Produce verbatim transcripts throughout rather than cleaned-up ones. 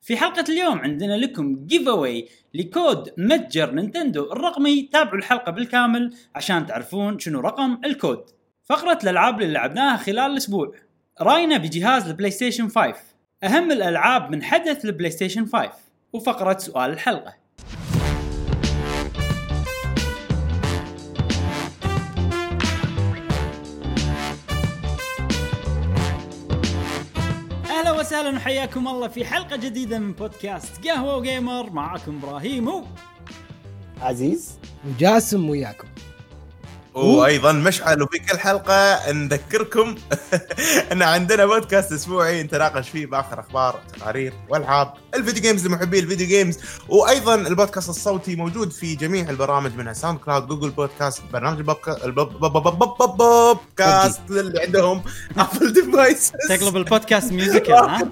في حلقة اليوم عندنا لكم جيف اواي لكود متجر نينتندو الرقمي. تابعوا الحلقة بالكامل عشان تعرفون شنو رقم الكود. فقرة الألعاب اللي لعبناها خلال الأسبوع، راينا بجهاز البلاي ستيشن خمسة، أهم الألعاب من حدث البلاي ستيشن خمسة، وفقرة سؤال الحلقة. أهلا وسهلا وحياكم الله في حلقة جديدة من بودكاست قهوة وجيمر. معكم إبراهيم و عزيز وجاسم وياكم، وايضا مشعل. وفي كل حلقه نذكركم ان عندنا بودكاست اسبوعي نتناقش فيه باخر اخبار تقارير والعاب الفيديو جيمز لمحبي الفيديو جيمز. وايضا البودكاست الصوتي موجود في جميع البرامج منها ساوند كلاود، جوجل بودكاست، برنامج بودكاست اللي عندهم ابل ديفايس تقلب البودكاست ميوزك.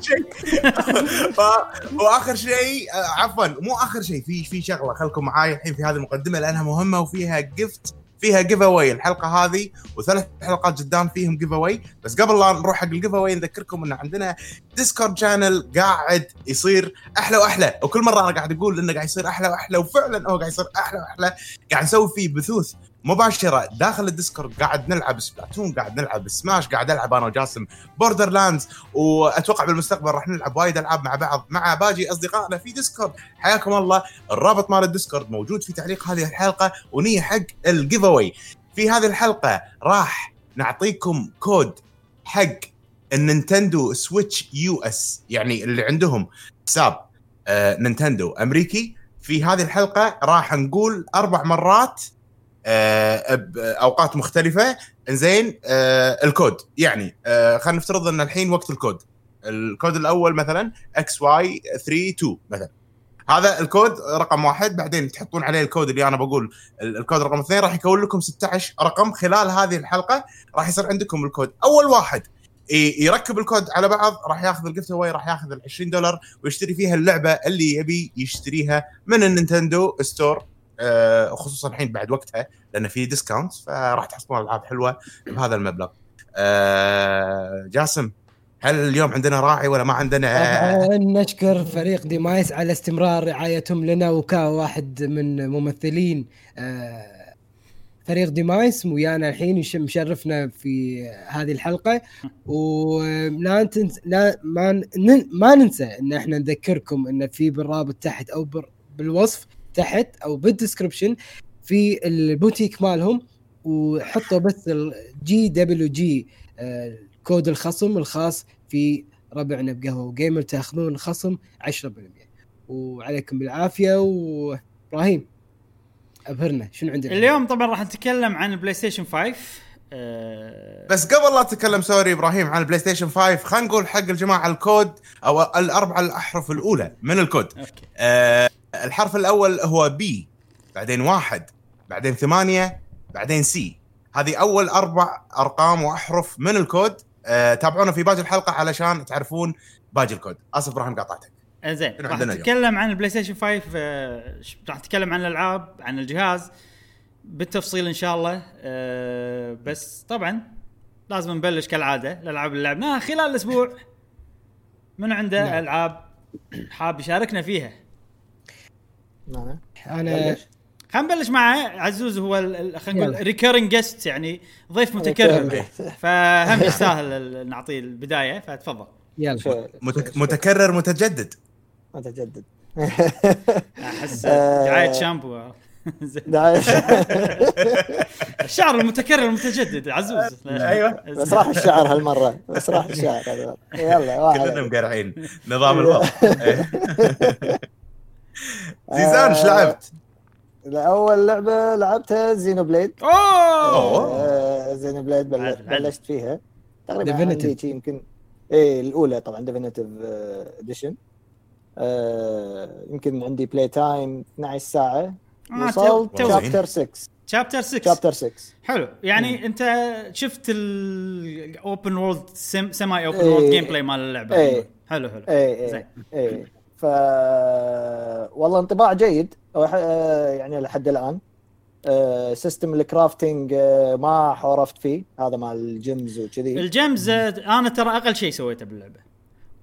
واخر شيء عفوا مو اخر شيء، في في شغله خلكم معاي الحين في هذه المقدمه لانها مهمه وفيها جيفت، فيها جيف اواي الحلقه هذه وثلاث حلقات قدام فيهم جيف اواي. بس قبل لا نروح حق الجيف اواي نذكركم ان عندنا ديسكورد شانل قاعد يصير احلى واحلى، وكل مره انا قاعد اقول انه قاعد يصير احلى واحلى، وفعلا هو قاعد يصير احلى واحلى. قاعد نسوي فيه بثوث مباشره داخل الديسكورد، قاعد نلعب سبلاتون، قاعد نلعب سماش، قاعد العب انا وجاسم بوردرلاندز، واتوقع بالمستقبل راح نلعب وايد العاب مع بعض مع باقي اصدقائنا في ديسكورد. حياكم الله. الرابط مال الديسكورد موجود في تعليق هذه الحلقه، ونية حق الجيف اواي. في هذه الحلقه راح نعطيكم كود حق النينتندو سويتش يو اس، يعني اللي عندهم حساب آه نينتندو امريكي. في هذه الحلقه راح نقول اربع مرات آه باوقات مختلفه. انزين آه الكود يعني آه خلينا نفترض ان الحين وقت الكود. الكود الاول مثلا اكس واي ثلاثة اثنين مثلا، هذا الكود رقم واحد. بعدين تحطون عليه الكود اللي انا بقول الكود رقم اثنين، راح يكون لكم ستة عشر رقم. خلال هذه الحلقه راح يصير عندكم الكود. اول واحد يركب الكود على بعض راح ياخذ الجيفت اواي، راح ياخذ ال عشرين دولار ويشتري فيها اللعبه اللي يبي يشتريها من النينتندو ستور، آه خصوصا الحين بعد وقتها لان في ديسكاونت، فراح تحصلون العاب حلوه بهذا المبلغ. آه جاسم، هل اليوم عندنا راعي ولا ما عندنا؟ نشكر فريق ديمايس على استمرار رعايتهم لنا، وكواحد من ممثلين فريق ديمايس ويانا الحين مشرفنا في هذه الحلقة. ولا ننسى لا ما ما ننسى ان احنا نذكركم ان في بالرابط تحت او بالوصف تحت او بالديسكريبشن في البوتيك مالهم، وحطوا بس الجي دبليو جي كود الخصم الخاص في ربعنا بقهوة وجيمر، تاخذون خصم عشرة بالمئة. وعليكم بالعافية. وإبراهيم أبهرنا شنو عندنا اليوم؟ طبعا راح نتكلم عن البلاي ستيشن خمسة. أه... بس قبل لا تتكلم سوري إبراهيم عن البلاي ستيشن خمسة، خلينا نقول حق الجماعة الكود أو الأربعة الأحرف الأولى من الكود. أه... الحرف الأول هو بي، بعدين واحد، بعدين ثمانية، بعدين سي. هذه أول أربع أرقام وأحرف من الكود. أه، تابعونا في باقي الحلقة علشان تعرفون باقي الكود. آسف إبراهيم قاطعتك. زين، راح نتكلم عن البلاي ستيشن خمسة. أه، راح نتكلم عن الألعاب، عن الجهاز بالتفصيل إن شاء الله. أه، بس طبعا لازم نبلش كالعادة الألعاب اللي لعبناها خلال الأسبوع. من عنده نعم. ألعاب حاب يشاركنا فيها؟ نعم. أنا خلينا نبلش مع عزوز، هو خلينا نقول ريكيرنج جيست، يعني ضيف متكرر، فهم يستاهل نعطيه البدايه، فتفضل. يلا. متك... متكرر متجدد متجدد احس دعايه شامبو. دعايه الشعر المتكرر المتجدد عزوز. ايوه بس راح الشعر هالمره، بس راح الشعر هذا. يلا واحد كلنا مقرعين نظام الوضع. زيزان ايش لعبت؟ الأول لعبة لعبتها زينو بليد. أوه زينو بليد بلشت فيها تقريبا عندي يمكن إيه الأولى طبعا ديفينيتيف إديشن. يمكن عندي بلاي تايم اثنا عشر ساعة. وصلت شابتر ستة. شابتر ستة. شابتر ستة. حلو. يعني مم. أنت شفت الأوبن وورلد سيماي أوبن وورلد جيم بلاي مال اللعبة. إيه. حلو حلو. إيه زين. إيه ف والله انطباع جيد يعني لحد الآن. سيستم الكرافتينج ما حورفت فيه، هذا مال الجيمز وكذي. الجيمز انا ترى اقل شيء سويته باللعبه،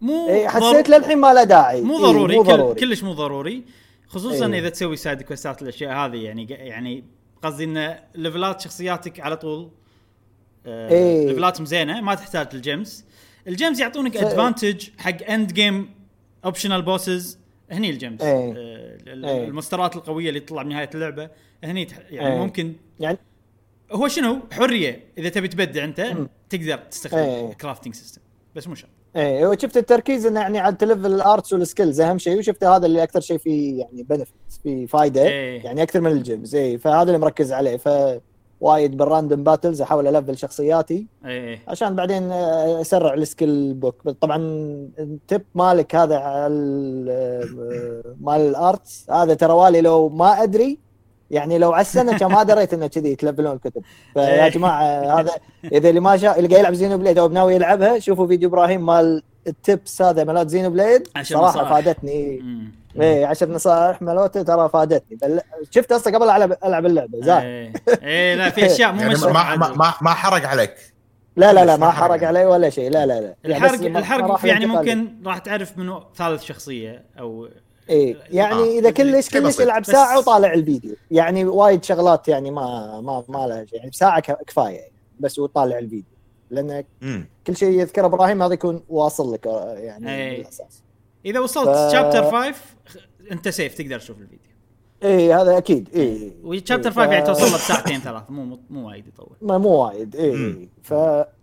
مو إيه حسيت للحين ما له داعي، مو ضروري, إيه مو كل ضروري. كلش مو ضروري، خصوصا إيه. اذا تسوي سايد كويستات الاشياء هذه. يعني يعني قصدي ان ليفلات شخصياتك على طول آه إيه. ليفلاتهم زينه، ما تحتاج الجيمز. الجيمز يعطونك ف... ادفانتج حق اند جيم اوبشنال بوسز. هني الجيمز إيه. آه إيه. المسترات القويه اللي تطلع بنهايه اللعبه هني تح... يعني إيه. ممكن يعني هو شنو حريه اذا تبي تبدع انت م. تقدر تستخدم إيه. كرافتنج سيستم، بس مو شرط. ايه وشفت التركيز انه يعني على تلفل الارتس والسكيلز اهم شيء، وشفت هذا اللي اكثر شيء فيه يعني بنفيتس فيه فايده إيه. يعني اكثر من الجيمز. ايه فهذا اللي مركز عليه. ف وايد بالراندوم باتلز احاول الفل شخصياتي ايه عشان بعدين اسرع السكيل بوك. طبعا التب مالك هذا على مال الارتس هذا ترى والي لو ما ادري يعني لو على السنه كان ما دريت انه كذي يتلفلون الكتب. فيا جماعه هذا اذا اللي ما شاء اللي قاعد يلعب زينو بليد او بناوي يلعبها شوفوا فيديو ابراهيم مال التبس هذا مالات زينو بليد صراحه فادتني. ايه عشر نصائح مالوته ترى فادتني. بل... شفت اصلا قبل العب العب اللعبه زين. ايه ايه لا في اشياء مو يعني مشروع ما, ما ما ما حرق عليك. لا لا لا ما حرق علي ولا شيء. لا لا لا الحرق الحرق يعني ممكن راح تعرف منو ثالث شخصيه او ايه يعني آه. اذا كلش كلش يلعب ساعه وطالع الفيديو يعني وايد شغلات يعني ما ما ما لها شيء يعني ساعه كفايه يعني بس وطالع الفيديو لان مم. كل شيء يذكره ابراهيم هذا يكون واصل لك يعني أيه. بالاساس. اذا وصلت شابتر ف... خمسة انت سيف تقدر تشوف الفيديو. ايه هذا اكيد. ايه وشابتر إيه خمسة ف... يعني توصل له بساعتين ثلاث مو مو وايد يطول. ما مو وايد. ايه ف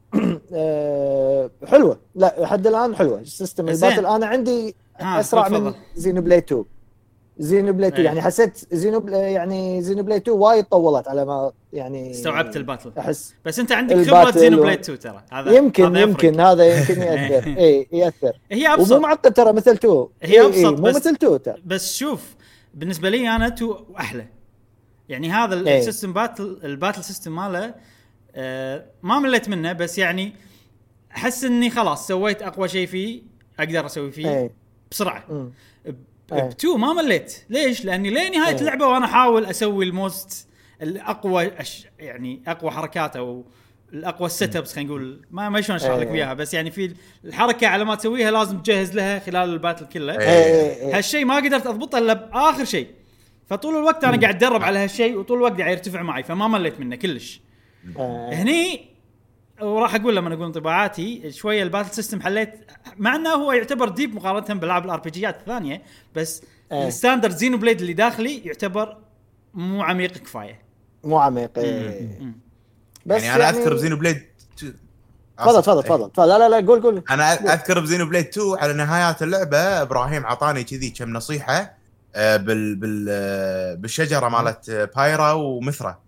حلوه. لا لحد الان حلوه السيستم الباتل. انا عندي اسرع من زينو بلاي تو. زينو بلاي تو يعني حسيت زينو بلاي يعني زينو بلاي تو وايد طولت على ما يعني استوعبت الباتل. احس بس انت عندك خبره زينو بلاي تو ترى هذا يمكن هذا يمكن هذا يمكن ياثر. اي ياثر. هي ابسط ومو معقد ترى مثل تو. هي ابسط إيه مو مثل تو ترى. بس شوف بالنسبه لي انا تو احلى يعني هذا السيستم باتل الباتل سيستم ماله آه ما مليت منه بس يعني احس اني خلاص سويت اقوى شيء فيه اقدر اسوي فيه أي. بسرعه. م. بتو ما مليت ليش لاني لين نهايه اللعبه وانا احاول اسوي الموست الاقوى أش... يعني اقوى حركات او الاقوى السيت ابس خلينا نقول ما ما شلون اشرح لك اياها بس يعني في الحركه على ما تسويها لازم تجهز لها خلال الباتل كله. هالشيء ما قدرت اضبطه الا باخر شيء فطول الوقت انا قاعد اتدرب على هالشيء وطول الوقت قاعد يرتفع معي فما مليت منه كلش. هني وراح اقول لما اقول انطباعاتي شويه الباتل سيستم حليت مع انه هو يعتبر ديب مقارنه بالعاب الار بي جيات الثانيه بس أه. الستاندرد زينو بليد اللي داخلي يعتبر مو عميق كفايه. مو عميق. بس يعني انا يعني اذكر بزينو بليد تفضل تفضل تفضل. لا لا لا قول قول. انا اذكر بزينو بليد تو على نهايات اللعبه ابراهيم عطاني كذي كم نصيحه بال بال بالشجره مالت بايرا ومثرى.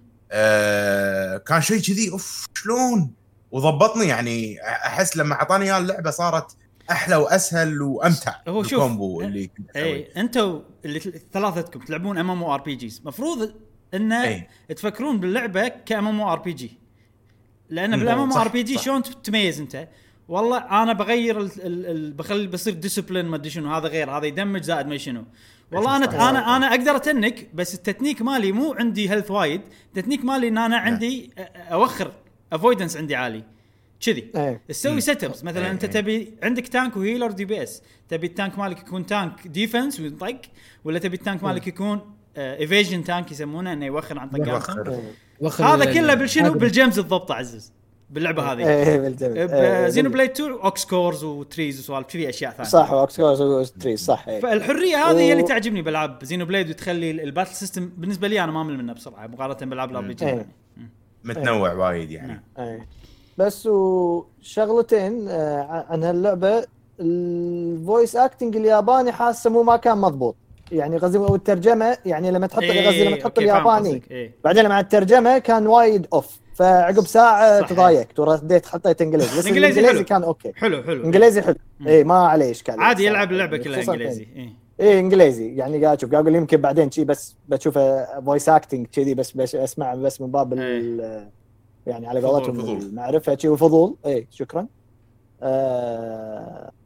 آه كان شيء كذي اوف شلون وضبطني يعني احس لما اعطاني اياه اللعبه صارت احلى واسهل وامتع. هو شوف الكومبو اللي كنت اسويه انتوا اللي ثلاثتكم تلعبون ام ام او ار بي جيز مفروض ان ايه. تفكرون باللعبه كام ام او ار بي جي لان بالام ام او ار بي جي شلون تميز انت والله انا بغير ال ال بخلي بصير ديسيبلين ما ادري شنو هذا غير هذا يدمج زائد ما شنو والله انا انا انا اقدر اتنك بس التتنيك مالي مو عندي هيلث وايد التتنيك مالي ان انا عندي اوخر افويدنس عندي عالي كذي تسوي سيت ابس مثلا انت تبي عندك تانك وهيلر دي بي اس تبي التانك مالك يكون تانك ديفنس ويطق ولا تبي التانك مالك يكون ايفيجن تانك يسمونه انه يوخر عن طقاتهم هذا كله بالشنو بالجيمز الضبط عزز باللعبه هذه. ايه زينو بلاي تو اوكس كورز وتريز وسوالف كذي اشياء ثانيه صح اوكس كورز وتريز صح. ايه. فالحريه هذه هي و... اللي تعجبني بالعاب زينو بلاي وتخلي الباتل سيستم بالنسبه لي انا ما امل منه بسرعه مقارنه بالعاب الار بي جي يعني متنوع ايه. وايد يعني ايه. بس وشغلتين عن هاللعبه الفويس اكتنج الياباني حاسه مو ما كان مضبوط يعني غزي والترجمه يعني لما تحط ايه غزي لما تحط الياباني ايه. بعدين لما الترجمه كان وايد اوف فعقب ساعه تضايقت ورديت حطيت انجليزي بس الانجليزي كان اوكي حلو حلو انجليزي حلو اي ما عليه اشكال عادي يلعب اللعبه كلها انجليزي اي اي انجليزي يعني قاعد اشوف قاعد اقول يمكن بعدين شيء بس بشوفه فويس اكتنج كذي بس, بس اسمع بس من باب يعني على قولتهم المعرفه شيء وفضول. اي شكرا. آه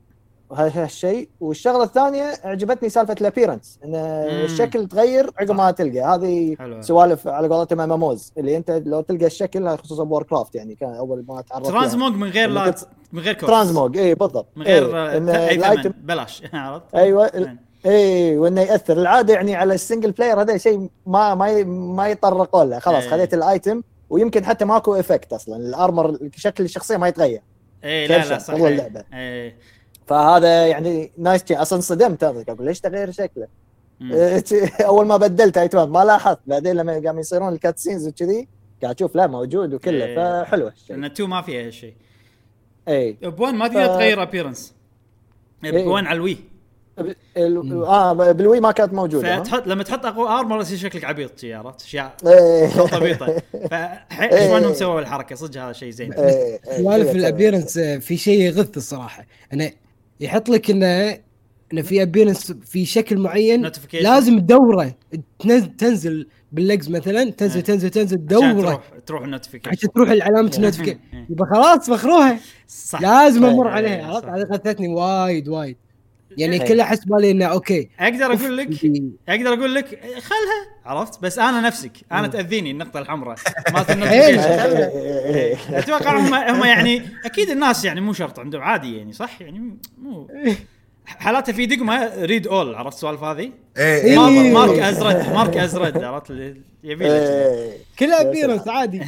وهذا الشيء. والشغله الثانيه عجبتني سالفه الابيرنس ان الشكل تغير عقب ما تلقى. هذه سوالف على قولتهم اماموز اللي انت لو تلقى الشكل خصوصا بور كرافت يعني كان اول ما تعرفت ترانزموج من غير لا من غير كورس ترانزموج اي بالضبط من غير اي ثمن بلاش عرفت ايوه اي وانه ياثر العاده يعني على السنجل بلاير. هذا شيء ما ما ما يطرقوا له خلاص أي. خذيت الايتم ويمكن حتى ماكو افكت اصلا الارمر شكل الشخصيه ما يتغير اي لا لا صح اي فهذا يعني نايس شيء. اصلا صدمت اقول ليش تغير شكله اول ما بدلت ايتمات ما لاحظت بعدين لما قام يصيرون الكات سينز وكذي قاعد اشوف لا موجود وكله أي. فحلوه الشيء لان تو ما فيها هالشيء اي بوان ما تقدر ف... تغير ابيرنس بوان على الوي ال... اه بالوي ما كانت موجوده فتحط لما تحط اقوى ارمر يصير شكلك عبيط شي عرفت اشياء طبيعيه فايش وانهم سووا الحركه صدق هذا شيء زين. سوالف الابيرنس في شيء يغث الصراحه انه يحط لك انه انه في ابيرنس في شكل معين لازم تدوره تنزل باللجز مثلا تنزل تنزل تنزل دوره تروح تروح النوتيفيكيشن عشان تروح العلامه النوتيفيكيشن يبقى خلاص بخروها لازم امر عليها. هذا غثتني وايد وايد يعني كل احس بالي انه اوكي اقدر اقول لك اقدر اقول لك خلها عرفت بس انا نفسك انا تاذيني النقطه الحمراء مالت النوتيفيكيشن. اتوقع هم هم يعني اكيد الناس يعني مو شرط عندهم عادي يعني صح يعني مو حالاتها في دقمه ريد اول عرفت السوالف هذه مارك, مارك ازرد مارك ازرد عرفت يبي لك كلها ابيرنس عادي.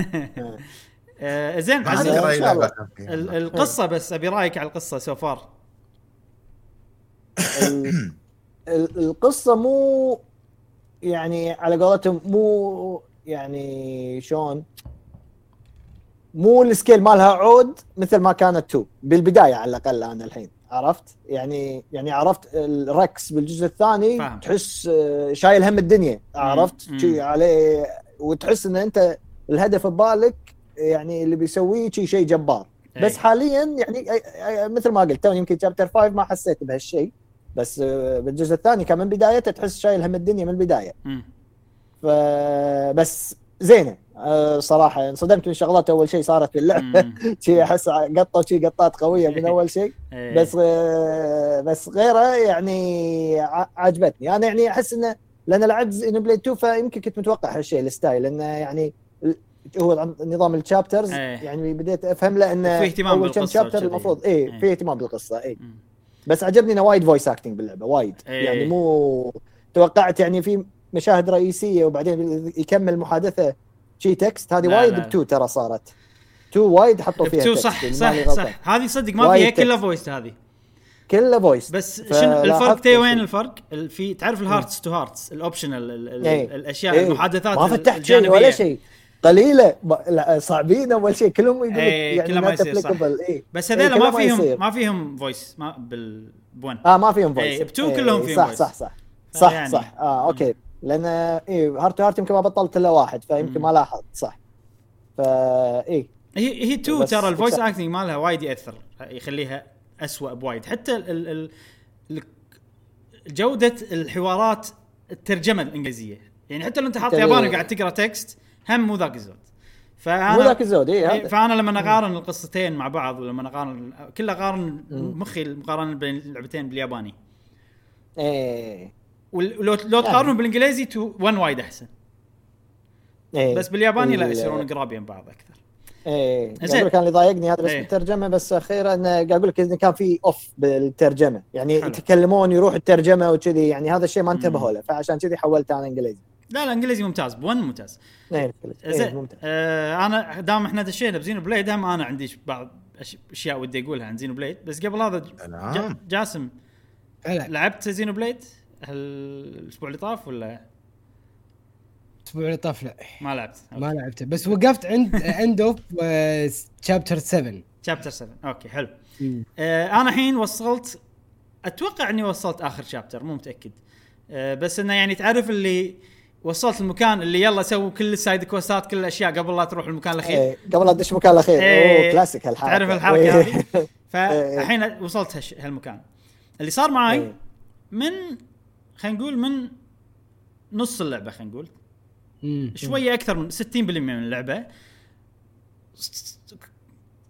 زين القصه بس ابي رايك على القصه سوفار. القصه مو يعني على قولتهم مو يعني شلون مو السكيل مالها عود مثل ما كانت تو بالبدايه على الاقل. انا الحين عرفت يعني يعني عرفت الركس بالجزء الثاني فهم. تحس شايل هم الدنيا عرفت شيء عليه وتحس ان انت الهدف ببالك يعني اللي بيسويه شيء شيء جبار. أي. بس حاليا يعني مثل ما قلت تو يمكن شابتر خمسة ما حسيت بهالشيء بس بالجزء الثاني كان من بدايته تحس شايل هم الدنيا من البدايه. فبس زينه صراحه انصدمت من شغلات اول شيء صارت في اللعبه شيء احس قطوا شيء قطات قويه من اول شيء بس بس غيره يعني عجبتني. انا يعني احس انه لان لعبت ان بلاي تو فيمكن كنت متوقع هالشيء الستايل لانه يعني هو نظام الشابترز يعني بديت افهم له انه اول كم شابتر المفروض ايه في اهتمام بالقصه ايه بس عجبني انه وايد فويس اكتنج باللعبه وايد يعني مو توقعت يعني في مشاهد رئيسيه وبعدين يكمل محادثه شي تكست هذه وايد بتو ترى صارت تو وايد حطوا فيها تكست صح صح, صح. هذه صدق ما فيها كلها فويس هذه كلها فويس بس شنو الفرق تي وين الفرق في تعرف الهارتس تو هارتس الاوبشنال الاشياء ايه. المحادثات ما فتحت شيء ولا شيء قليله صعبين اول شيء كلهم يقول ايه يعني ما يصير ايه. بس هذول ما فيهم ما فيهم فويس ما بالبون اه ما فيهم فويس ايه بتو كلهم ايه فيهم صح فويس صح صح صح يعني. صح اه اوكي لان ايه هارت هارت يمكن ما بطلت الا واحد فيمكن ما لاحظت صح فا ايه هي هي تو ترى الفويس اكتنج مالها وايد ياثر يخليها اسوأ بوايد حتى ال ال جوده الحوارات الترجمه الانجليزيه يعني حتى لو انت حاط ياباني وقاعد تقرا تكست هم مو ذاك الزود فانا مو ذاك الزود ايه فانا لما نقارن القصتين مع بعض ولما نقارن كل اقارن مخي المقارنه بين اللعبتين بالياباني ايه ولو لو تقارنوا بالانجليزي تو ون وايد احسن إيه. بس بالياباني لا يصيرون قرابين بعض اكثر. ايه قبل كان اللي ضايقني هذا بس ايه. الترجمه بس اخيرا انا قاعد اقول لك ان كان في اوف بالترجمه يعني حلو. يتكلمون يروح الترجمه وكذي يعني هذا الشيء ما انتبهوا له فعشان كذي حولت انا انجليزي. لا لا انجليزي ممتاز بون ممتاز ايه زين ممتاز. آه انا دام احنا دشينا بزينو بليد هم انا عندي بعض اشياء ودي اقولها عن زينو بليد بس قبل هذا جا جاسم هلا لعبت زينو بليد الاسبوع اللي طاف ولا الاسبوع اللي طاف؟ لا ما لعبت أوكي. ما لعبته بس وقفت عند اند اوف شابتر سبعة شابتر سبعة اوكي حلو. آه انا الحين وصلت اتوقع اني وصلت اخر شابتر مو متاكد آه بس انه يعني تعرف اللي وصلت المكان اللي يلا سووا كل السايد كوستات كل الاشياء قبل لا تروح المكان الاخير ايه قبل لا تدش المكان الاخير ايه اوه كلاسيك هالحركه تعرف الحركه هذه فالحين وصلت هش هالمكان اللي صار معي ايه. من خلينا نقول من نص اللعبه خلينا نقول شويه اكثر من ستين بالمئة من اللعبه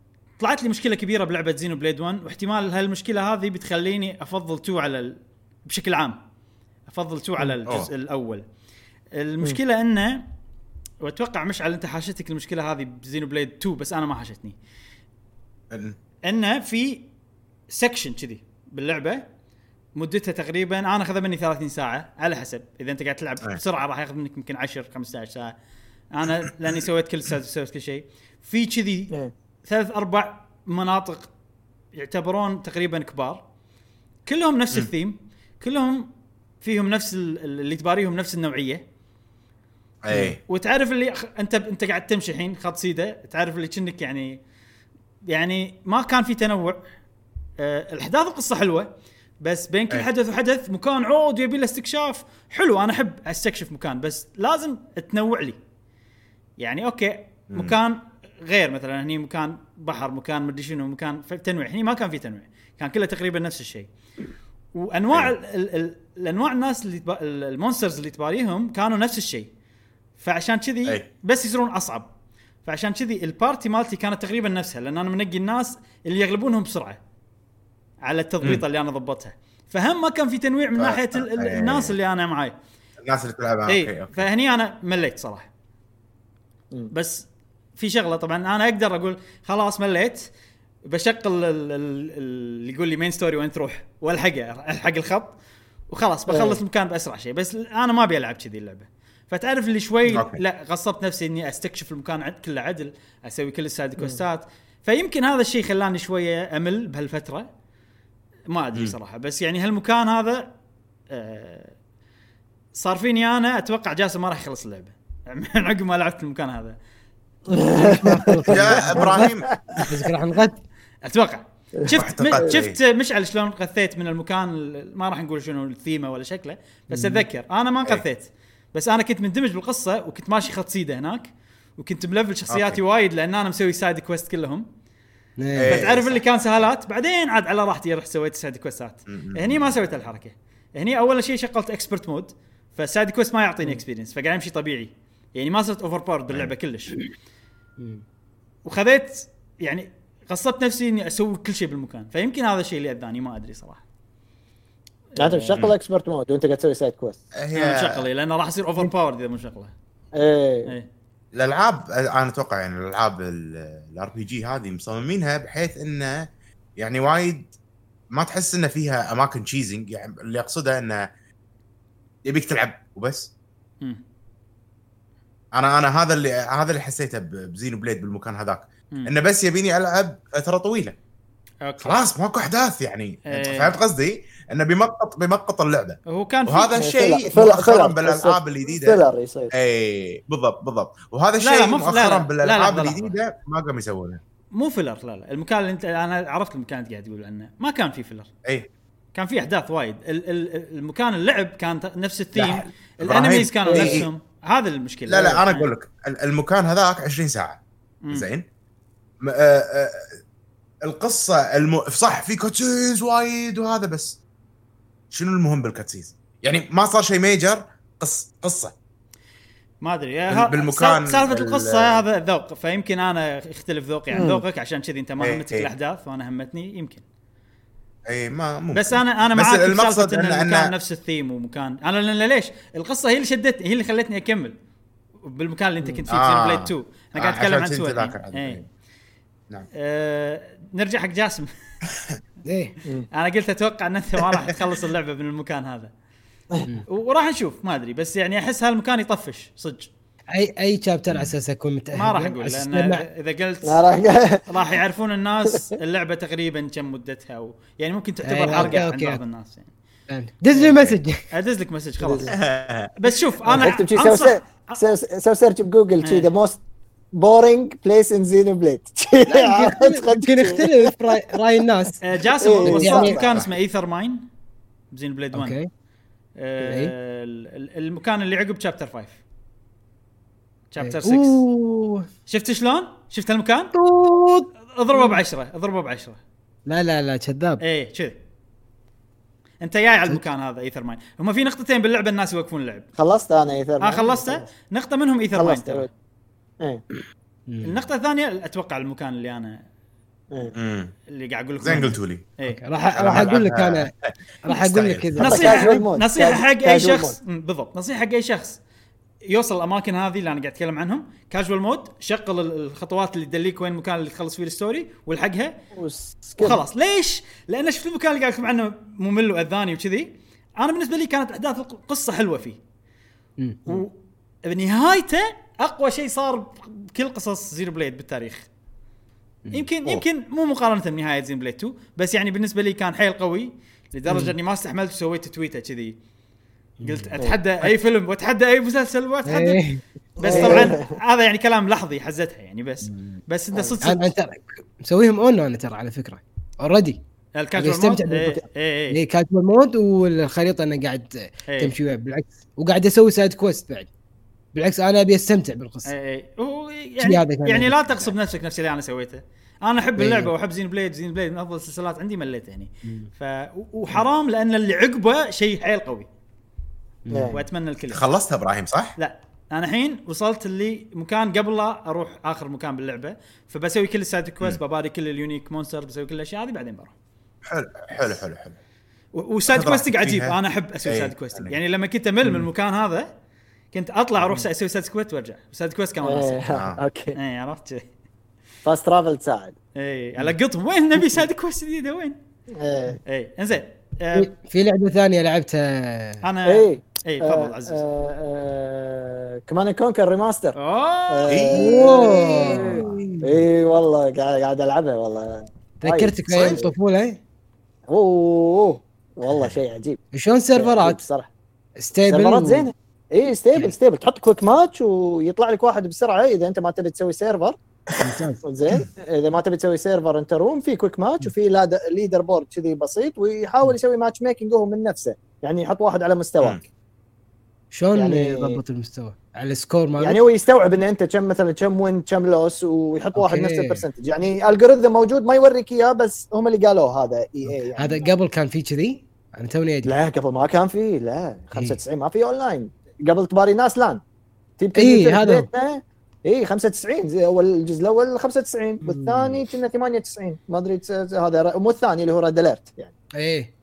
طلعت لي مشكله كبيره بلعبه زينو بليد واحد، واحتمال هالمشكله هذه بتخليني افضل تو على ال... بشكل عام افضل تو على الجزء الاول. المشكله انه واتوقع مشعل انت حاشتك المشكله هذه بزينو بليد تو، بس انا ما حاشتني. انه في سكشن كذي باللعبه مدتها تقريبا انا اخذ مني ثلاثين ساعه على حسب، اذا انت قاعد تلعب بسرعه راح ياخذ منك يمكن عشرة خمسة عشر ساعه. انا لاني سويت كل سويت, سويت كل شيء في كذي ثلاث اربع مناطق يعتبرون تقريبا كبار، كلهم نفس الثيم، كلهم فيهم نفس اللي تباريهم نفس النوعيه. اي وتعرف اللي انت انت قاعد تمشي الحين خط سيده، تعرف اللي كأنك يعني يعني ما كان في تنوع. أه الاحداث القصه حلوه، بس بين كل حدث وحدث مكان عود يبي له استكشاف حلو. انا احب استكشف مكان، بس لازم تنوع لي. يعني اوكي مكان غير، مثلا هني مكان بحر، مكان مدري شنو، مكان في تنويع. هني ما كان في تنويع، كان كله تقريبا نفس الشيء. وانواع ال ال الانواع الناس اللي تبا... المونسترز اللي تباريهم كانوا نفس الشيء، فعشان كذي بس يصيرون اصعب. فعشان كذي البارتي مالتي كانت تقريبا نفسها، لان انا منقي الناس اللي يغلبونهم بسرعه على التضبيط اللي انا ضبطها. فهم ما كان في تنويع من ناحيه ال ال الناس اللي انا معاي، الناس اللي تلعبها. اوكي فهني انا مليت صراحه. بس في شغله طبعا انا اقدر اقول خلاص مليت، بشغل اللي يقول لي مين ستوري وين تروح والحقه الحق الخط وخلاص بخلص المكان باسرع شيء. بس انا ما ابي العب كذي اللعبه، فتعرف اللي شوي أوكي. لا غصبت نفسي اني استكشف المكان عد كله عدل، اسوي كل السايد كوستات. فيمكن هذا الشيء خلاني شويه امل بهالفتره، ما ادري صراحه. بس يعني هالمكان هذا آه صار فيني انا اتوقع جاسم ما راح يخلص اللعبه من عقب ما لعبت المكان هذا. يا ابراهيم بس راح نغث اتوقع. شفت م... شفت مشعل شلون غثيت من المكان، ما راح نقول شنو الثيمه ولا شكله، بس اتذكر انا ما غثيت، بس انا كنت مندمج بالقصه وكنت ماشي خط سيده هناك، وكنت ملفل شخصياتي وايد لان انا مسوي سايد كويست كلهم. فتعرف اللي كان سهالات، بعدين عاد على راحتي رحت سويت سايد كويستات. هني ما سويت الحركه. هني اول شيء شغلت اكسبرت مود، فسايد كويست ما يعطيني اكسبيرينس، فقاعد امشي طبيعي. يعني ما صرت اوفر باورد باللعبه كلش. وخذيت يعني غصبت نفسي اني اسوي كل شيء بالمكان، فيمكن هذا الشيء اللي اذاني، ما ادري صراحه. انت تشغل اكسبرت مود وانت قاعد تسوي سايد كويست. هي مشغله لانه راح يصير اوفر باورد اذا مشغله. ايه, ايه. الالعاب انا اتوقع يعني الالعاب الار بي جي هذه مصممينها بحيث انه يعني وايد ما تحس انه فيها اماكن تشيزنج. يعني اللي اقصده انه يبيك تلعب وبس. م. انا انا هذا اللي هذا اللي حسيته بزينو بليد بالمكان هذاك، انه بس يبيني العب فتره طويله. أوكي. خلاص ماكو احداث يعني. ايه. فهمت قصدي؟ انه بيمقط بيمقط اللعبه. هو كان وهذا الشيء مؤخرا بالالعاب الجديده. اي بالضبط بالضبط. وهذا الشيء مؤخرا بالالعاب الجديده ما قاموا يسوونه. مو فيلر، لا لا. المكان اللي انت انا عرفت المكان اللي قاعد تقول عنه ما كان فيه فيلر. اي كان فيه احداث وايد. ال- ال- المكان اللعب كان نفس الثيم، الانميز كانوا إيه. نفسهم. هذا المشكله. لا لا انا اقول لك المكان هذاك عشرين ساعه. مم. زين. م- آه آه القصه الم... صح في كاتسينز وايد وهذا، بس شنو المهم بالكاتسينز؟ يعني ما صار شيء ميجر. قص قصه ما ادري بالمكان سالفه القصه هذا ذوق، فيمكن انا يختلف ذوقي عن ذوقك عشان كذي انت ما همتك ايه الاحداث وانا همتني يمكن. اي ما ممكن. بس انا انا معاك بسالفه ان المكان نفس الثيم ومكان انا لان ليش القصه هي اللي شدتني، هي اللي خلتني اكمل بالمكان اللي انت كنت فيه. آه. في بليد تو انا قاعد اتكلم عن سوى اي نعم. آه نرجع حق جاسم. ايه انا قلت اتوقع ان انت ما راح تخلص اللعبه من المكان هذا، وراح نشوف ما ادري. بس يعني احس هالمكان يطفش صدق. اي اي شابتر على اساس اكون متاهل. ما راح اقول لان اذا قلت راح يعرفون الناس اللعبه تقريبا كم مدتها و... يعني ممكن تعتبر حرقه عند بعض الناس يعني. دز لي مسج ادز لك مسج خلاص. بس شوف انا اكتب شيء سو سو سيرش بجوجل شيء ذا موست بورينج بليس ان زينوبليد. يمكن يختلف راي الناس. جاسم وصلت مكان اسمه ايثر ماين بزينوبليد واحد. اوكي المكان اللي عقب شابتر خمسة شابتر ستة. شفت شلون؟ شفت هالمكان؟ اضربه بعشرة اضربه بعشرة. لا لا لا كذاب. ايه كذا انت جاي على المكان هذا ايثر ماين. هم في نقطتين باللعبه الناس يوقفون اللعب. خلصت انا ايثر ماين. اه خلصته. نقطه منهم ايثر ماين. ايه النقطه الثانيه اتوقع المكان اللي انا امم اللي قاعد اقول لكم زين قلتوا لي ايه راح راح اقول لك انا راح اقول لك اذا نصيحه مود. نصيحه حق اي كاجوال شخص مم، بالضبط نصيحه حق اي شخص يوصل الاماكن هذه اللي انا قاعد اتكلم عنهم كاجوال مود شغل الخطوات اللي تدليك وين المكان اللي تخلص فيه الستوري والحقها وسكيب. وخلاص. ليش؟ لان شفت المكان اللي قاعد اكلم عنه ممل واذاني وكذي. انا بالنسبه لي كانت احداث القصه حلوه فيه وبنهايته اقوى شيء صار بكل قصص زيرو بليد بالتاريخ. يمكن أوه. يمكن مو مقارنه بنهايه زين بليد تو بس يعني بالنسبه لي كان حيل قوي لدرجه اني ما استحملت وسويت تويته كذي قلت اتحدى اي فيلم واتحدى اي مسلسل واتحدى إيه. بس طبعا هذا يعني كلام لحظي حزتها يعني بس بس انت صدق انا ترى مسويهم اون انا ترى على فكره اوريدي الكاجوال استمتع مود ايه بالمكان. ايه اي كاجوال مود والخريطه انا قاعد إيه. تمشي وياه بالعكس وقاعد اسوي سايد كويست بعد بالعكس انا ابي استمتع بالقصه ايه هو شي يعني هذا كان يعني لا عندي. تغصب نفسك نفس اللي انا سويته. انا احب إيه. اللعبه واحب زين بليد زين بليد من افضل السلسلات عندي مليت يعني ف وحرام لان اللي عقبه شيء حيل قوي إيه. واتمنى الكل خلصتها ابراهيم صح؟ لا انا الحين وصلت اللي مكان قبل لا اروح اخر مكان باللعبه فبسوي كل السايد كويست بباري كل اليونيك مونستر بسوي كل الاشياء هذه بعدين بروح حلو حلو حلو حلو و- وسايد أخذ كويست راحتك قاعد اجيب فيها. انا احب اسوي أي. سايد كويست يعني لما كنت امل من المكان هذا كنت اطلع اروح اسوي سايد كويست وارجع سايد كويست كان وناسه إيه. اوكي اي عرفت فاست ترافل تساعد. اي على قطم وين نبي سايد كويست جديده وين ايه اي انزين آه، في- في لعبه ثانيه لعبتها انا ايه اي تفضل عزيز كمان كونكر ريماستر. اوه اي والله قاعد قاعد العبها والله. ذكرتك صحيح. ايام الطفوله اوه والله شيء عجيب. شلون سيرفرات صراحه ستيبل سيرفرات زينه. اي ستيبل ستيبل تحط كويك ماتش ويطلع لك واحد بسرعه اذا انت ما تبي تسوي سيرفر زين. اذا ما تبي تسوي سيرفر انت روم في كويك ماتش وفي لاد- ليدر بورد كذي بسيط ويحاول يسوي ماتش ميكنج هو من نفسه يعني يحط واحد على مستواك شلون يعني- يضبط المستوى على السكور مالك يعني هو يستوعب ان انت كم مثلا كم وين كم لوس ويحط واحد أوكي. نفس البرسنتج يعني الجوريثم موجود ما يوريك اياه بس هم اللي قالوه هذا اي اي يعني. هذا قبل كان في كذي انا توني ادري لا قبل ما كان فيه لا خمسة وتسعين ما في اونلاين قبل تباري ناس لان تبي إيه، هذا. اي خمسة وتسعين زي اول الجزء الاول خمسة وتسعين والثاني كنا ثمانية وتسعين ما ادري تس- هذا ر- مو الثاني اللي هو ريد اليرت يعني ايه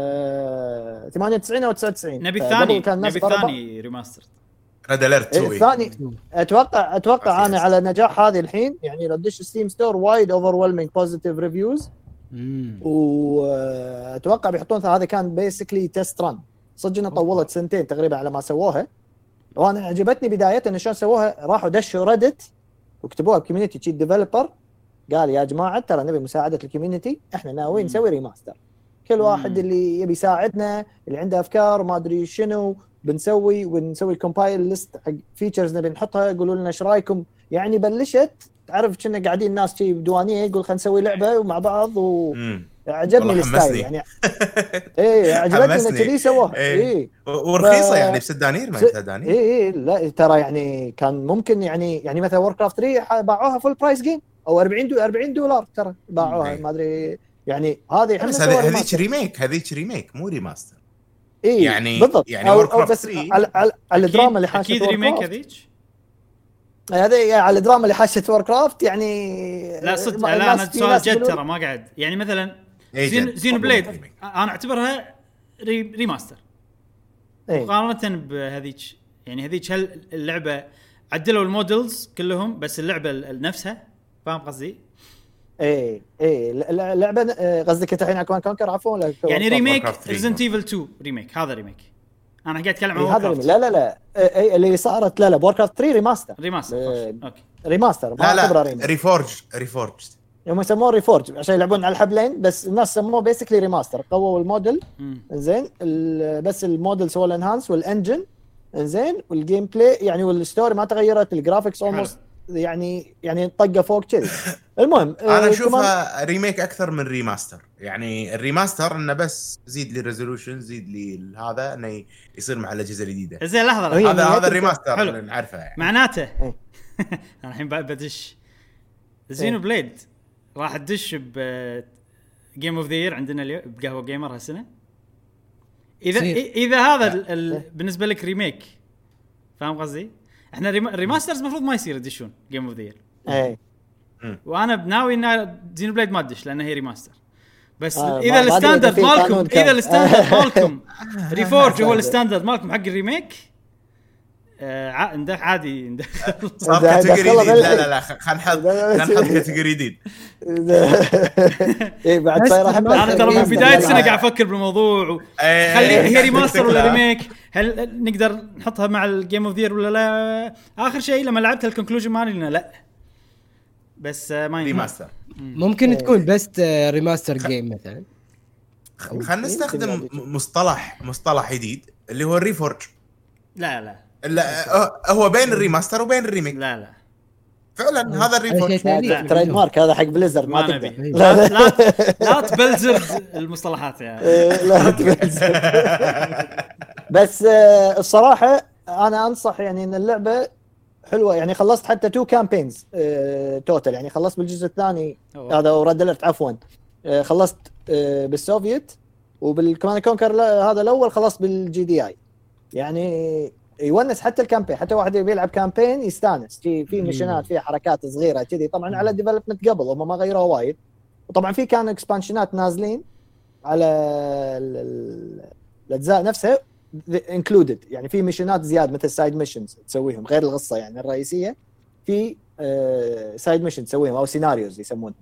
آه ثمانية وتسعين او تسعة وتسعين نبي فقبل الثاني كان الناس نبي ضربة- الثاني ريماستر ريد اليرت إيه، الثاني اتوقع اتوقع أوكي. انا على نجاح هذه الحين يعني لو تدش ستيم ستور وايد اوفر ويلمينج بوزيتيف ريفيوز مم. واتوقع بيحطون هذا كان بيسكلي تيست ران صدق انها طولت سنتين تقريبا على ما سووها. وانا عجبتني بدايه ان شلون سووها راحوا دشوا ريدت وكتبوها بكوميونتي تشيت ديفلوبر قال يا جماعه ترى نبي مساعده الكوميونتي احنا ناويين نسوي ريماستر كل واحد اللي يبي يساعدنا اللي عنده افكار ما ادري شنو بنسوي ونسوي كومبايل ليست حق فيتشرز نبي نحطها يقولوا لنا ايش رايكم يعني بلشت تعرف كنا قاعدين ناس شي بديوانيه يقول خلينا نسوي لعبه ومع بعض وعجبني والله الستايل حمسني. يعني ايه عجبتني ان حمسني. كذي سووها إيه. ايه ورخيصه ف- يعني بست دنانير ما س- انت دنانير ايه ايه لا ترى يعني كان ممكن يعني يعني مثلا وور كرافت ثري باعوها فول برايس جيم او أربعين دو أربعين دولار ترى باعوها إيه. ما ادري يعني هذه احنا بس سووا هذه هذيك ريماستر. ريميك هذيك ريميك مو ريماستر إيه يعني- بالضبط يعني أو, Warcraft أو بس ثري على, على, على الدراما أكيد- اللي حاشت اكيد ريميك Warcraft. هذيك هذه يعني على الدراما اللي حاشت وور كرافت يعني لا صدق ما- لا الناس- انا في سؤال ناس جد يقولون- ترى ما قاعد يعني مثلا إيه زين جد. زين بليد ريميك. انا اعتبرها ري ريماستر إيه. مقارنه بهذيك يعني هذيك هل اللعبه عدلوا المودلز كلهم بس اللعبه نفسها فاهم قصدي ايه ايه ل- ل- لعبه آه، قصدك انت الحين اكوان كونكر عفوا ولا يعني ريميك Warcraft ثري. ريزنت ايفل تو ريميك هذا ريميك انا قاعد اتكلم عن إيه هذا Warcraft. ريميك. لا لا لا إيه إيه اللي صارت لا لا وور كرافت ثري ريماستر ريماستر إيه. خلاص. اوكي ريماستر ما لا اعتبره لا ريميك ريفورج ريفورج هم يسموه ريفورج عشان يلعبون على الحبلين بس الناس سموه بيسكلي ريماستر قووا الموديل مم. زين بس الموديل سووا الانهانس والانجن زين والجيم بلاي يعني والستوري ما تغيرت الجرافيكس اولموست يعني يعني طقه فوق كذي المهم انا آه، كمان- اشوفها ريميك اكثر من ريماستر يعني الريماستر انه بس زيد لي الريزولوشن زيد لي هذا انه يصير مع الاجهزه الجديده زين لحظه هي لحظة. هذا نهاية هذا الريماستر حلو. اللي نعرفه يعني معناته إيه. انا الحين بعد بدش زينو بليد راح تدش ب جيم اوف ذا يير عندنا اليوم بقهوه جيمر هالسنه اذا سير. إ- اذا هذا ال... ال... بالنسبه لك ريميك فاهم قصدي احنا ريما... ريماسترز المفروض ما يصير يدشون جيم اوف ذا يير ايه مم. وانا بناوي ان زينو بليد ما ادش لانه هي ريماستر بس آه، اذا ما- ما أدري إذا الستاندرد في مالكم قانون كان. اذا الستاندرد مالكم ريفورج هو الستاندرد مالكم حق الريميك آه ع- ندخ عادي ندخل صار ده- كاتيجوري دخلها جديد لا بالحين. لا لا خلينا نحط ده- خلينا نحط كاتيجوري جديد ايه بعد بس صاير احب انا ترى من الريماستر. بدايه لا، السنه لا. قاعد افكر بالموضوع و... إيه. خلي هي ريماستر ولا فكرة. ريميك هل نقدر نحطها مع الجيم اوف ذير ولا لا اخر شيء لما لعبت الكونكلوجن مالي إنه لا بس آه، ما ينفع ريماستر ممكن إيه. تكون بست ريماستر جيم مثلا. خلينا نستخدم مصطلح مصطلح جديد اللي هو الريفورج لا لا لا هو بين الريماستر وبين الريميك لا لا فعلا هذا هذا شيء الريفورج ثاني. لا، تريد مارك هذا حق بليزرد ما ما تقدر نبي لا. لا لا, لا تبلزر المصطلحات يعني إيه، لا تبلزر. بس آه، الصراحه انا انصح يعني ان اللعبه حلوه يعني خلصت حتى تو كامبينز توتال يعني خلصت بالجزء الثاني أوه. هذا ورد الرت عفوا آه، خلصت آه، بالسوفيت وبالكمان كونكر لا- هذا الاول خلصت بالجي دي اي يعني يونس حتى الكامبين حتى واحد بيلعب كامبين يستانس في في ميشنات في حركات صغيره كذي طبعا على ديفلوبمنت قبل هم ما غيروها وايد وطبعا في كان اكسبانشنات نازلين على ال- ال- الاجزاء نفسها انكلودد يعني في ميشنات زياده مثل سايد ميشنز تسويهم غير القصه يعني الرئيسيه في سايد ميشن تسويهم او سيناريوز يسمونهم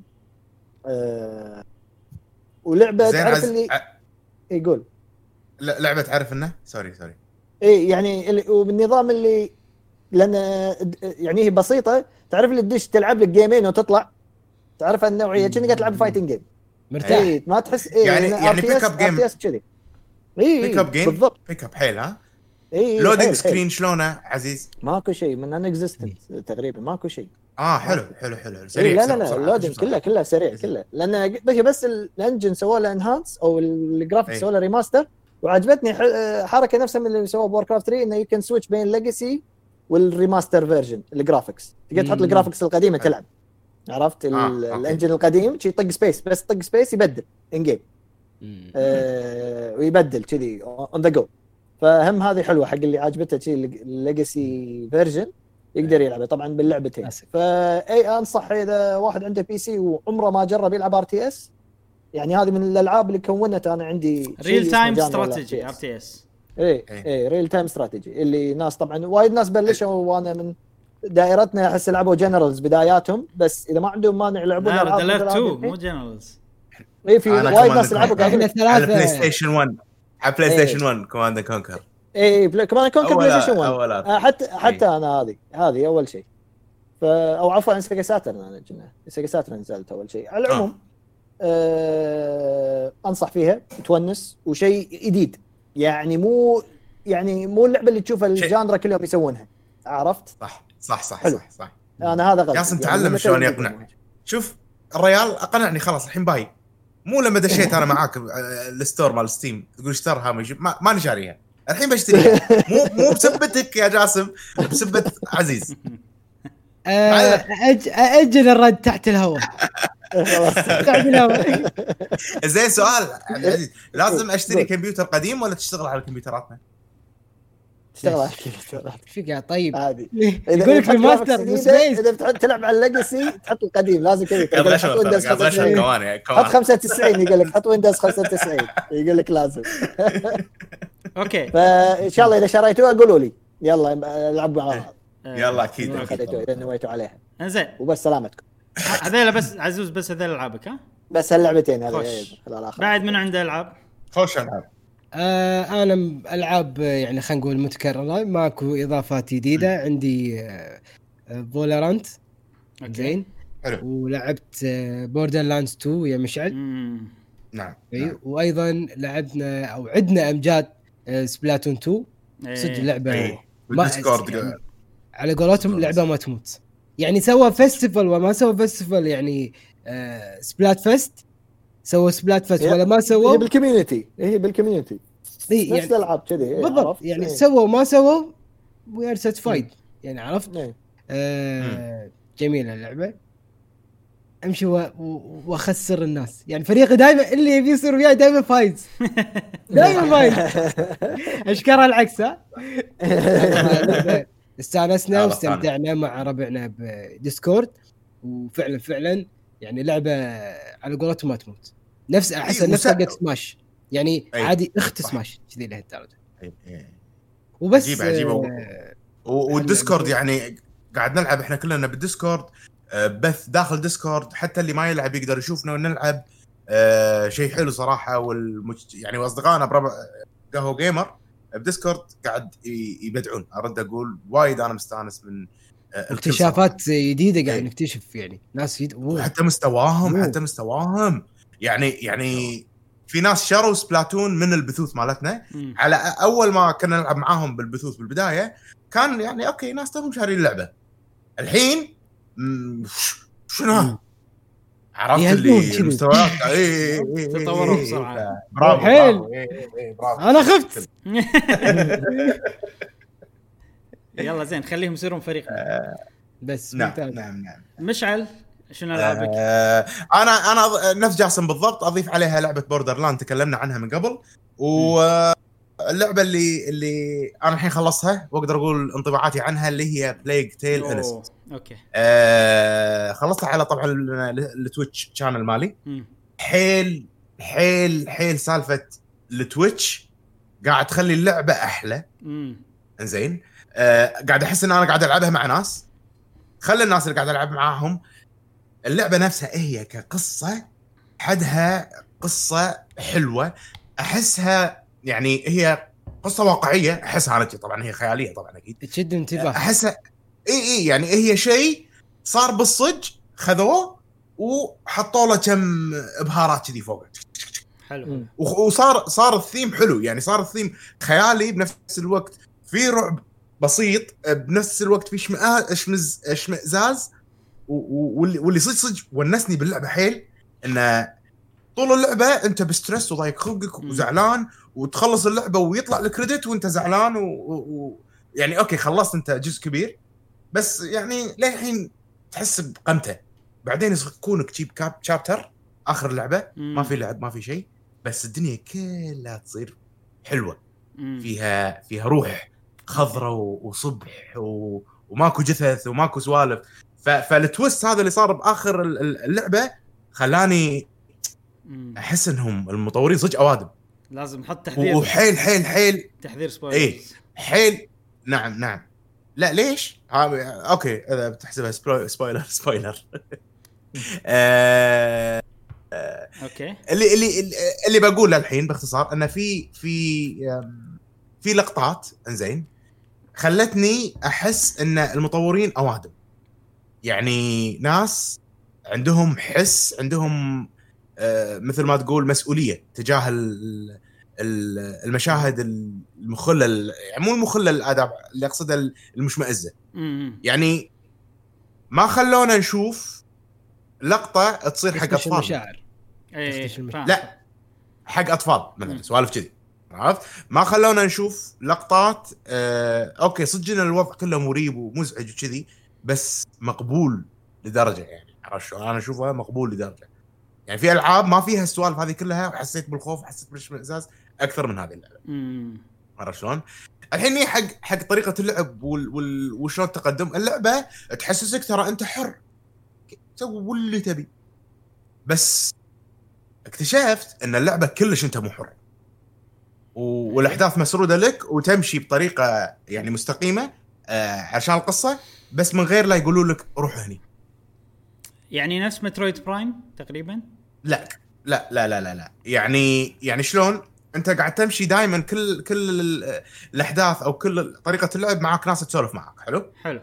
آه، ولعبه زين تعرف عز... اللي ع- يقول لا- لعبه تعرف انه سوري سوري اي يعني اللي- وبالنظام اللي لان يعني هي بسيطه تعرف اللي تدش تلعب لك جيمين وتطلع تعرف النوعيه كأنك قاعد تلعب فايتنج جيم مرتاح. اي ما تحس إيه يعني- يعني pick up game. كذي اي بيك اب جيم بالضبط بيك اب حيل ها اي لودينج سكرين شلونه عزيز ماكو شيء من ان اكزيستنت تقريبا ماكو شيء اه حلو حلو حلو إيه سريع لا لا لا بصراحة، اللودينج بصراحة. كله كله سريع كله لان هي بس الانجن سووا له انهانس او الجرافيكس أي. سووا له ريماستر وعجبتني ح- حركه نفسها من اللي سووه بور كرافت ثري انه يو كان سويتش بين الليجاسي والريماستر فيرجن الجرافيكس تقدر تحط مم. الجرافيكس القديمه حلو. تلعب عرفت ال- آه، أوكي. الانجن القديم شي طق سبيس بس طق سبيس يبدل ان جيم آه ويبدل كذي اون ذا جو فهم هذه حلوه حق اللي عاجبته شي الليجاسي فيرجن يقدر يلعبه طبعا باللعبتين آسف. فاي انصح اذا واحد عنده بي سي وعمره ما جرب يلعب ار تي اس يعني هذه من الالعاب اللي كونت انا عندي شيء ريل اسمه تايم genre استراتيجي ال ار تي اس اي إيه. اي ريل تايم استراتيجي اللي ناس طبعا وايد ناس بلشوا وانا من دائرتنا احس لعبوا جنرالز بداياتهم بس اذا ما عندهم مانع يلعبون لا ألعاب دلرت مثل هذه تو الحين. مو جنرالز اي في أنا وايد كمان ناس لعبوا كمان. قاعدين احنا على بلاي ثلاثه ستيشن واحد على بلاي إيه. ستيشن واحد كوماند كونكر اي بلا- كمان كونكر بلاي ستيشن واحد أولاد. آه، حتى حتى انا هذه هذه اول شيء ف او عفوا سيجا ساترن انا جنة سيجا ساترن نزلت اول شيء على العموم آه. انصح فيها تونس وشيء جديد يعني مو يعني مو اللعبه اللي تشوفها الجانرا كل يوم يسوونها عرفت صح صح صح حلو. صح صح انا هذا غلط ياسم تعلم شلون يقنع. شوف الريال اقنعني خلاص الحين باي مو لما دشيت انا معاك آه، الستور مال ستيم تقول اشترها ما ما ماني شاريها الحين بشتريها مو مو بسبتك يا جاسم بسبة عزيز آه، أج- اجل الرد تحت الهواء خلاص تحت الهواء. زين سؤال عبد العزيز لازم اشتري قول. كمبيوتر قديم ولا تشتغل على كمبيوتراتنا؟ اشتغل على الكمبيوتر ايش فيك يا طيب عادي يقول لك بتحط ريماستر graphics مو جديدة، سبيس. اذا بتحط تلعب على الليجاسي تحط القديم لازم كذا قبل يقول لك اشهر حط ويندوز قبل اشهر خمسة وتسعين كمان يا حط كمان خمسة وتسعين يقول لك حط ويندوز خمسة وتسعين يقول لك لازم اوكي فان شاء الله اذا شريتوها قولوا لي يلا العبوا مع بعض يلا اكيد اذا أكيد. خذيتوها اذا نويتوا عليها انزين وبس سلامتكم هذول بس عزوز بس هذول العابك ها بس هاللعبتين هذه خوش. خلال اخر بعد من عنده العاب خوش العاب آه انا م- العاب آه، يعني خلينا نقول متكرره ماكو اضافات جديده عندي آه فولرانت زين حلو ولعبت بوردر لاندز تو يا مشعل مم. نعم أي، نعم. وايضا لعبنا او عندنا امجاد آه، سبلاتون تو إيه. صدق لعبه إيه. ما- بالديسكورد يعني على قولتهم لعبه ما تموت يعني سوى فيستيفال وما سوى فيستيفال يعني آه سبلات فيست سوى سبلات فيست هي- ولا ما هي سووا بالكوميونتي هي بالكوميونتي إيه، نفس يعني الالعاب كذي إيه، بالضبط عرفت؟ يعني إيه. سووا ما سووا وي ار ساتيسفايد يعني عرفت إيه. آه جميله اللعبه امشي و- و- واخسر الناس يعني فريقي دائما اللي يبي يصير وياي دائما فايز دائما فايز اشكرها العكس ها استانسنا هذا واستمتعنا مع ربعنا بديسكورد وفعلا فعلا يعني لعبه على قولتهم ما تموت، نفس احس إيه، نفس وس- حقت سماش يعني أي. عادي اخت صح. سماش كذي لهالدرجه. إيه، إيه. وبس عجيبة عجيبة و- آه، و- والديسكورد هاللعبة. يعني قاعد نلعب احنا كلنا بالديسكورد، آه، بث داخل ديسكورد، حتى اللي ما يلعب يقدر يشوفنا ونلعب. آه، شيء حلو صراحة. والمج... يعني واصدقائنا بربع قهوة جيمر بديسكورد قاعد ي- يبدعون. ارد اقول وايد انا مستانس من آه، الكل اكتشافات جديده قاعد إيه. نكتشف يعني ناس يد... صراحة. وحتى مستواهم أوه. حتى مستواهم يعني يعني في ناس شروا سبلاتون من البثوث مالتنا. مم. على اول ما كنا نلعب معاهم بالبثوث بالبدايه كان يعني اوكي ناس توهم شارين اللعبه. الحين مم، شنو مم. عرفت يهزون اللي كذي. المستويات اي اي تطوروا بسرعة. برافو حيل. برافو إيه، إيه، إيه، برافو. انا خفت. يلا زين خليهم يصيرون فريقنا. بس نعم ممتاز. نعم نعم. مشعل شنو العابك؟ آه، انا انا أض- نفس جاسم بالضبط، اضيف عليها لعبه بوردر لاند تكلمنا عنها من قبل. واللعبه اللي اللي انا الحين خلصتها واقدر اقول انطباعاتي عنها اللي هي بلايج تيل أوه، انست. اوكي. آه خلصتها على طبعا ال- التويتش شانل مالي. مم. حيل حيل حيل سالفه التويتش قاعد تخلي اللعبه احلى. مم. انزين آه قاعد احس ان انا قاعد العبها مع ناس، خلي الناس اللي قاعد العب معاهم اللعبه نفسها هي كقصه حدها قصه حلوه. احسها يعني هي قصه واقعيه، احسها انا طبعا هي خياليه طبعا اكيد، تشد انتباه. احسها اي اي يعني هي شيء صار بالصج خذوه وحطوا له كم ابهارات كذي فوق، حلو. مم. وصار صار الثيم حلو. يعني صار الثيم خيالي بنفس الوقت، في رعب بسيط بنفس الوقت، في شمئاز اشمز اشمئزاز. واللي واللي صدق صدق ونسني باللعبه حيل انه طول اللعبه انت بستريس وضايق خلقك وزعلان، وتخلص اللعبه ويطلع الكريدت وانت زعلان و... و... يعني اوكي خلصت انت جزء كبير، بس يعني للحين تحس بقمته. بعدين يكونك تجيب كاب شابتر اخر اللعبه ما في لعب ما في شيء، بس الدنيا كلها تصير حلوه. مم. فيها فيها روح خضره وصبح و... وماكو جثث وماكو سوالف. ف... فالتويست هذا اللي صار باخر اللعبه خلاني مم. احس انهم المطورين صدق اوادم. لازم نحط تحذير. وحيل حيل حيل تحذير سبويلرز. ايه حيل. نعم نعم. لا ليش ها... اوكي اذا بتحسبها سبويلر سبويلر, سبويلر. آه... آه... اوكي. اللي اللي اللي بقوله الحين باختصار انه في في في لقطات انزين خلتني احس ان المطورين اوادم. يعني ناس عندهم حس، عندهم آه مثل ما تقول مسؤوليه تجاه المشاهد المخله، يعني مو المخله الاداب اللي اقصدها المشمئزه. مم. يعني ما خلونا نشوف لقطه تصير حق اطفال. المشاعر. ايه فاهم. لا حق اطفال مثلا سوالف كذي، عرفت؟ ما خلونا نشوف لقطات آه اوكي صدق ان الوضع كله مريب ومزعج وكذي، بس مقبول لدرجه. يعني عرفت شلون انا اشوفها مقبول لدرجه. يعني في العاب ما فيها السوالف هذه كلها وحسيت بالخوف حسيت بالاشمئزاز اكثر من هذه اللعبه. امم عرفت شلون؟ الحين هي حق حق طريقه اللعب وال... وال... وشلون التقدم اللعبه تحسسك ترى انت حر سوي واللي تبي، بس اكتشفت ان اللعبه كلش انت مو حر، والاحداث مسروده لك وتمشي بطريقه يعني مستقيمه آه عشان القصه، بس من غير لا يقولوا لك روح هني. يعني نفس مترويد برايم تقريبا. لا لا لا لا لا, لا. يعني يعني شلون انت قاعد تمشي دائما كل كل الاحداث او كل طريقه اللعب معك ناس تسولف معك. حلو حلو.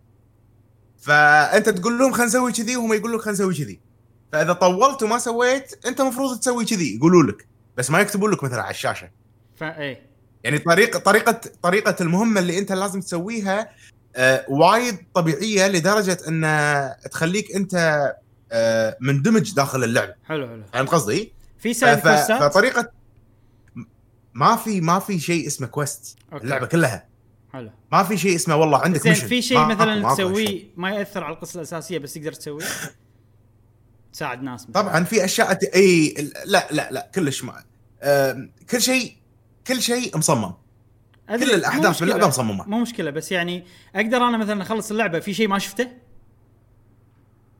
فانت تقول لهم خلينا نسوي كذي وهم يقولوا لك خلينا نسوي كذي، فاذا طولت وما سويت انت مفروض تسوي كذي يقولوا لك، بس ما يكتبوا لك مثلا على الشاشه. فايه يعني طريقه طريقه طريقه المهمه اللي انت لازم تسويها آه وايد طبيعيه لدرجه ان تخليك انت آه مندمج داخل اللعبه. حلو حلو. فهمت قصدي؟ في سايد كويستات. فطريقه ما في ما في شيء اسمه كويست. اللعبه كلها حلو. ما في شيء اسمه والله عندك زين ميشن. في شيء مثلا تسويه ما ياثر على القصه الاساسيه بس تقدر تسويه تساعد ناس مثلاً. طبعا في اشياء ت... اي لا لا لا كلش ما آه... كل شيء كل شيء مصمم. كل الاحداث في اللعبه مصممه. مو مشكله، بس يعني اقدر انا مثلا اخلص اللعبه في شيء ما شفته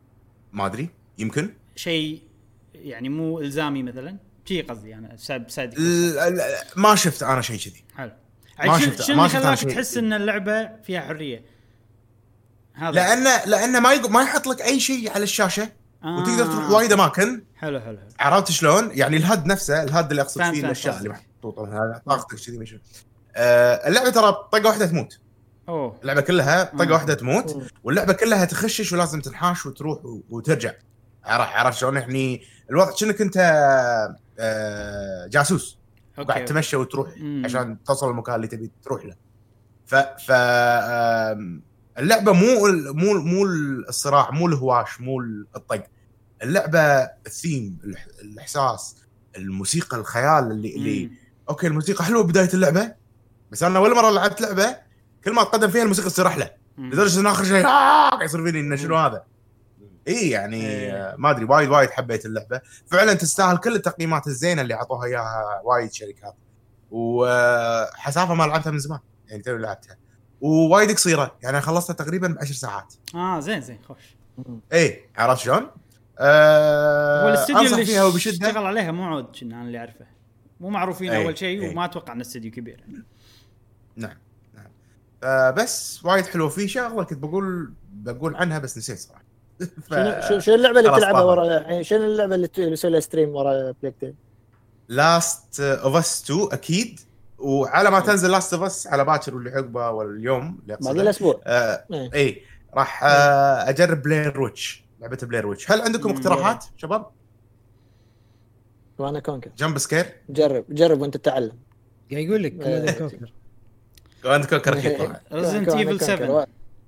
ما ادري يمكن شيء يعني مو الزامي مثلا شيء قصدي انا سايد سايد ل- ل- ما شفت انا شيء كذي. حلو ما شو- شفت- شو ما اللي شفت أنا خلاك شيء. تحس ان اللعبه فيها حريه هذا لان لان ما يق... ما يحط لك اي شيء على الشاشه آه. وتقدر تروح وايد اماكن. حلو حلو حلو عرفت شلون؟ يعني الهد نفسه الهد اللي اقصد فهمت- فيه فهمت الاشياء اللي قصدك. محطوطه هذا طاقتك كذي مش آه اللعبه ترى طقه واحده تموت. اوه اللعبه كلها طقه مم. واحده تموت مم. واللعبه كلها تخشش ولازم تنحاش وتروح و- وترجع. عرفت عرفت شلون يعني الوضع كأنك انت آه جاسوس وقاعد اوكي تمشي وتروح مم. عشان توصل المكان اللي تبي تروح له. ف ف آم، اللعبه مو ال- مو مو الصراع مو الهواش مو الطق. اللعبه الثيم الح- الاحساس الموسيقى الخيال اللي اللي مم. اوكي الموسيقى حلوه بدايه اللعبه بس انا اول مره لعبت لعبه كل ما اتقدم فيها الموسيقى تصير احلى مم. لدرجه ان اخر شيء آه يصير فيني انه شنو هذا. اي يعني إيه. آه، ما ادري وايد وايد حبيت اللعبه فعلا تستاهل كل التقييمات الزينه اللي عطوها اياها وايد شركات وحسافه ما لعبتها من زمان يعني تو لعبتها ووايد قصيره يعني خلصتها تقريبا بعشر ساعات. اه زين زين خوش اي عرفت شلون؟ أه هو الاستديو أنصح اللي فيها وبشده. اشتغل عليها مو عود كنا انا اللي اعرفه مو معروفين أي، اول شيء أي. وما اتوقع ان استديو كبير نعم نعم أه بس وايد حلوه في شغله كنت بقول بقول عنها بس نسيت صراحه. ف... شنو شو- شو اللعبه اللي خلاص تلعبها طاهر. ورا الحين؟ شنو اللعبه اللي ت- بيسوي لها ستريم ورا بلاك لاست اوف اس تو اكيد وعلى ما تنزل لاست اوف اس على باكر واللي عقبه واليوم اللي باقي اقصده له اسبوع. آه إيه. اي راح آه اجرب بلاير ويتش لعبه بلاير ويتش. هل عندكم مم. اقتراحات شباب؟ وانا كونكر جمب سكير جرب جرب وانت تتعلم. قاعد يقول لك إيه. كوماندر كونكر عندكم كركيب طبعا. ريزنت كونكر- ايفل كونكر. سبعة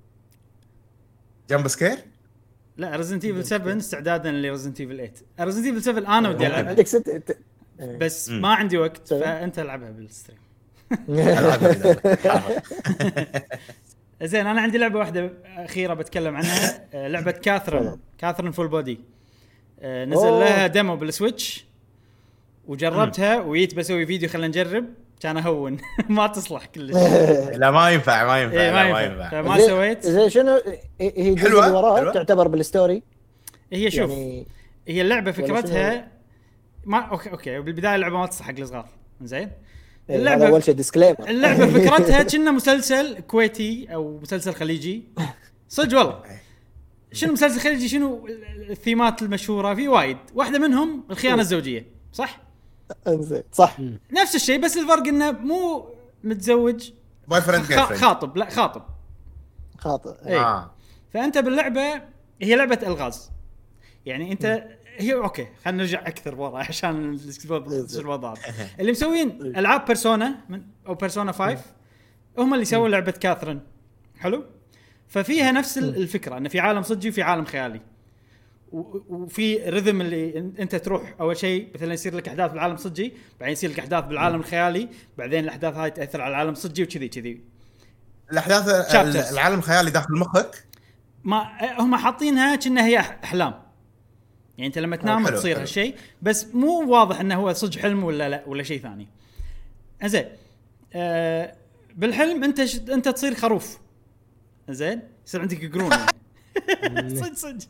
جمب سكير لا ريزنت ايفل سبعة استعدادا لريزنت ايفل ثمانية. ريزنت ايفل سبعة انا ودي العبها عندك ست ت- إيه. بس مم. ما عندي وقت سبعة. فانت العبها بالستريم. ألعب. زين انا عندي لعبه واحده اخيره بتكلم عنها آه، لعبه كاثرين تفضل. كاثرين فول بودي آه، نزل أوه. لها ديمو بالسويتش وجربتها وجيت بسوي فيديو خلينا نجرب كان اهون ما تصلح كلش لا ما ينفع ما ينفع ايه لا، ما ينفع فما سويت. زي شنو هي هي الجزء حلوة، اللي وراها حلوة. تعتبر بالستوري هي شوف يعني هي اللعبه ولا فكرتها ما اوكي اوكي بالبدايه اللعبه ما تصلح حق الصغار زين إيه، اللعبة- هذا اول شيء ديسكليمر. اللعبه فكرتها كنا مسلسل كويتي او مسلسل خليجي صدق والله. شنو مسلسل خليجي شنو الثيمات المشهوره في وايد واحده منهم الخيانه الزوجيه صح انزين صح. نفس الشيء بس الفرق انه مو متزوج بوي فريند جيرل خ- فريند. خاطب لا خاطب خاطئ. إيه. اه فانت باللعبه هي لعبه الغاز يعني انت هي اوكي خلينا نرجع اكثر ورا عشان الوضع اللي مسوين العاب بيرسونا من او بيرسونا خمسة هم اللي سووا لعبه كاثرين حلو ففيها نفس الفكره انه في عالم صجي وفي عالم خيالي و- وفي رذم اللي إن- انت تروح اول شيء مثلا يصير لك احداث بالعالم الصجي بعدين يصير لك احداث بالعالم الخيالي بعدين الاحداث هاي تاثر على العالم الصجي وكذي كذي الاحداث Chapters. العالم الخيالي داخل مخك. ما هم حاطينها كأنها هي أح- احلام يعني انت لما تنام حلو، تصير حلو. هالشيء بس مو واضح انه هو صدق حلم ولا لا ولا شيء ثاني. زين آه بالحلم انت ش... انت تصير خروف زين يصير عندك قرون يعني. صدق صدق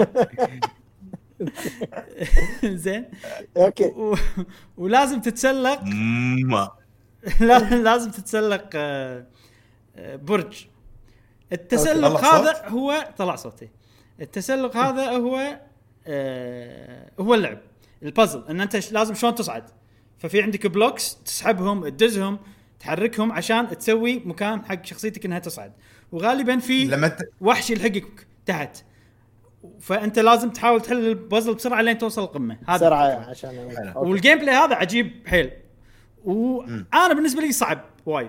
زين اوكي و... ولازم تتسلق ما لا- لازم تتسلق آه، آه، برج التسلق أوكي. طلع هذا هو طلع صوتي التسلق هذا هو آه، هو اللعب البازل ان انت ش- لازم شلون تصعد ففي عندك بلوكس تسحبهم تدزهم تحركهم عشان تسوي مكان حق شخصيتك انها تصعد وغالبا في لما ت... وحش يلحقك تحت فانت لازم تحاول تحل البازل بسرعه لين توصل القمه هذا بسرعه الفكرة. عشان حلو. أوكي. والجيم بلاي هذا عجيب حيل وانا بالنسبه لي صعب وايد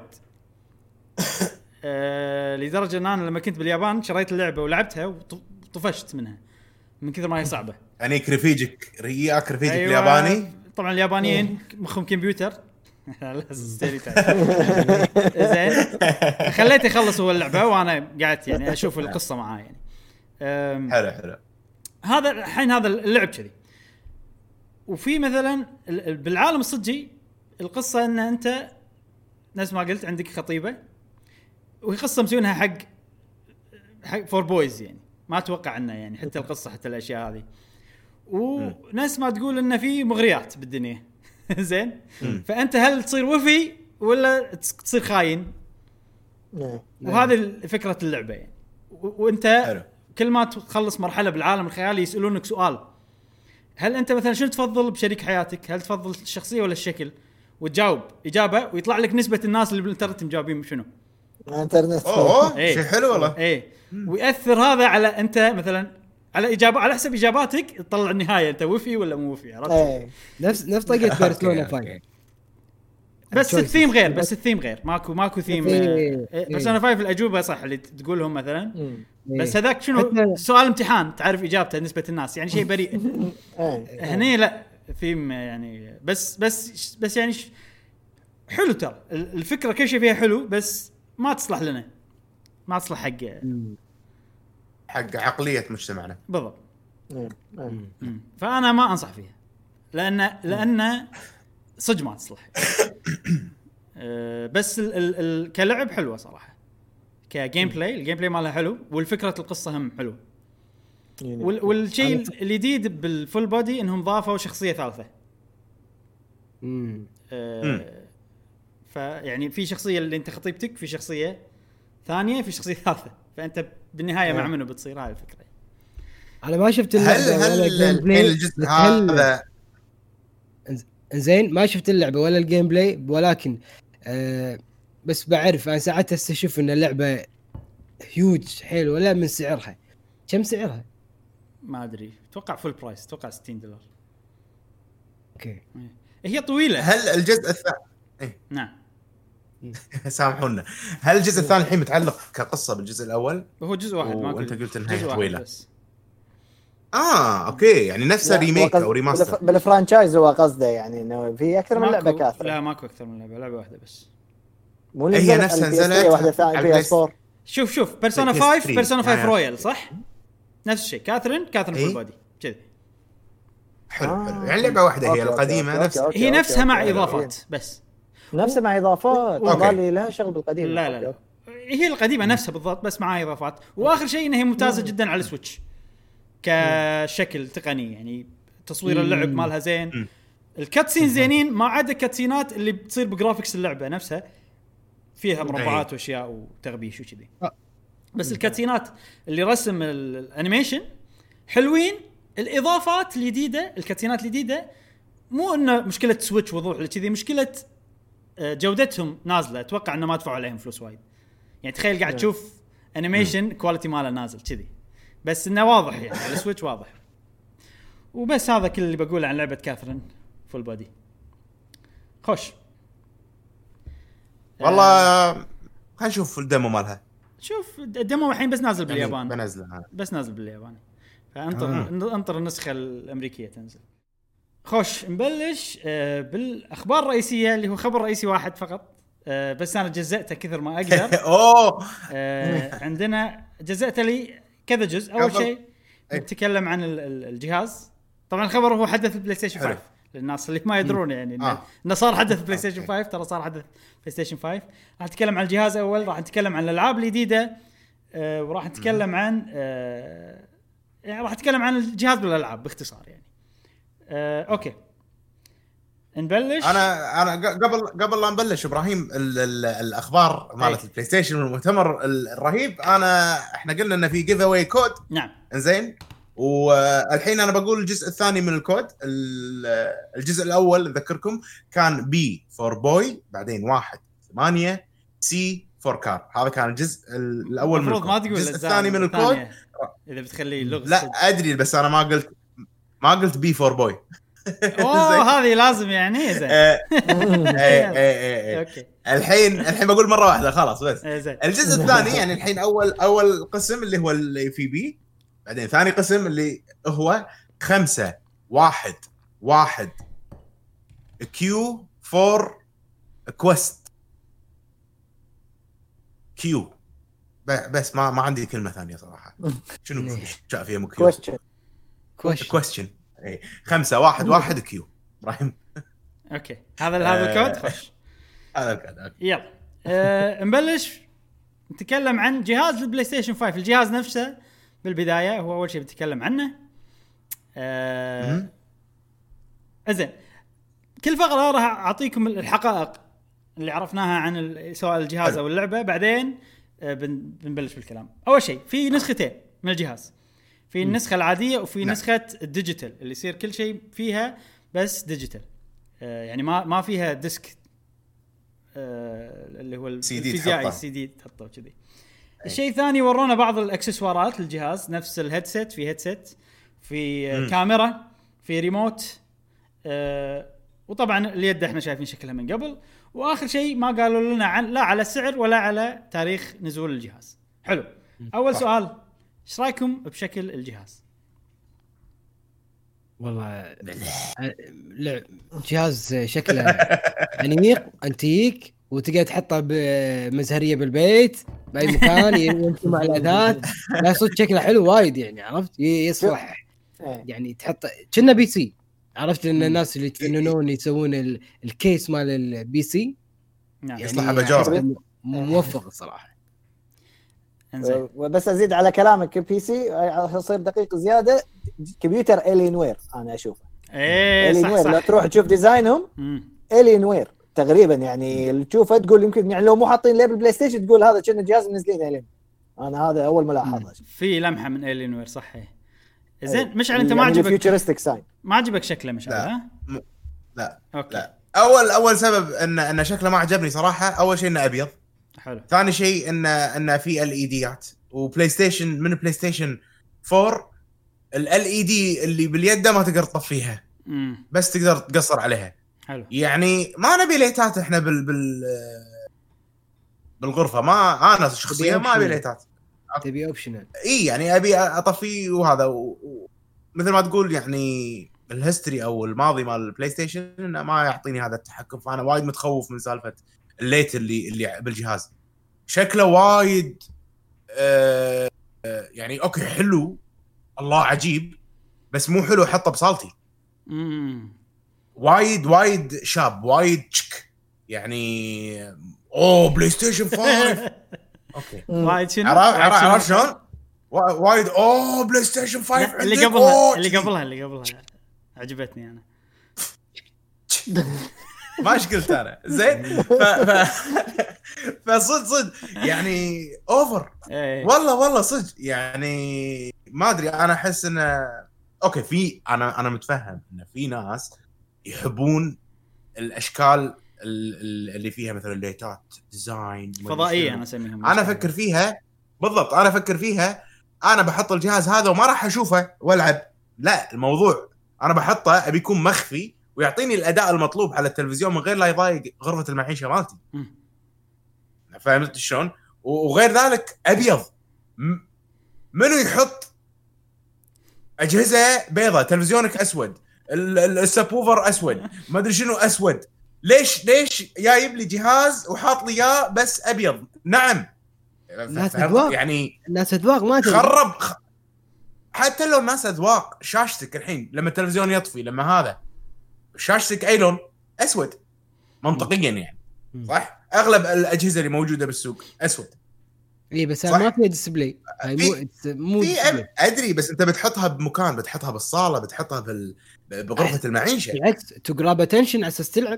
آه لدرجه ان انا لما كنت باليابان شريت اللعبه ولعبتها وطفشت منها من كثر ما هي صعبه. انيك رفيجك رياك رفيجك أيوة. الياباني. طبعا اليابانيين مخهم كمبيوتر لازم زين خليته يخلص هو اللعبه وانا قعدت يعني اشوف القصه معاه يعني أم، حلو حلو. هذا الحين هذا اللعب كذي. وفي مثلا ال- ال- بالعالم الصجي القصه ان انت نفس ما قلت عندك خطيبه وهي قصه مسوينها حق حق فور بويز يعني ما اتوقع انه يعني حتى القصه حتى الاشياء هذه. وناس ما تقول انه في مغريات بالدنيا. زين فانت هل تصير وفي ولا تصير خاين؟ وهذه فكره اللعبه يعني. وانت حلو. كل ما تخلص مرحله بالعالم الخيالي يسالونك سؤال، هل انت مثلا شنو تفضل بشريك حياتك؟ هل تفضل الشخصيه ولا الشكل؟ وتجاوب اجابه ويطلع لك نسبه الناس اللي بالانترنت مجاوبين شنو. الانترنت اوه ايه. شيء حلو والله. ايه ويأثر هذا على انت مثلا على اجابه على حسب اجاباتك تطلع النهايه انت وفي ولا مو وفي. عرفت؟ ايه. نفس نفس طريقه بيرسونا خمسة بس الثيم غير بس الثيم غير ماكو ماكو ثيم. بيرسونا خمسة الاجوبه صح اللي تقولهم مثلا مم. بس هذاك شنو سؤال امتحان تعرف اجابته نسبه الناس يعني شيء بريء. هني لا ثيم يعني بس بس بس يعني حلو ترى الفكره كل شيء فيها حلو بس ما تصلح لنا ما تصلح حق حق عقليه مجتمعنا بالضبط. فانا ما انصح فيها لان لان صدق ما تصلح. بس ال ال ال كلعب حلوه صراحه كجيم بلاي. الجيم بلاي مالها حلو والفكره القصه هم حلو. والشيء الجديد بالفول بودي انهم ضافوا شخصيه ثالثه. امم فيعني في شخصيه اللي انت خطيبتك في شخصيه ثانيه في شخصيه ثالثه فانت بالنهايه مع منو بتصير. هاي الفكره. انا ما شفت اللعبه ولا الجيم بلاي هذا زين ما شفت اللعبه ولا الجيم بلاي ولكن أه بس بعرف انا ساعات استشوف ان اللعبه هيوج حلو ولا من سعرها كم سعرها ما ادري اتوقع فول برايس اتوقع ستين دولار. اوكي هي طويله. هل الجزء الثاني إيه؟ نعم سامحونا هل الجزء الثاني الحين متعلق كقصه بالجزء الاول؟ هو جزء واحد ما وانت قلت انها طويله بس. اه اوكي يعني نفسه ريميك او ريماستر بالفرانشايز هو قصده يعني انه في اكثر من لعبه كاثر. لا ماكو اكثر من لعبه لعبه واحده بس مو هي نفسها نزلت واحده ثانيه بي اس فور. شوف شوف بيرسونا خمسة بيرسونا خمسة رويال صح نفس الشيء كاثرين كاثرين فول بودي كذا حلو آه. حلو يعني لعبه واحده هي القديمه نفس هي نفسها مع اضافات بس نفسها مع اضافات ضالي لها شغل بالقديم. لا لا, لا. هي القديمه نفسها بالضبط بس مع اضافات. واخر شيء انها هي ممتازه جدا على السويتش كشكل تقني يعني تصوير اللعب مالها زين. الكاتسين زينين ما عدا كاتسينات اللي بتصير بجرافيكس اللعبه نفسها فيها مربعات واشياء وتغبيش وكذي بس الكاتسينات اللي رسم الانيميشن حلوين. الاضافات الجديده الكاتسينات الجديده مو انه مشكله سويتش وضوح ولا كذي مشكله جودتهم نازله. اتوقع انه ما دفعوا عليهم فلوس وايد يعني تخيل قاعد تشوف انيميشن كواليتي ماله نازل كذي بس انه واضح يعني على السويتش واضح. وبس هذا كل اللي بقوله عن لعبه كاثرين فول بودي. خوش والله خلينا نشوف الديمو مالها. شوف الديمو الحين بس نازل باليابان بنزله بس نازل باليابان فانطر آه. انطر النسخه الامريكيه تنزل. خوش نبلش آه بالاخبار الرئيسيه اللي هو خبر رئيسي واحد فقط آه بس انا جزأته كثر ما اقدر. اوه آه عندنا جزأته لي كذا جزء. اول شيء نتكلم عن الجهاز. طبعا الخبر هو حدث البلاي ستيشن خمسة للناس اللي ما يدرون يعني انه آه. صار حدث بلاي ستيشن خمسة ترى صار حدث بلاي ستيشن خمسة. راح نتكلم عن الجهاز اول راح نتكلم عن الالعاب الجديده آه وراح نتكلم عن آه يعني راح نتكلم عن الجهاز والالعاب باختصار يعني. آه اوكي نبلش. انا انا قبل قبل لا نبلش ابراهيم ال ال الاخبار مالت البلاي ستيشن والمؤتمر الرهيب. انا احنا قلنا انه في جيف اواي كود. نعم انزين والحين انا بقول الجزء الثاني من الكود. الجزء الاول اذكركم كان بي فور بوي بعدين واحد ثمانية سي فور كار. هذا كان الجزء الاول من الكود. الجزء الثاني من الكود اذا بتخليه لغز لا ادري بس انا ما قلت ما قلت بي فور بوي. اوه هذه لازم يعني زين. اوكي الحين الحين بقول مره واحده خلاص بس. الجزء الثاني يعني الحين اول اول قسم اللي هو اللي في بي بعدين ثاني قسم اللي هو خمسة واحد واحد كيو فور كويست كيو بس ما ما عندي كلمه ثانيه صراحه. شنو شاف فيها مكيو كويستشن كويستشن اي خمسة واحد واحد كيو ابراهيم. اوكي هذا هذا الكود خش هذا الكود يلا أه نبلش نتكلم عن جهاز البلاي ستيشن خمسة. الجهاز نفسه بالبدايه هو اول شيء بتكلم عنه. آه زين كل فقره راح اعطيكم الحقائق اللي عرفناها عن سواء الجهاز او اللعبه، بعدين آه بنبلش بالكلام. اول شيء في نسختين من الجهاز، في النسخه العاديه وفي نعم. نسخه الديجيتال اللي يصير كل شيء فيها بس ديجيتال، آه يعني ما ما فيها ديسك آه اللي هو الفيزيائي السي دي تحطه كذي. الشيء الثاني ورونا بعض الاكسسوارات للجهاز، نفس الهيدسيت، في هيدسيت، في آه كاميرا، في ريموت، آه وطبعا اليد احنا شايفين شكلها من قبل. واخر شيء ما قالوا لنا عن لا على السعر ولا على تاريخ نزول الجهاز. حلو. اول سؤال، ايش رايكم بشكل الجهاز؟ والله لا جهاز شكله انيق انتيك، وتقدر تحطه بمزهريه بالبيت باي مكان يمشي مع الاثاث. لا صوت شكله حلو وايد يعني، عرفت يصلح يعني تحط كنا بي سي. عرفت ان الناس اللي يتفننون يسوون الكيس مال البي سي يعني يصلح بجاره موفق الصراحه. بس ازيد على كلامك، بي سي يصير دقيق زياده، كمبيوتر الين وير انا اشوفه. ايه صح صح. لو تروح تشوف ديزاينهم الين وير تقريبا، يعني اللي تشوفه تقول يمكن يعني لو مو حاطين ليبل بلاي ستيشن تقول هذا كأنه جهاز منزلين الين. انا هذا اول ملاحظه في لمحه من الين وير صح. زين مشعل انت يعني ما عجبك فيوتشرستيك ساين؟ ما عجبك شكله مشعل؟ لا. ها م... لا أوكي. لا اول اول سبب ان ان شكله ما عجبني صراحه. اول شيء انه ابيض. حلو. ثاني شيء ان ان في ال اي ديات، وبلاي ستيشن من بلاي ستيشن فور ال اي دي اللي باليد ما تقدر تطفيها، امم بس تقدر تقصر عليها. حلو. يعني ما نبي ليتات احنا بال بال بالغرفه. ما انا شخصيا ما ابي ليتات، تبي اوبشنال. اي يعني ابي اطفيه وهذا و... و... مثل ما تقول يعني الهيستوري او الماضي مال البلاي ستيشن انه ما يعطيني هذا التحكم. فانا وايد متخوف من سالفه الليت اللي اللي بالجهاز. شكله وايد آه يعني اوكي حلو الله عجيب، بس مو حلو حطه بصالتي. امم وايد وايد شاب وايد تشك يعني. اوه بلاي ستيشن فايف اوكي وايد شنو عرفت عرفت شلون وايد اوه بلاي ستيشن فايف اللي قبلها اللي قبلها اللي قبلها عجبتني انا. ما ايش قلت انا زين. ف فصد صد يعني اوفر والله والله صدق يعني. ما ادري انا احس انه اوكي. في انا انا متفهم ان في ناس يحبون الاشكال اللي فيها مثلا الليتات ديزاين فضائيه انا اسميهم. انا افكر فيها بالضبط. انا افكر فيها انا بحط الجهاز هذا وما راح اشوفه والعب. لا الموضوع انا بحطه ابي يكون مخفي ويعطيني الاداء المطلوب على التلفزيون من غير لا يضايق غرفه المعيشه مالتي. فهمت شلون؟ وغير ذلك ابيض. منو يحط اجهزه بيضة تلفزيونك اسود السبوفر اسود ما ادري شنو اسود؟ ليش ليش جايب لي جهاز وحاط لي اياه بس ابيض؟ نعم الناس اذواق يعني الناس اذواق ما خرب خ... حتى لو الناس اذواق. شاشتك الحين لما التلفزيون يطفي لما هذا شاشتك اي لون اسود منطقيا يعني صح. اغلب الاجهزه اللي موجوده بالسوق اسود. اي بس ما في ديسبلاي. هاي مو مو ادري بس انت بتحطها بمكان، بتحطها بالصاله، بتحطها بال... بغرفه المعيشه. بالعكس تجراب اتنشن على اساس تلعب.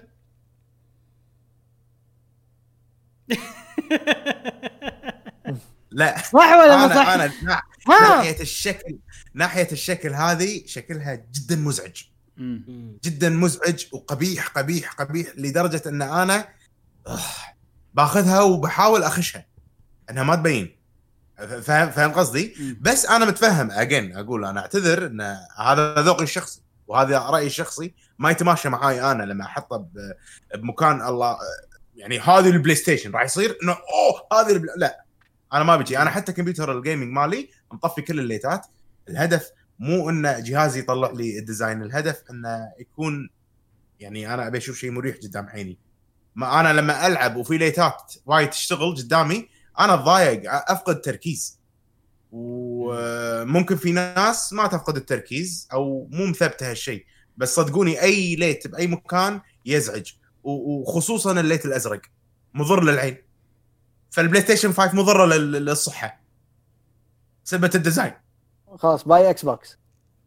لا صح ولا ما صح؟ انا, أنا ناحيه الشكل ناحيه الشكل هذه شكلها جدا مزعج. جدا مزعج وقبيح قبيح قبيح لدرجه ان انا باخذها وبحاول اخشها انها ما تبين. فاهم فاهم قصدي؟ بس انا متفهم اجين اقول انا اعتذر ان هذا ذوقي الشخصي وهذا رايي الشخصي ما يتماشى معاي. انا لما احطه بمكان الله يعني هذه البلاي ستيشن راح يصير انه اوه هذه البلا... لا انا ما بيجي. انا حتى كمبيوتر الجيمنج مالي مطفي كل الليتات. الهدف مو ان جهازي يطلع لي الديزاين، الهدف انه يكون يعني انا ابي اشوف شيء مريح قدام عيني. ما انا لما العب وفي ليتات وايد تشتغل قدامي انا اتضايق افقد تركيز. وممكن في ناس ما تفقد التركيز او مو مثبته هالشيء، بس صدقوني اي ليت باي مكان يزعج، وخصوصا الليت الازرق مضر للعين. فالبلاي ستيشن فايف مضره للصحه سبة الديزاين. خلاص باي اكس بوكس.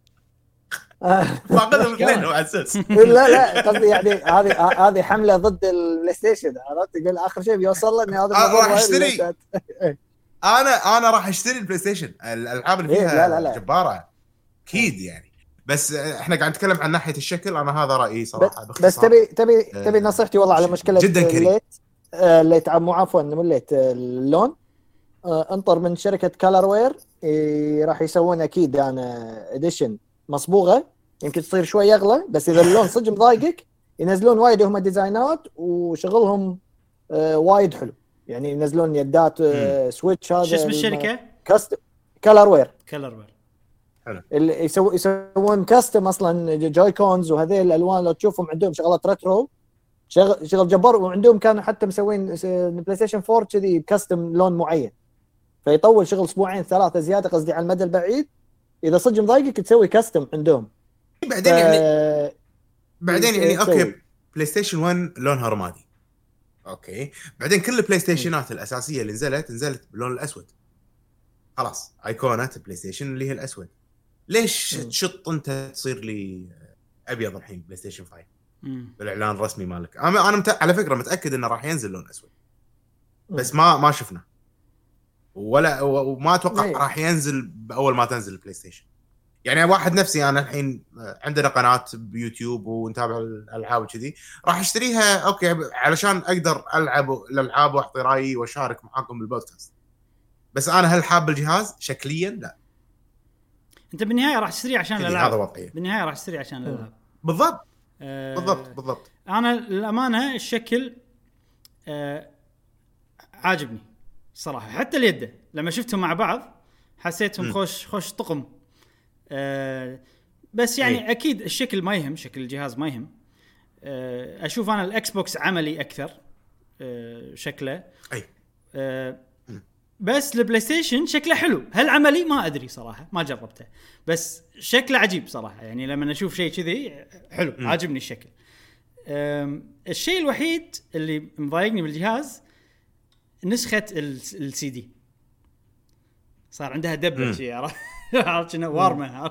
فاقدهم اثنين على اساس لا لا قصدي يعني هذه هذه حمله ضد البلاي ستيشن، عرفت؟ يقول اخر شيء بيوصل له ان هذا راح اشتري انا انا راح اشتري البلاي ستيشن. الالعاب اللي فيها إيه لا لا لا. جباره اكيد يعني، بس احنا قاعد نتكلم عن ناحيه الشكل. انا هذا رايي صراحه. بس تبي تبي تبي نصيحتي والله على مشكله جدا الليت الليت مو عفوا مو الليت اللون. انطر من شركه كالر وير راح يسوون اكيد انا اديشن مصبوغه، يمكن تصير شوي اغلى، بس اذا اللون صدق مضايقك ينزلون وايد هم ديزاينات وشغلهم آه وايد حلو. يعني ينزلون يدات آه سويتش. هذا شو اسم الشركه؟ كاستم كالر وير. كالر وير حلو. اللي يسوي يسوون كاستم اصلا جوي كونز وهذه الالوان لو تشوفهم عندهم شغلات ريترو شغل شغل جبار. وعندهم كانوا حتى مسوين بلاي ستيشن فور كذي بكاستم لون معين، فيطول شغل اسبوعين ثلاثه زياده قصدي على المدى البعيد. اذا صدق مضايقك تسوي كاستم عندهم. بعدين يعني بعدين يعني تسوي. اوكي بلاي ستيشن واحد لونها رمادي، اوكي بعدين كل البلاي ستيشنات الاساسيه اللي نزلت نزلت باللون الاسود. خلاص ايقونات بلاي ستيشن اللي هي الاسود. ليش م. تشط انت تصير لي ابيض الحين بلاي ستيشن خمسة مم. بالاعلان الرسمي مالك؟ انا انا مت... على فكره متاكد انه راح ينزل لون اسود، بس ما ما شفنا ولا وما اتوقع إيه. راح ينزل باول ما تنزل البلاي ستيشن. يعني واحد نفسي انا الحين عندنا قناه بيوتيوب ونتابع الالعاب وكذي، راح اشتريها اوكي علشان اقدر العب الالعاب واعطي رايي واشارك معاكم بالبودكاست. بس انا هل حاب الجهاز شكليا؟ لا. انت بالنهايه راح تشتري عشان الالعاب. هذا واقعي. بالنهايه راح تشتري عشان الالعاب. بالضبط أه بالضبط بالضبط. انا للامانه الشكل أه عاجبني صراحه. حتى اليد لما شفتهم مع بعض حسيتهم م. خوش خوش طقم. أه بس يعني أي. اكيد الشكل ما يهم، شكل الجهاز ما يهم. أه اشوف انا الاكس بوكس عملي اكثر أه شكله. اي أه بس البلاي ستيشن شكله حلو. هل عملي؟ ما ادري صراحه، ما جربته، بس شكله عجيب صراحه. يعني لما اشوف شيء كذي حلو م. عاجبني الشكل. الشيء الوحيد اللي مضايقني بالجهاز نسخه السي دي، صار عندها دبه شيء عرفت شنو وارمه.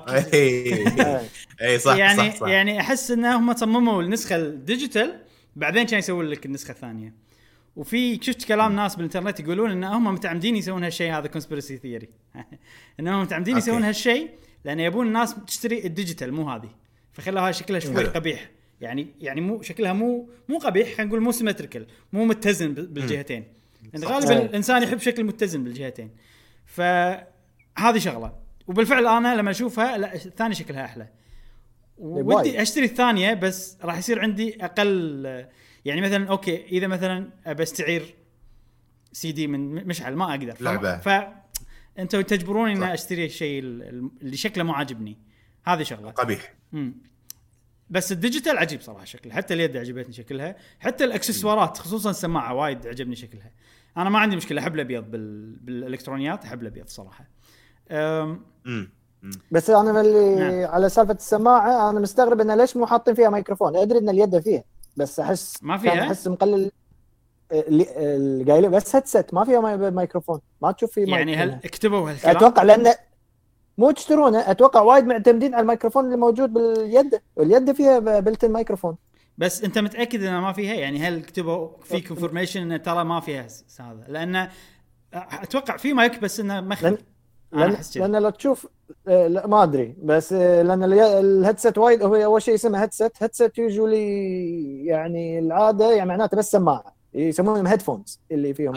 اي صح يعني صح صح. يعني احس انهم صمموا النسخه الديجيتال بعدين كان يسوون لك النسخه الثانيه. وفي شفت كلام ناس بالانترنت يقولون ان هم متعمدين يسوون هالشيء، هذا كونسبيرسي ثيوري انهم متعمدين يسوون هالشيء لان يبون الناس تشتري الديجيتال مو هذه، فخلوها هاي شكلها شوي قبيح. يعني يعني مو شكلها مو مو قبيح، خلينا نقول مو سيمتريكال، مو متزن بالجهتين. لان يعني غالبا الانسان يحب شكل متزن بالجهتين. فهذه شغله. وبالفعل انا لما اشوفها لا الثاني شكلها احلى، ودي اشتري الثانيه بس راح يصير عندي اقل. يعني مثلا اوكي اذا مثلا بستعير سي دي من مشعل ما اقدر لعبه، فانتوا تجبروني ان اشتري الشيء اللي شكله مو عاجبني. هذه شغله قبيح. امم بس الديجيتال عجيب صراحه شكله. حتى اليد عجبتني شكلها، حتى الاكسسوارات خصوصا السماعه وايد عجبني شكلها. انا ما عندي مشكله، احب الابيض بال... بالالكترونيات، احب الابيض صراحه. أم... بس انا اللي نعم. على سالفه السماعه انا مستغرب ان ليش مو حاطين فيها ميكروفون. ادري ان اليد فيها بس احس ما فيها، احس مقلل اللي قايله بس هيدسет ما فيها ميكروفون. ما تشوف فيه يعني هل اكتبوا هالكلام؟ اتوقع لان مو تشترونه، اتوقع وايد معتمدين على الميكروفون اللي موجود باليد، واليد فيها بلتن ميكروفون. بس انت متاكد انها ما فيها؟ يعني هل كتبوا في كونفيرميشن ان ترى ما فيها هذا؟ لان اتوقع في مايك بس انه مخفي. لأن, لأن لو تشوف لا ما أدري، بس لأن الهيدسет وايد هو أول شيء اسمه هيدسет. هيدسет يوجولي يعني العادة يعني معناته بس سماعة، يسمونهم هيدفونز اللي فيهم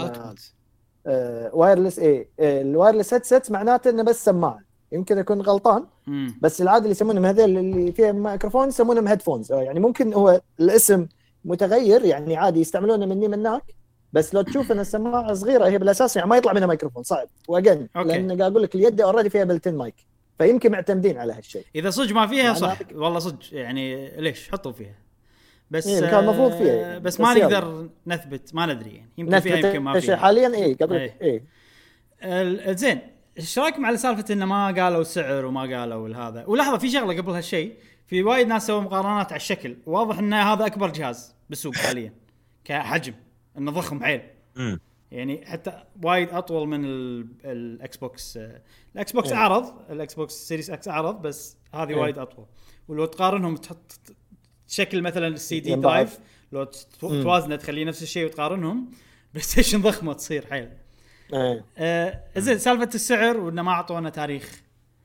آه وايرلس. إيه الوايرلس هيدسет معناته إنه بس سماعة. يمكن أكون غلطان مم. بس العادة اللي يسمونهم هذول اللي فيها ميكروفون يسمونهم هيدفونز. يعني ممكن هو الاسم متغير، يعني عادي يستعملونه مني منك، بس لو تشوف ان السماعه صغيره هي بالاساس يعني ما يطلع منها ميكروفون صعب. واجن لان قاعد اقول لك اليد اوريدي فيها بلتين مايك، فيمكن معتمدين على هالشيء. اذا صدق ما فيها صح والله صدق، يعني ليش حطوا فيها بس إيه كان المفروض فيها يعني. بس, بس ما نقدر نثبت، ما ندري يعني يمكن فيها يمكن ما فيها حاليا. ايه قبل ايه, إيه. زين ايش رايكم على سالفه انه ما قالوا سعر وما قالوا هذا؟ ولحظه في شغله قبل هالشيء، في وايد ناس سووا مقارنات على الشكل، واضح ان هذا اكبر جهاز بالسوق حاليا كحجم، انه ضخم حيل. امم يعني حتى وايد اطول من ال- الاكس بوكس. الاكس بوكس اعرض، الاكس بوكس سيريس اكس اعرض، بس هذه إيه. وايد اطول. ولو تقارنهم تحط شكل مثلا السي دي يم بعض. درايف، لو توازنه تخليه نفس الشيء وتقارنهم، بلاي ستيشن ضخمه تصير حيل. ايه آه زين، سالفه السعر وانه ما اعطونا تاريخ.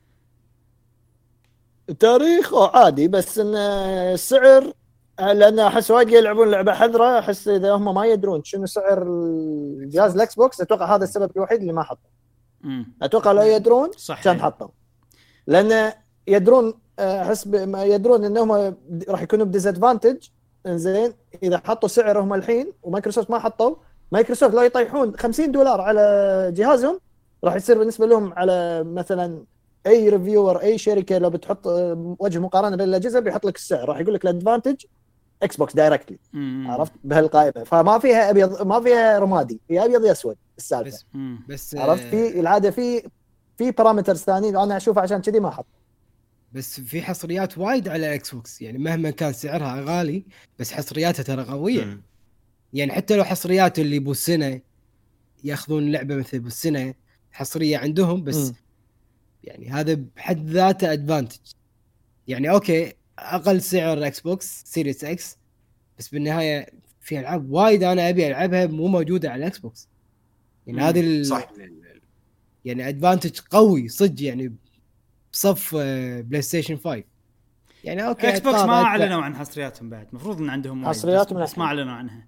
التاريخ عادي، بس ان السعر لان احس وايد يلعبون لعبه حذره. احس اذا هم ما يدرون شنو سعر الجهاز الاكس بوكس، اتوقع هذا السبب الوحيد اللي ما حطوا. امم اتوقع لو يدرون صح كان حطوا، لان يدرون احس ما يدرون انهم راح يكونوا بديزادفانتج. انزين اذا حطوا سعرهم الحين ومايكروسوفت ما حطوا، مايكروسوفت لو يطيحون خمسين دولار على جهازهم راح يصير بالنسبه لهم على مثلا اي ريفيور اي شركه لو بتحط وجه مقارنه بين الاجهزه بيحط لك السعر، راح يقول لك الادفانتج اكس بوكس دايركتلي. عرفت بهالقائمه، فما فيها ابيض ما فيها رمادي، هي ابيض اسود السالفه. بس بس عرفت في العاده في في بارامترز ثانيين انا اشوفها عشان كذي ما حط. بس في حصريات وايد على اكس بوكس، يعني مهما كان سعرها غالي بس حصرياتها ترى قويه. مم. يعني حتى لو حصريات اللي بالسنه ياخذون لعبه مثل بالسنه حصريه عندهم، بس م. يعني هذا بحد ذاته ادفانتج. يعني اوكي اقل سعر اكس بوكس سيريس اكس، بس بالنهايه في العاب وايد انا ابي العبها مو موجوده على الاكس بوكس. يعني هذه ال... صح. يعني ادفانتج قوي صدق، يعني بصف بلاي ستيشن خمسة. يعني اوكي اكس بوكس ما أتقاضى- اعلنوا عن حصرياتهم بعد، المفروض ان عندهم وايد حصرياتهم بس, بس ما الحين. اعلنوا عنها.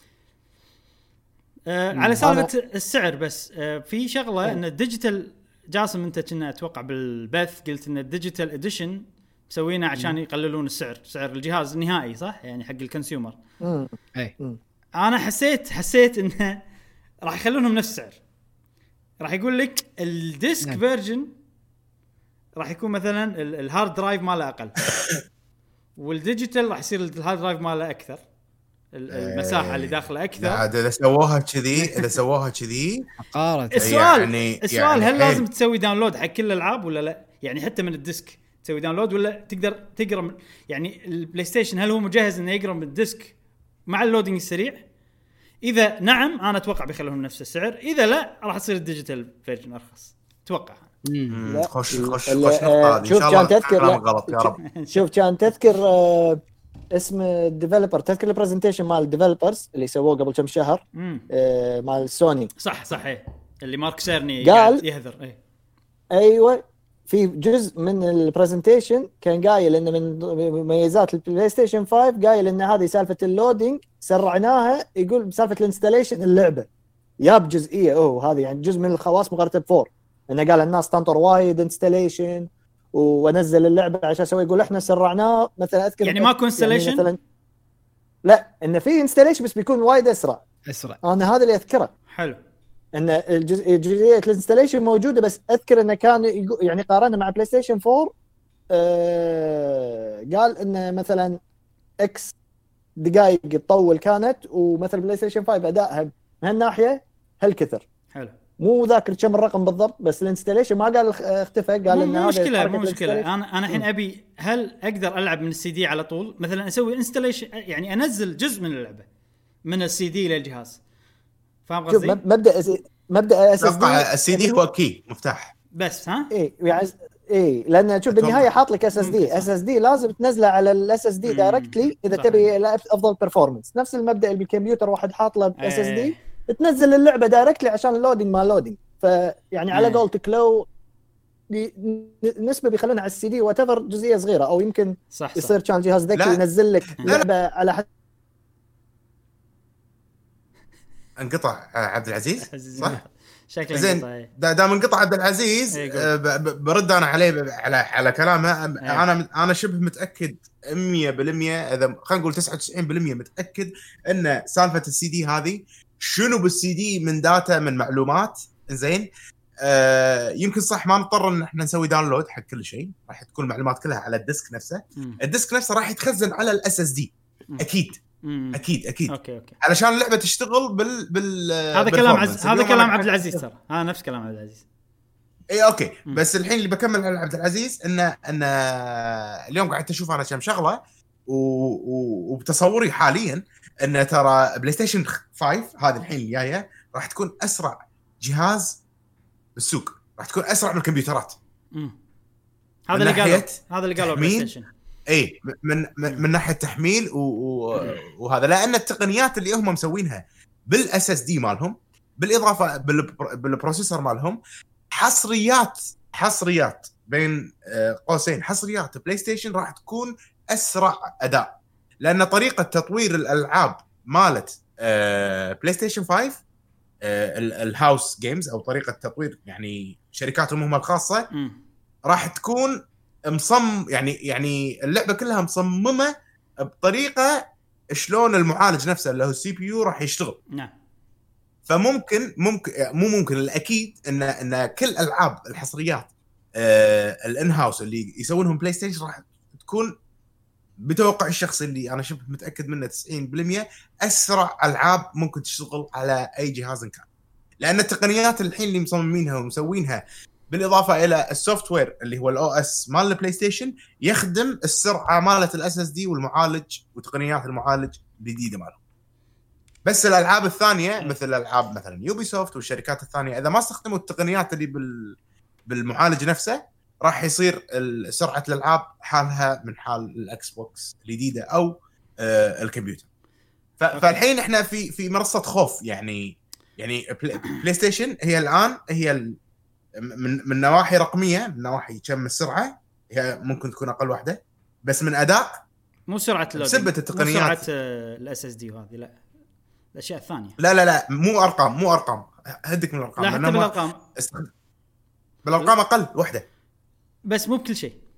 آه على سالفه السعر بس، آه في شغله ان الديجيتال جاسم انت كنا اتوقع بالبث قلت ان الديجيتال اديشن مسوينه عشان يقللون السعر، سعر الجهاز النهائي صح، يعني حق الكونسيومر. امم اي انا حسيت حسيت انه راح يخلونهم نفس السعر. راح يقول لك الديسك نعم. فيرجن راح يكون مثلا ال- الهارد درايف ماله اقل، والديجيتال راح يصير الهارد درايف ماله اكثر، ال- المساحه اللي داخله اكثر. عاد اذا سووها كذي اذا سووها كذي حقارة. السؤال يعني- السؤال يعني هل لازم حيل. تسوي داونلود حق كل الالعاب ولا لا؟ يعني حتى من الديسك تسوي داونلود ولا تقدر تقرا من- يعني البلاي ستيشن هل هو مجهز انه يقرا من الديسك مع اللودينج السريع؟ اذا نعم انا اتوقع بيخلونهم نفس السعر، اذا لا راح تصير الديجيتال فيرجن ارخص اتوقع. مم. لا. خش خش ال- خش آه، نقطة هذه ان شوف شاء كان الله تذكر- كلام لا. غلط يا رب. شوف كان تذكر آه، اسم الديفلوبر، تذكر البرزنتيشن مال الديفلوبرز اللي سووه قبل كم شهر امم آه، مال سوني. صح صح ايه. اللي مارك سيرني قال- قاعد يهذر ايه. ايوه في جزء من البرزنتيشن كان قايل ان من مميزات البلاي ستيشن خمسة قايل ان هذه سالفه اللودينج سرعناها، يقول بسالفه الانستليشن اللعبه ياب جزئيه اوه هذه يعني جزء من الخواص مقارنه بفور، انه قال الناس تنطر وايد انستليشن ونزل اللعبه عشان اسوي، يقول احنا سرعناه مثلا اذكر يعني ماكو installation؟ يعني مثلا لا انه في انستليشن بس بيكون وايد اسرع. اسرع. انا هذا اللي اذكره حلو. ان الجزء جزئيه الانستليشن موجوده، بس اذكر انه كان يقو- يعني قارنه مع بلاي ستيشن فور آه قال انه مثلا اكس دقائق تطول كانت، ومثلا بلاي ستيشن خمسة ادائها من هالناحيه هالكثر. حلو مو ذاكر كم الرقم بالضبط، بس الانستليشن ما قال اخ- اختفى، قال مو ان مو هذا مشكله حركة مو مشكله. الانستليشن. انا انا الحين ابي هل اقدر العب من السي دي على طول، مثلا اسوي انستليشن يعني انزل جزء من اللعبه من السي دي للجهاز، فاهم شوف قصدي؟ مب- مبدا أس- مبدا اس اس اتوقع دي السي دي هو كي مفتاح. بس ها اي يعني اي لان شوف أتوقع. بالنهايه حاط لك اس اس ممكن دي صح. اس اس دي لازم تنزله على الاس اس دي مم. دايركتلي اذا صح. تبي افضل برفورمانس. نفس المبدا اللي بالكمبيوتر واحد حاط له اس اس دي إيه. تنزل اللعبه دايركتلي عشان اللودينج ما لودينج. فيعني على إيه. قولتك لو ي- نسبه بيخلونها على السي دي واتفر جزئيه صغيره، او يمكن صح صح يصير كان جهاز ذكي لا. ينزل لك لا. لعبه على حد انقطع آه، عبد العزيز صح؟ شكله زين انقطع، إيه. دا- دام انقطع عبد العزيز إيه، قول. آه، ب- ب- برد انا عليه ب- على على كلامه. إيه. انا انا شبه متاكد مية بالمية، اذا خلينا نقول تسعة وتسعين بالمية متاكد ان سالفه السي دي هذه شنو بالسي دي من داتا من معلومات. زين آه يمكن صح ما نضطر ان احنا نسوي داونلود حق كل شيء، راح تكون المعلومات كلها على الديسك نفسه. مم. الديسك نفسه راح يتخزن على الاس اس دي مم. اكيد مم. اكيد اكيد اوكي اوكي علشان اللعبه تشتغل بال بال هذا كلام عز... بالperformance. هذا اليوم كلام أنا- عبد العزيز ترى، هذا نفس كلام عبد العزيز. اي اوكي م. بس الحين اللي بكمل على عبد العزيز ان ان اليوم قاعد اشوف انا كم شغله و... و... وبتصوري حاليا ان ترى بلاي ستيشن خمسة هذه الحين الجايه راح تكون اسرع جهاز بالسوق، راح تكون اسرع من الكمبيوترات. امم هذا اللي قالوا هذا اللي قالوا بلاي ستيشن. اي من من, من ناحيه تحميل و... و... وهذا لان التقنيات اللي هم مسوينها بالاس اس دي مالهم، بالاضافه بال... بالبروسيسور مالهم، حصريات حصريات بين قوسين حصريات بلاي ستيشن راح تكون اسرع اداء، لان طريقه تطوير الالعاب مالت بلاي ستيشن خمسة الهاوس جيمز او طريقه تطوير يعني شركاتهم هم الخاصه راح تكون مصمم يعني يعني اللعبه كلها مصممه بطريقه شلون المعالج نفسه اللي هو السي بي يو راح يشتغل. نعم. فممكن ممكن مو ممكن الاكيد ان ان كل العاب الحصريات آه الان هاوس اللي يسوونهم بلاي ستيشن راح تكون بتوقع الشخصي اللي انا شبه متاكد منه تسعين بالمية اسرع العاب ممكن تشتغل على اي جهاز كان، لان التقنيات الحين اللي مصممينها ومسوينها بالاضافه الى السوفت وير اللي هو الاو اس مال البلاي ستيشن يخدم السرعه مالت الاس اس دي والمعالج وتقنيات المعالج الجديده مالهم. بس الالعاب الثانيه مثل الالعاب مثلا يوبي سوفت والشركات الثانيه اذا ما استخدموا التقنيات اللي بال بالمعالج نفسه راح يصير سرعه الالعاب حالها من حال الاكس بوكس الجديده او آه الكمبيوتر. فالحين احنا في في منصه خوف يعني يعني بلاي ستيشن هي الان هي من من نواحي رقميه من نواحي كم السرعه هي ممكن تكون اقل واحده، بس من اداء مو سرعه اللودينج مو سرعه الاس اس دي وهذه لا الاشياء الثانيه لا لا لا مو ارقام مو ارقام هدك من الارقام لا حتى بالارقام استخدم. بالارقام اقل وحده بس مو بكل شيء.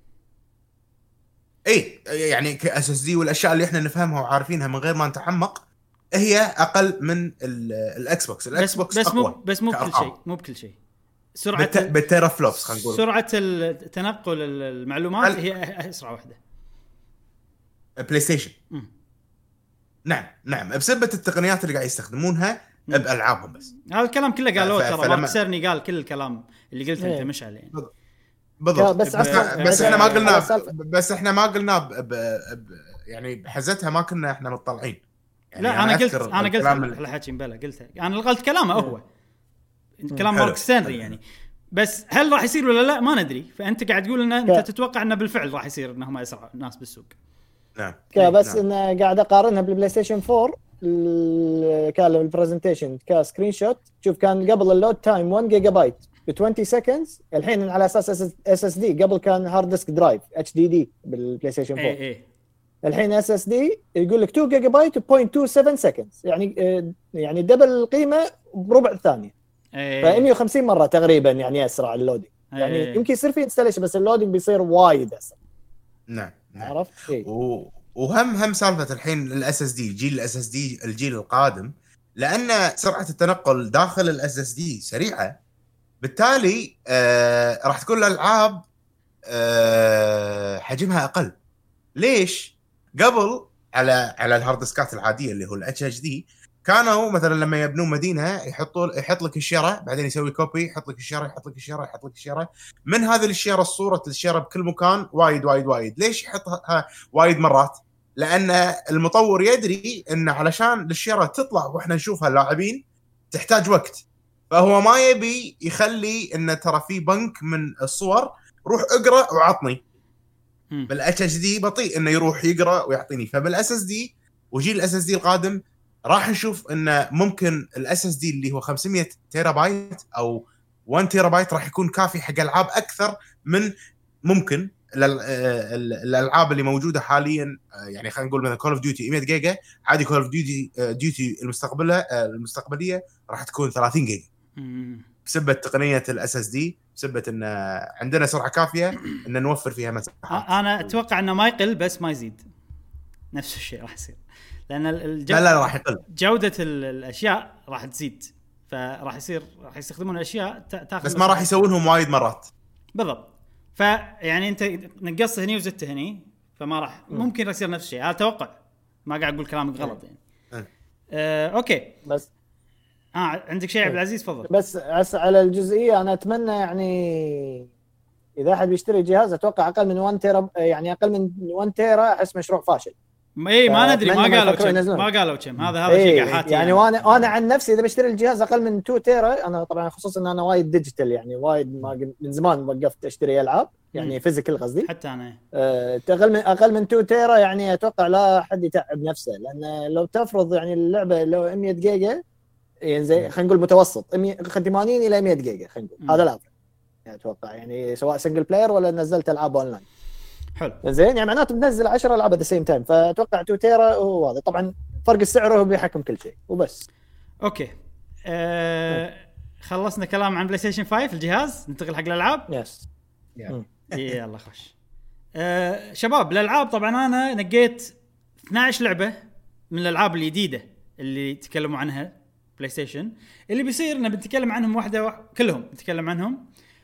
اي يعني كاس اس دي والاشياء اللي احنا نفهمها وعارفينها من غير ما نتعمق هي اقل من الاكس بوكس. الاكس بوكس بس اقوى مو بس مو بكل شيء مو بكل شيء سرعه بالت... بالتيرا فلوبس خلينا نقول سرعه التنقل المعلومات هي اسرع وحده بلاي ستيشن. نعم نعم بسبب التقنيات اللي قاعد يستخدمونها بألعابهم. بس هذا الكلام كله قالوه ترى مارك سيرني قال كل الكلام اللي قلته انت مشعل يعني بالضبط. بس, بس, بس احنا ما قلنا سالفة. بس احنا ما قلنا ب... ب... ب... يعني بحزتها ما كنا احنا مطلعين يعني لا انا قلت انا قلت الحكي مبلا قلتها انا قلت كلامه هو كلام مارك سيرني يعني. بس هل راح يصير ولا لا ما ندري، فانت قاعد تقول ان انت تتوقع انه بالفعل راح يصير انهم اسرع ناس بالسوق. نعم بس نعم. ان قاعد اقارنها بالبلاي ستيشن فور كان البرزنتيشن كسكرين شوت شوف كان قبل اللود تايم واحد جيجا بايت ب عشرين سكندز، الحين على اساس اس اس دي قبل كان هارد ديسك درايف اتش دي دي بالبلاي ستيشن فور اي اي الحين اس اس دي يقول لك اثنين جيجا بايت ب صفر فاصلة سبعة سبعة سكندز يعني يعني دبل القيمه بربع ثانيه ف مية وخمسين مره تقريبا يعني اسرع اللودينج يعني أي. يمكن يصير في انستليشن بس اللودينج بيصير وايد اسرع. نعم, نعم. عرفت إيه؟ و... وهم هم سالفه الحين الاس اس دي جيل الاس اس دي الجيل القادم لان سرعه التنقل داخل الاس اس دي سريعه بالتالي آه راح تكون الالعاب آه حجمها اقل. ليش؟ قبل على على الهارد ديسكات العاديه اللي هو الاتش اتش دي كانوا مثلا لما يبنون مدينه يحطوا يحط لك الشيره بعدين يسوي كوبي يحط لك الشيره يحط لك الشيره يحط لك الشيره من هذه الشيره الصوره الشيره بكل مكان وايد وايد وايد. ليش يحطها وايد مرات؟ لان المطور يدري ان علشان الشيره تطلع واحنا نشوفها اللاعبين تحتاج وقت، فهو ما يبي يخلي ان ترى في بنك من الصور روح اقرا وعطني. بالاتش اتش دي بطيء انه يروح يقرا ويعطيني. فبالاس اس دي وجيل الاس اس دي القادم راح نشوف انه ممكن الاس اس دي اللي هو خمسمية تيرا بايت او واحد تيرا بايت راح يكون كافي حق العاب اكثر من ممكن الالعاب اللي موجوده حاليا. يعني خلينا نقول مثلا كول اوف ديوتي مية جيجا عادي، كول اوف ديوتي ديوتي المستقبله المستقبليه راح تكون ثلاثين جيجا بسبب تقنيه الاس اس دي، بسبب ان عندنا سرعه كافيه ان نوفر فيها مساحات. انا اتوقع انه ما يقل بس ما يزيد نفس الشيء راح يصير لان الجو... لا لا راح يقل جوده الاشياء راح تزيد فراح يصير راح يستخدمون الاشياء تاخذ بس ما راح يسوونهم وايد مرات بالضبط. فيعني انت نقصت هني وزدت هني فما راح ممكن يصير نفس الشيء. هذا توقع ما قاعد اقول كلامك غلط يعني. آه، اوكي بس اه عندك شيء عبد العزيز تفضل. بس على الجزئيه انا اتمنى يعني اذا احد بيشتري جهاز اتوقع اقل من واحد تيرا يعني اقل من واحد تيرا احس مشروع فاشل ما إيه ما ندري ما فأتمنى ما قالوا يفكروا كم ينزلون. ما قالوا كم هذا هذا شيء إيه قاعد حاتي يعني وانا انا عن نفسي اذا بشتري الجهاز اقل من اثنين تيرا، انا طبعا خصوصا ان انا وايد ديجيتال يعني وايد ما قد- من زمان وقفت اشتري العاب يعني فيزيكال قصدي. حتى انا أه اقل من اقل من اثنين تيرا يعني اتوقع لا حد يتعب نفسه، لان لو تفرض يعني اللعبه لو مية جيجا يعني زي خلينا نقول متوسط مية ثمانين الى مية جيجا خلينا نقول هذا الافضل يعني اتوقع يعني سواء سنجل بلاير ولا نزلت العاب اونلاين. حلو زين يعني معناته بنزل عشرة العاب ذا سيم تايم، فاتوقع اثنين تيرا هو هذا. طبعا فرق السعر هو بيحكم كل شيء وبس. اوكي أه خلصنا كلام عن بلاي ستيشن خمسة الجهاز، ننتقل حق الالعاب. يس يلا خش. أه شباب الالعاب طبعا انا نقيت اثناشر لعبه من الالعاب الجديده اللي تكلموا عنها بلاي ستيشن، اللي بيصير ان بنتكلم عنهم واحده واحدة كلهم نتكلم عنهم،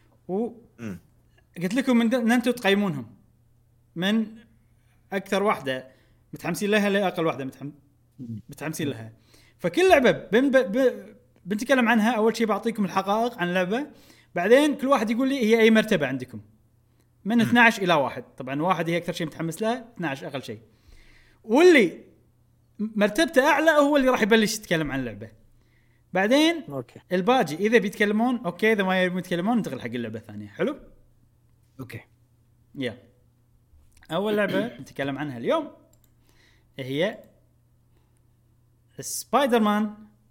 وقلت لكم ان انتم تقيمونهم من اكثر واحده متحمسين لها لاقل واحده متحم... متحمسين لها. فكل لعبه بن... ب... ب... بنتكلم عنها. اول شيء بعطيكم الحقائق عن اللعبه، بعدين كل واحد يقول لي هي اي مرتبه عندكم من اثناشر الى واحد. طبعا واحد هي اكثر شيء متحمس لها، اثناشر اقل شيء، واللي مرتبته اعلى هو اللي راح يبلش يتكلم عن اللعبه. بعدين اوكي الباقي اذا بيتكلمون اوكي، اذا ما يبون يتكلمون ننتقل حق اللعبه الثانيه. حلو اوكي يا اول لعبه نتكلم عنها اليوم هي سبايدر مان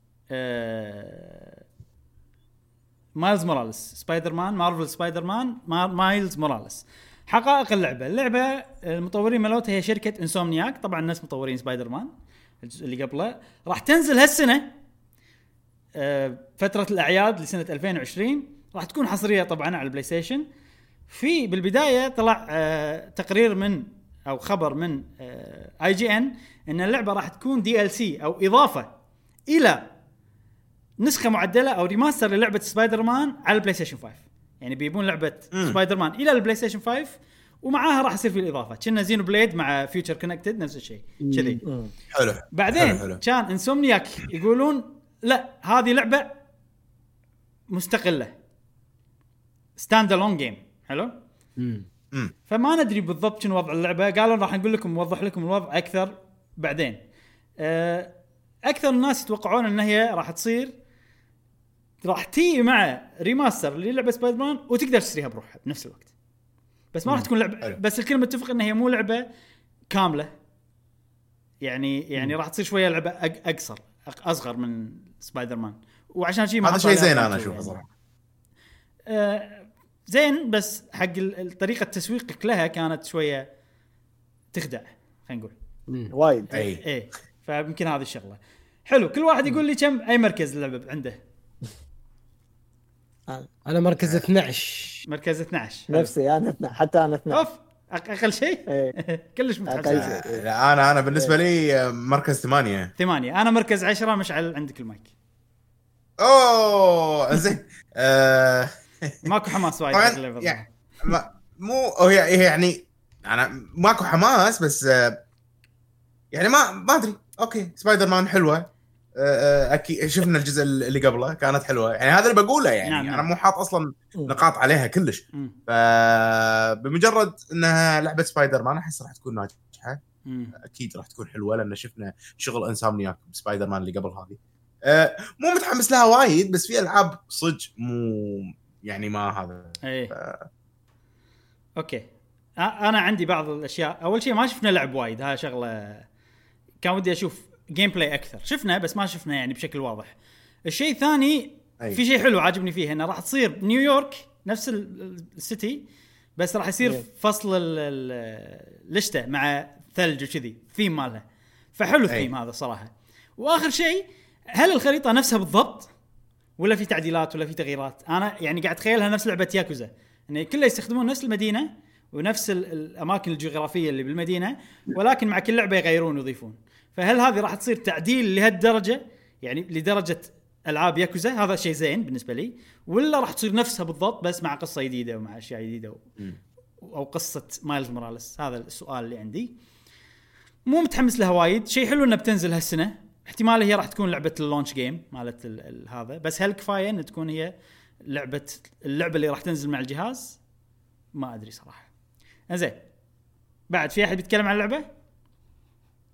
آه... مايلز موراليس. سبايدر مان مارفل سبايدر مان مايلز موراليس. حقائق اللعبه اللعبه المطورين مالتها هي شركه انسومنياك، طبعا الناس مطورين سبايدر مان الجزء اللي قبله. راح تنزل هالسنه آه... فتره الاعياد لسنه ألفين وعشرين، راح تكون حصريه طبعا على البلاي ستيشن. في بالبدايه طلع آه... تقرير من او خبر من آه... اي جي ان ان اللعبه راح تكون دي ال سي او اضافه الى نسخه معدله او ريماستر للعبه سبايدر مان على البلاي ستيشن خمسة. يعني بيبون لعبه مم. سبايدر مان الى البلاي ستيشن خمسة ومعاها راح يصير في الاضافه كنا زينو بليد مع فيوتشر كونكتد نفس الشيء كذي. حلو. بعدين حلو حلو. كان انسومنياك يقولون لا هذه لعبه مستقله ستاند الون جيم. حلو امم فما ندري بالضبط شنو وضع اللعبه. قالوا راح نقول لكم نوضح لكم الوضع اكثر بعدين. اكثر الناس يتوقعون ان هي راح تصير راح تيجي مع ريماستر للعبه سبايدر مان وتقدر تشتريها بروحها بنفس الوقت، بس ما راح تكون لعبه. بس الكل متفق ان هي مو لعبه كامله يعني يعني راح تصير شويه لعبه اقصر اصغر من سبايدر مان، وعشان شيء هذا شيء زين انا اشوفه صراحه. آه زين، بس حق طريقه تسويقك لها كانت شويه تخدع خلينا نقول وايد. اي ايه فيمكن هذه الشغله. حلو كل واحد يقول لي كم اي مركز اللعبه عنده. انا مركز اثناشر. مركز اثناشر نفسي انا اثنا حتى انا اثنا اوف اقل شيء إيه. كلش متحمس. انا انا بالنسبه لي مركز ثمانية. ثمانية انا مركز عشرة. مشعل عندك المايك. اوه زين. آه ماكو حماس وايد حق اللعبه يعني ما مو هي يعني انا ماكو حماس بس آه يعني ما ما ادري. اوكي سبايدر مان حلوه اكيد شفنا الجزء اللي قبله كانت حلوه يعني هذا اللي بقوله يعني نعم. انا مو حاط اصلا نقاط عليها كلش. فبمجرد انها لعبه سبايدر مان احس راح تكون ناجحه. اكيد راح تكون حلوه لان شفنا شغل انسامنياك بسبايدر مان اللي قبل هذه. أه مو متحمس لها وايد بس في العاب صدق مو يعني ما هذا ايه ف... اوكي انا عندي بعض الاشياء. اول شيء ما شفنا لعب وايد، هاي شغله كان ودي اشوف جيم بلاي اكثر. شفنا بس ما شفنا يعني بشكل واضح. الشيء الثاني أي. في شيء حلو عاجبني فيه انه راح تصير نيويورك نفس السيتي بس راح يصير فصل الشتاء مع ثلج وكذي ثيم مالها، فحلو الثيم هذا صراحه. واخر شيء هل الخريطه نفسها بالضبط ولا في تعديلات ولا في تغييرات؟ انا يعني قاعد اتخيلها نفس لعبه ياكوزا ان كلها يستخدمون نفس المدينه ونفس الاماكن الجغرافيه اللي بالمدينه، ولكن مع كل لعبه يغيرون ويضيفون. فهل هذه راح تصير تعديل لهالدرجه يعني لدرجه العاب ياكوزا؟ هذا شيء زين بالنسبه لي. ولا راح تصير نفسها بالضبط بس مع قصه جديده ومع اشياء جديده و... او قصه مايلز موراليس؟ هذا السؤال اللي عندي. مو متحمس لها وايد. شيء حلو انها بتنزل هالسنه، احتمال هي راح تكون لعبه اللونش جيم مالت ال... ال... هذا. بس هل كفايه ان تكون هي لعبه اللعبه اللي راح تنزل مع الجهاز؟ ما ادري صراحه. زين بعد في احد بيتكلم عن اللعبه؟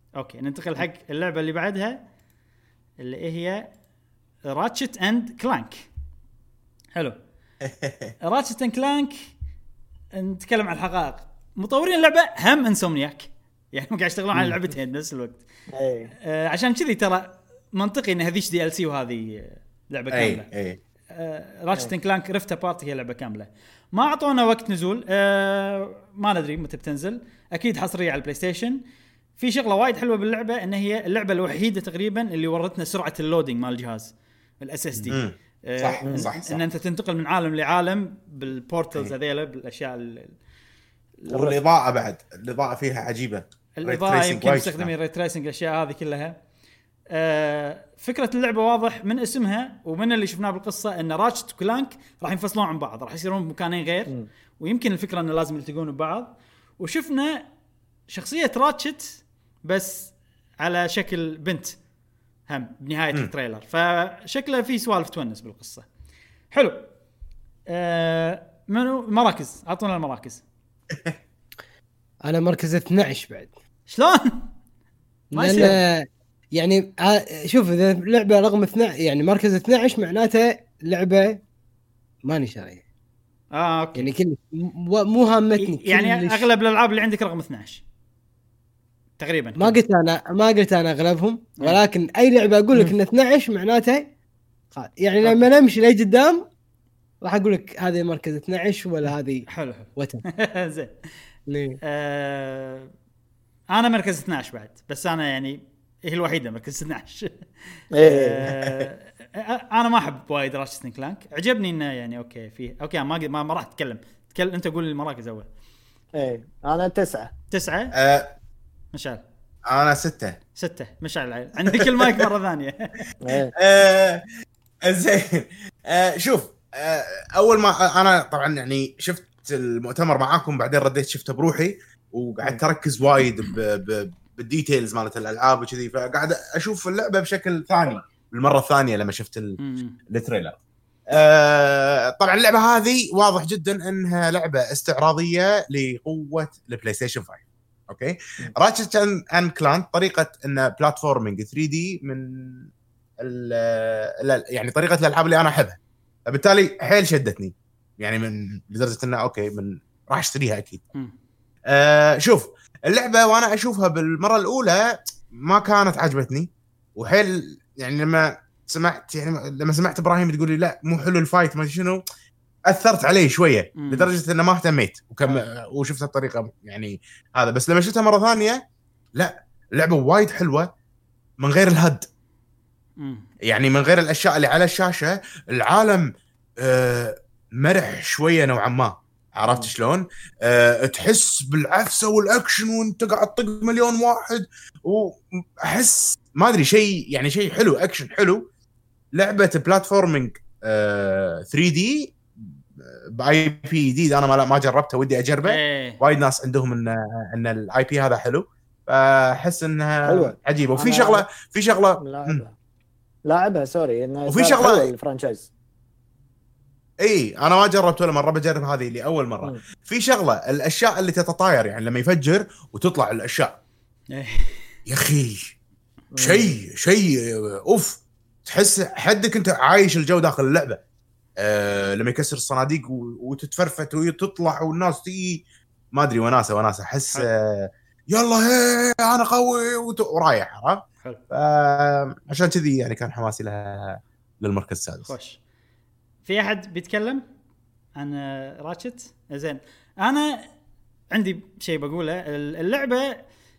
اوكي ننتقل حق اللعبه اللي بعدها اللي هي راتشت اند كلانك. حلو. راتشت اند كلانك نتكلم عن الحقائق. مطورين اللعبه هم انسومنياك يعني ما قاعد يشتغلون على لعبتين بنفس الوقت. اي آه عشان كذي ترى منطقي ان هذيش دي ال سي وهذه لعبه كامله. اي آه راتشت اند كلانك ريفت ابارت هي لعبه كامله. ما اعطونا وقت نزول. آه ما ندري متى بتنزل. اكيد حصريه على البلاي ستيشن. في شغله وايد حلوه باللعبه ان هي اللعبه الوحيده تقريبا اللي ورتنا سرعه اللودينج مال الجهاز الاس اس دي. صح صح صح ان انت تنتقل من عالم لعالم بالبورتلز هذيلا بالاشياء والاضاءه بعد الاضاءه فيها عجيبه. الاضاءه يمكن تستخدمين ري تريسنج الاشياء هذه كلها. آه فكره اللعبه واضح من اسمها ومن اللي شفناه بالقصه ان راتشت وكلانك راح ينفصلون عن بعض راح يصيرون بمكانين غير م. ويمكن الفكره انه لازم يلتقون ببعض. وشفنا شخصيه راتشت بس على شكل بنت هم بنهايه م. التريلر فشكله في سوالف تونس بالقصه. حلو. آه منو مراكز اعطونا المراكز. انا مركز اثنعش بعد. شلون ما يصير يعني شوف اذا لعبه رقم اثنعش يعني مركز اثنعش معناته لعبه ماني شاريه. اه اوكي يعني كل مو هامتني يعني كلش. اغلب الالعاب اللي عندك رقم اثنعش تقريبا. ما قلت انا ما قلت انا اغلبهم ولكن اي لعبه اقول لك ان اثنعش معناته يعني لما نمشي لي قدام راح اقول لك هذه مركز اثنعش ولا هذه. حلو زين. آه انا مركز اثنعش بعد بس انا يعني هي الوحيده مركز اثنعش. آه انا ما احب وايد راتشت اند كلانك. عجبني انه يعني اوكي فيه اوكي ما ما, ما راح اتكلم تكلم انت قول المراكز اول. ايه انا تسعة. تسعة أه مشعل. انا ستة. ستة مشعل عندك المايك مره ثانيه. أه زين. أه شوف أه اول ما انا طبعا يعني شفت المؤتمر معاكم بعدين رديت شفته بروحي وقعدت اركز وايد بالديتيلز مالت الالعاب وكذي فقاعد اشوف اللعبه بشكل ثاني بالمره الثانيه لما شفت التريلر. أه طبعا اللعبه هذه واضح جدا انها لعبه استعراضيه لقوه البلاي ستيشن خمسة. اوكي راتشت اند كلانك طريقه ان بلاتفورمينج ثري دي من ال يعني طريقه الالعاب اللي انا احبها فبالتالي حيل شدتني يعني من لدرجه انه اوكي من راح اشتريها اكيد. أه شوف اللعبه وانا اشوفها بالمره الاولى ما كانت عجبتني وحيل يعني لما سمعت يعني لما سمعت ابراهيم تقول لي لا مو حلو الفايت ما شنو اثرت علي شويه مم. لدرجه ان ما اهتميت وكم وشفتها بطريقه يعني هذا بس لما شفتها مره ثانيه لا اللعبه وايد حلوه من غير الهد مم. يعني من غير الاشياء اللي على الشاشه العالم آه مرح شويه نوعا ما عرفت شلون أه تحس بالعفسه والاكشن وانت قاعد تطق مليون واحد واحس ما ادري شيء يعني شيء حلو اكشن حلو لعبه بلاتفورمينج أه ثري دي باي بي جديد انا ما ما جربته ودي اجربه ايه. وايد ناس عندهم ان ان الاي بي هذا حلو فاحس انها حلوة. عجيبه وفي شغله في شغله لاعبها لاعبها سوري انه وفي شغله الفرانشايز اي انا ما جربت ولا مره بجرب هذه اللي اول مره. م. في شغله الاشياء اللي تتطاير يعني لما يفجر وتطلع الاشياء يا اخي شيء شيء اوف تحس حدك انت عايش الجو داخل اللعبه. أه لما يكسر الصناديق وتتفرفت وتطلع والناس تي ما ادري وناسه وناسه احس أه يلا هي انا قوي ورايح ها عشان كذي يعني كان حماسي لها للمركز السادس. خوش. في احد بيتكلم عن راتشت؟ زين انا عندي شيء بقوله. اللعبه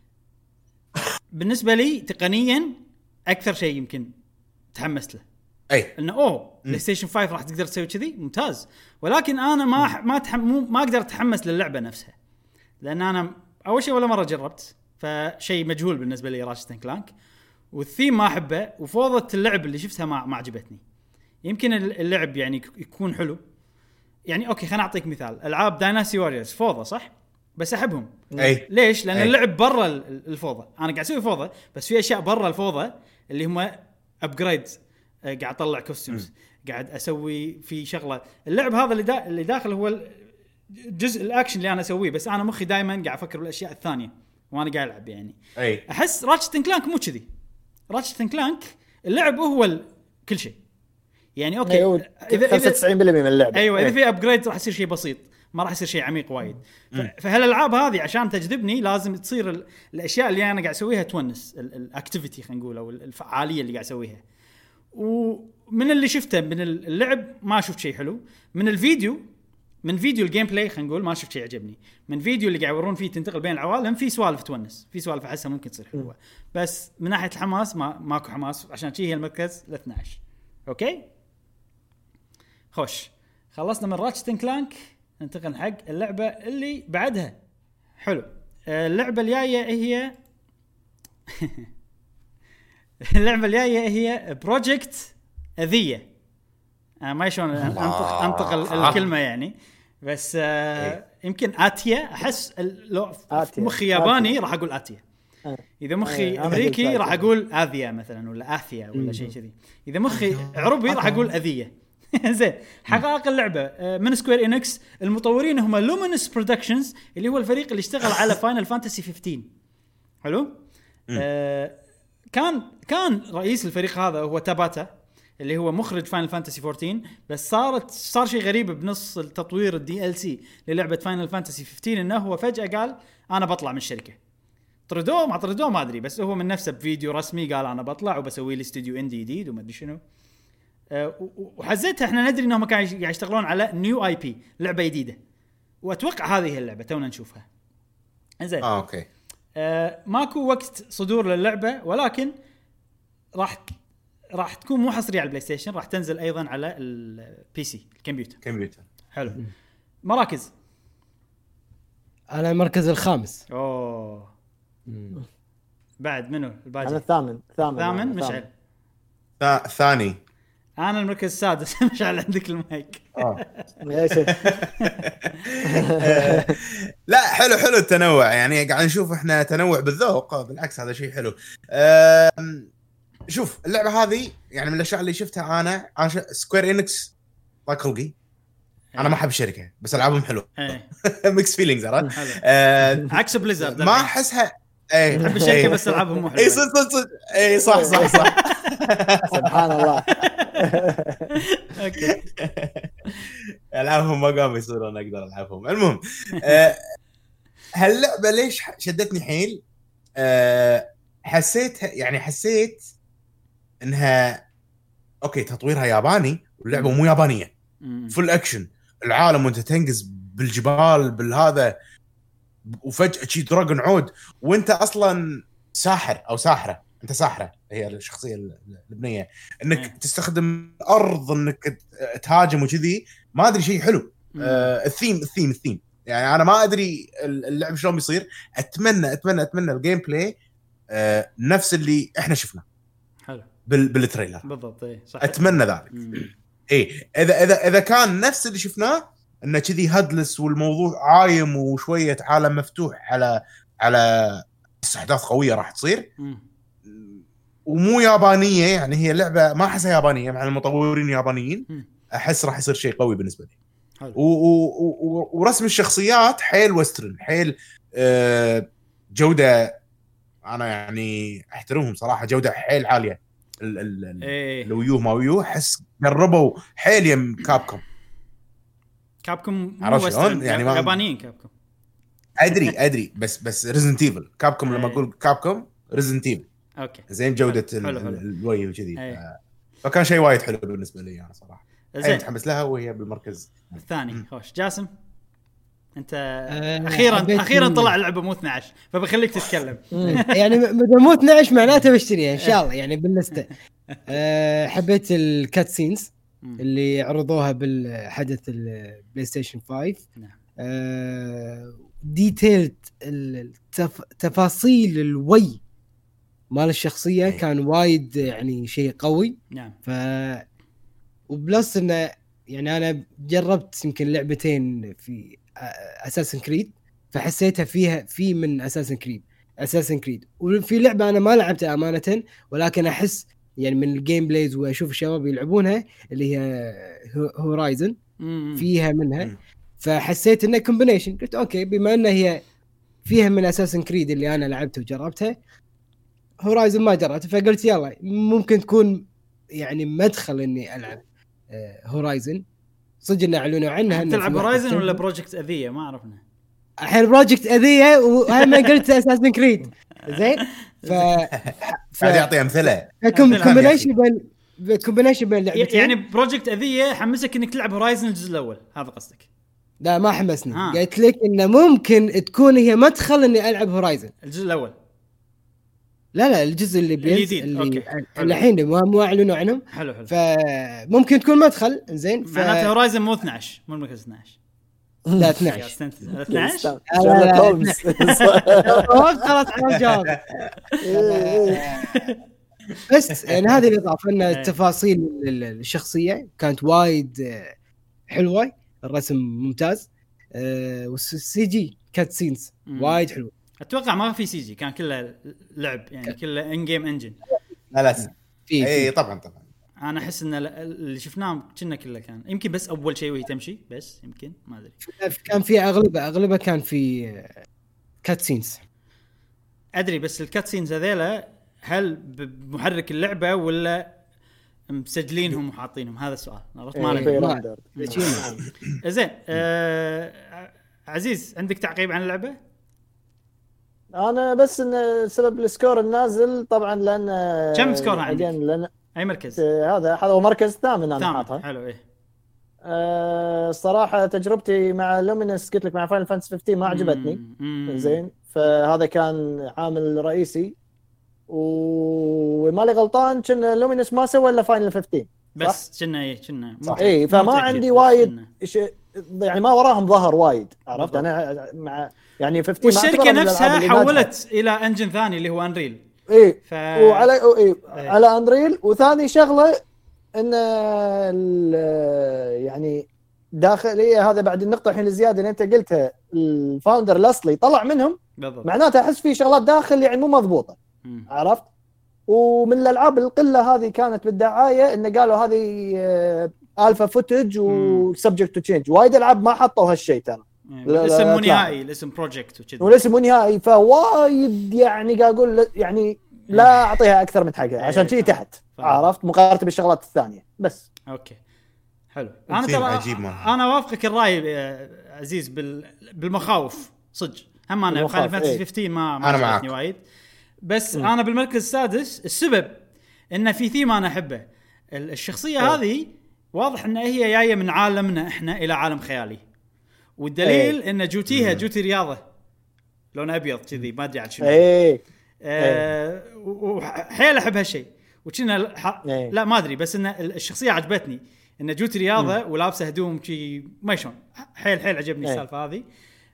بالنسبه لي تقنيا اكثر شيء يمكن تحمست له اي انه اوه بلاي ستيشن فايف راح تقدر تسوي كذي ممتاز ولكن انا ما ما تحم... ما اقدر اتحمس للعبه نفسها لان انا اول شيء ولا مره جربت فشيء مجهول بالنسبه لي راتشت اند كلانك والثيم ما احبه وفوضى اللعب اللي شفتها ما ما عجبتني. يمكن اللعب يعني يكون حلو يعني اوكي خلينا اعطيك مثال العاب دايناسي واريورز فوضى صح بس احبهم. أي. ليش؟ لان أي. اللعب برا الفوضى انا قاعد اسوي فوضى بس في اشياء برا الفوضى اللي هم ابجريد قاعد اطلع كوستيومز قاعد اسوي في شغله. اللعب هذا اللي, دا اللي داخل هو جزء الاكشن اللي انا اسويه بس انا مخي دائما قاعد افكر بالاشياء الثانيه وانا قاعد العب يعني. اي احس راتشت اند كلانك مو كذي. راتشت اند كلانك اللعب هو ال... كل شيء يعني. اوكي أيوة اذا خمسة وتسعين بالمئة من اللعبه. ايوه اذا أيه. في ابجريد راح يصير شيء بسيط، ما راح يصير شيء عميق وايد. فهالالعاب هذه عشان تجذبني لازم تصير ال... الاشياء اللي انا قاعد اسويها تونس، الاكتيفيتي خلينا نقول او الفعاليه اللي قاعد اسويها. ومن اللي شفته من اللعب ما شفت شيء حلو. من الفيديو من فيديو الجيم بلاي خلينا نقول ما شفت شيء عجبني. من فيديو اللي قاعد يورون فيه تنتقل بين العوالم في سوالف تونس، في سوالف احسها ممكن تصير حلوه، بس من ناحيه الحماس ما ماكو حماس، عشان شيء هي المركز ل اثنا عشر. اوكي خوش، خلصنا من راتشت اند كلانك، ننتقل حق اللعبه اللي بعدها. حلو، اللعبه الجايه هي اللعبه الجايه هي بروجكت اذيه. آه ما شلون انطق انطق الكلمه يعني، بس آه يمكن اتيا. احس لو مخي ياباني راح اقول اتيا، اذا مخي امريكي راح اقول اذيا مثلا ولا اثيا ولا شيء كذي. اذا مخي عربي راح اقول اذيه. زين، حقائق اللعبه من سكوير إنكس، المطورين هم لومينس برودكشنز اللي هو الفريق اللي اشتغل على فاينل فانتسي خمسة عشر. حلو. آه كان كان رئيس الفريق هذا هو تاباتا اللي هو مخرج فاينل فانتسي أربعة عشر، بس صارت صار شيء غريب بنص التطوير الدي ال سي للعبه فاينل فانتسي خمسة عشر، انه هو فجاه قال انا بطلع من الشركه. طردوه ما طردوه ما ادري، بس هو من نفسه بفيديو رسمي قال انا بطلع وبسوي لي استوديو اندي جديد وما ادري شنو. أه وحزتها احنا ندري انهم كانوا قاعد يشتغلون على نيو اي بي، لعبه جديده، واتوقع هذه هي اللعبه تونا نشوفها. زين اه اوكي. أه ماكو وقت صدور للعبه، ولكن راح راح تكون مو حصريه على البلاي ستيشن، راح تنزل ايضا على البي سي الكمبيوتر. كمبيوتر. حلو. مراكز، انا المركز الخامس. اوه مم. بعد منو الباقي؟ انا الثامن. ثامن ثامن مشعل. ثاني انا المركز السادس. مشعل عندك المايك. اه يا شيخ. لا حلو حلو التنوع يعني، قاعد نشوف احنا تنوع بالذوق، بالعكس هذا شيء حلو. شوف اللعبه هذه يعني من الاشياء اللي شفتها انا انا سكوير إنكس طاق خلقي. انا ما احب الشركه بس العابهم حلو. ميكس فيلينجز عرفت. عكس بليزرد ما احسها. اي احب الشركه بس العابهم مو حلوه. اي صح صح اي صح صح صح. سبحان الله. اوكي العابهم ما قاموا يصيرون اقدر العبهم. المهم هاللعبه ليش شدتني حيل؟ حسيت يعني حسيت انها اوكي تطويرها ياباني واللعبه مو يابانيه، فل اكشن العالم وانت تنقز بالجبال بالهذا، وفجاه شي دراجون عود وانت اصلا ساحر او ساحره. انت ساحره هي الشخصيه البنيه، انك تستخدم الارض انك تهاجم وكذي. ما ادري شيء حلو. آه الثيم الثيم الثيم يعني انا ما ادري اللعب شلون بيصير. اتمنى اتمنى اتمنى الجيم بلاي آه نفس اللي احنا شفناه حلو بال بالتريلر بالضبط. اي صح، اتمنى ذلك. اي اذا اذا اذا كان نفس اللي شفناه انه كذي هدلس والموضوع عايم وشويه عالم مفتوح على على احداث قويه راح تصير م. ومو يابانيه يعني هي لعبه ما احسها يابانيه مع المطورين يابانيين م. احس راح يصير شيء قوي بالنسبه لي. و و و ورسم الشخصيات حيل وسترن حيل آه جوده. انا يعني احترمهم صراحه، جوده حيل عاليه. الويو ما ويو احس قربوا حيل يم كابكوم. كابكوم مو وسترن يعني يابانيين. كابكوم ادري ادري بس بس ريزنت ايفل كابكوم. لما اقول كابكوم ريزنت ايفل اوكي زين جوده الوي وكذي. فكان شيء وايد حلو بالنسبه لي انا صراحه. زين متحمس لها وهي بالمركز الثاني. خوش جاسم انت أه اخيرا اخيرا طلع اللعبه مو اثنا عشر فبخليك تتكلم. يعني اذا مو اثنا عشر معناته بشتريها ان شاء الله يعني باللسته. أه حبيت الكات سينز اللي عرضوها بالحدث البلاي ستيشن خمسة. نعم. أه ديتيلد التف... تفاصيل الوي مال الشخصيه كان وايد يعني شيء قوي. نعم. ف وبلس انه يعني انا جربت يمكن لعبتين في اساسن كريد فحسيتها فيها في من اساسن كريد اساسن كريد وفي لعبه انا ما لعبتها امانه ولكن احس يعني من الجيم بلايز واشوف الشباب يلعبونها اللي هي هورايزن فيها منها. فحسيت انه كومبينيشن. قلت اوكي بما انه هي فيها من اساسن كريد اللي انا لعبته وجربتها. هورايزن ما جربته، فقلت يلا ممكن تكون يعني مدخل اني العب هورايزن. صدق ان اعلنوا عنها. تلعب هورايزن ولا بروجكت اذيه؟ ما عرفنا الحين بروجكت اذيه وهم قلت اساسن كريد زين. ف ف يعطي امثله كومبينيشن بين كومبينيشن بين اللعبتين. يعني بروجكت اذيه حمسك انك تلعب هورايزن الجزء الاول، هذا قصدك؟ لا ما حمسني، قلت لك انه ممكن تكون هي مدخل اني العب هورايزن الجزء الاول. لا لا الجزء اللي بينزل اللي الحين مو اعلنوا عنهم. حلو حلو. فممكن تكون مدخل زين. ف... معناته هورايزن مو اثناشر، مو المركز اثناشر. لا اثناشر اثناشر شارلوك هولمز. خلاص على الجواب. بس يعني هذه الإضافة أن التفاصيل الشخصية كانت وايد حلوة، الرسم ممتاز، والسي جي كات سينز وايد حلو. أتوقع ما في سي جي، كان كله لعب يعني كله إن جيم إنجن. لا لا إيه طبعا طبعا. أنا أحس إن اللي شفناه كنا كله كان يمكن بس أول شيء وهي تمشي بس، يمكن ما أدري. كان في أغلبه أغلبه كان في كات سينز. أدري بس الكات سينز هذيلا هل بمحرك اللعبة ولا مسجلينهم وحاطينهم؟ هذا السؤال عرفت ما له. زين آه عزيز عندك تعقيب عن اللعبة؟ انا بس ان سبب السكور النازل طبعا لان كم سكور عندك؟ لأن اي مركز؟ هذا هذا هو مركز ثامن انا حاطها. حلو. ايه أه الصراحه تجربتي مع لومينس قلت لك مع فاينل فانتسي خمسة عشر ما عجبتني زين، فهذا كان عامل رئيسي. وما لي غلطان كنا لومينس ما سوى الا فاينل خمسة عشر بس كنا ايه كنا اي، فما عندي وايد يعني ما وراهم ظهر وايد عرفت. انا مع يعني خمسة عشر والشركه نفسها حولت الى انجن ثاني اللي هو انريل. اي ف... وعلى إيه. إيه. على انريل. وثاني شغله ان يعني داخليه هذا بعد النقطه الحين الزياده اللي انت قلتها الفاوندر الاصلي طلع منهم بالضبط. معناته احس في شغلات داخل يعني مو مضبوطه م. عرفت. ومن الالعاب القله هذه كانت بالدعايه ان قالوا هذه الفا فوتج وسبجكت تو تشينج. وايد العاب ما حطوا هالشيء ترى. الاسم مو نهائي، الاسم بروجكت وكذا والاسم مو نهائي، فوايد يعني قاعد اقول يعني لا اعطيها اكثر من حقها عشان شيء تحت عرفت مقارنه بالشغلات الثانية بس. اوكي حلو. انا ترى انا وافقك الراي عزيز بالمخاوف صدق. هم انا فاينل فانتسي خمسة عشر ما ما عجبتني وايد، بس م. انا بالمركز السادس. السبب ان في ثيم انا احبه. الشخصيه م. هذه واضح ان هي جايه من عالمنا احنا الى عالم خيالي، والدليل ان جوتيها جوتي رياضه لون ابيض كذي ما ادري عاد شنو. اي أه وحيل احب هالشيء. وكنا ح... لا ما ادري بس ان الشخصيه عجبتني ان جوتي رياضه م. ولابسه هدوم شي ما شلون حيل حيل عجبني السالفه هذه.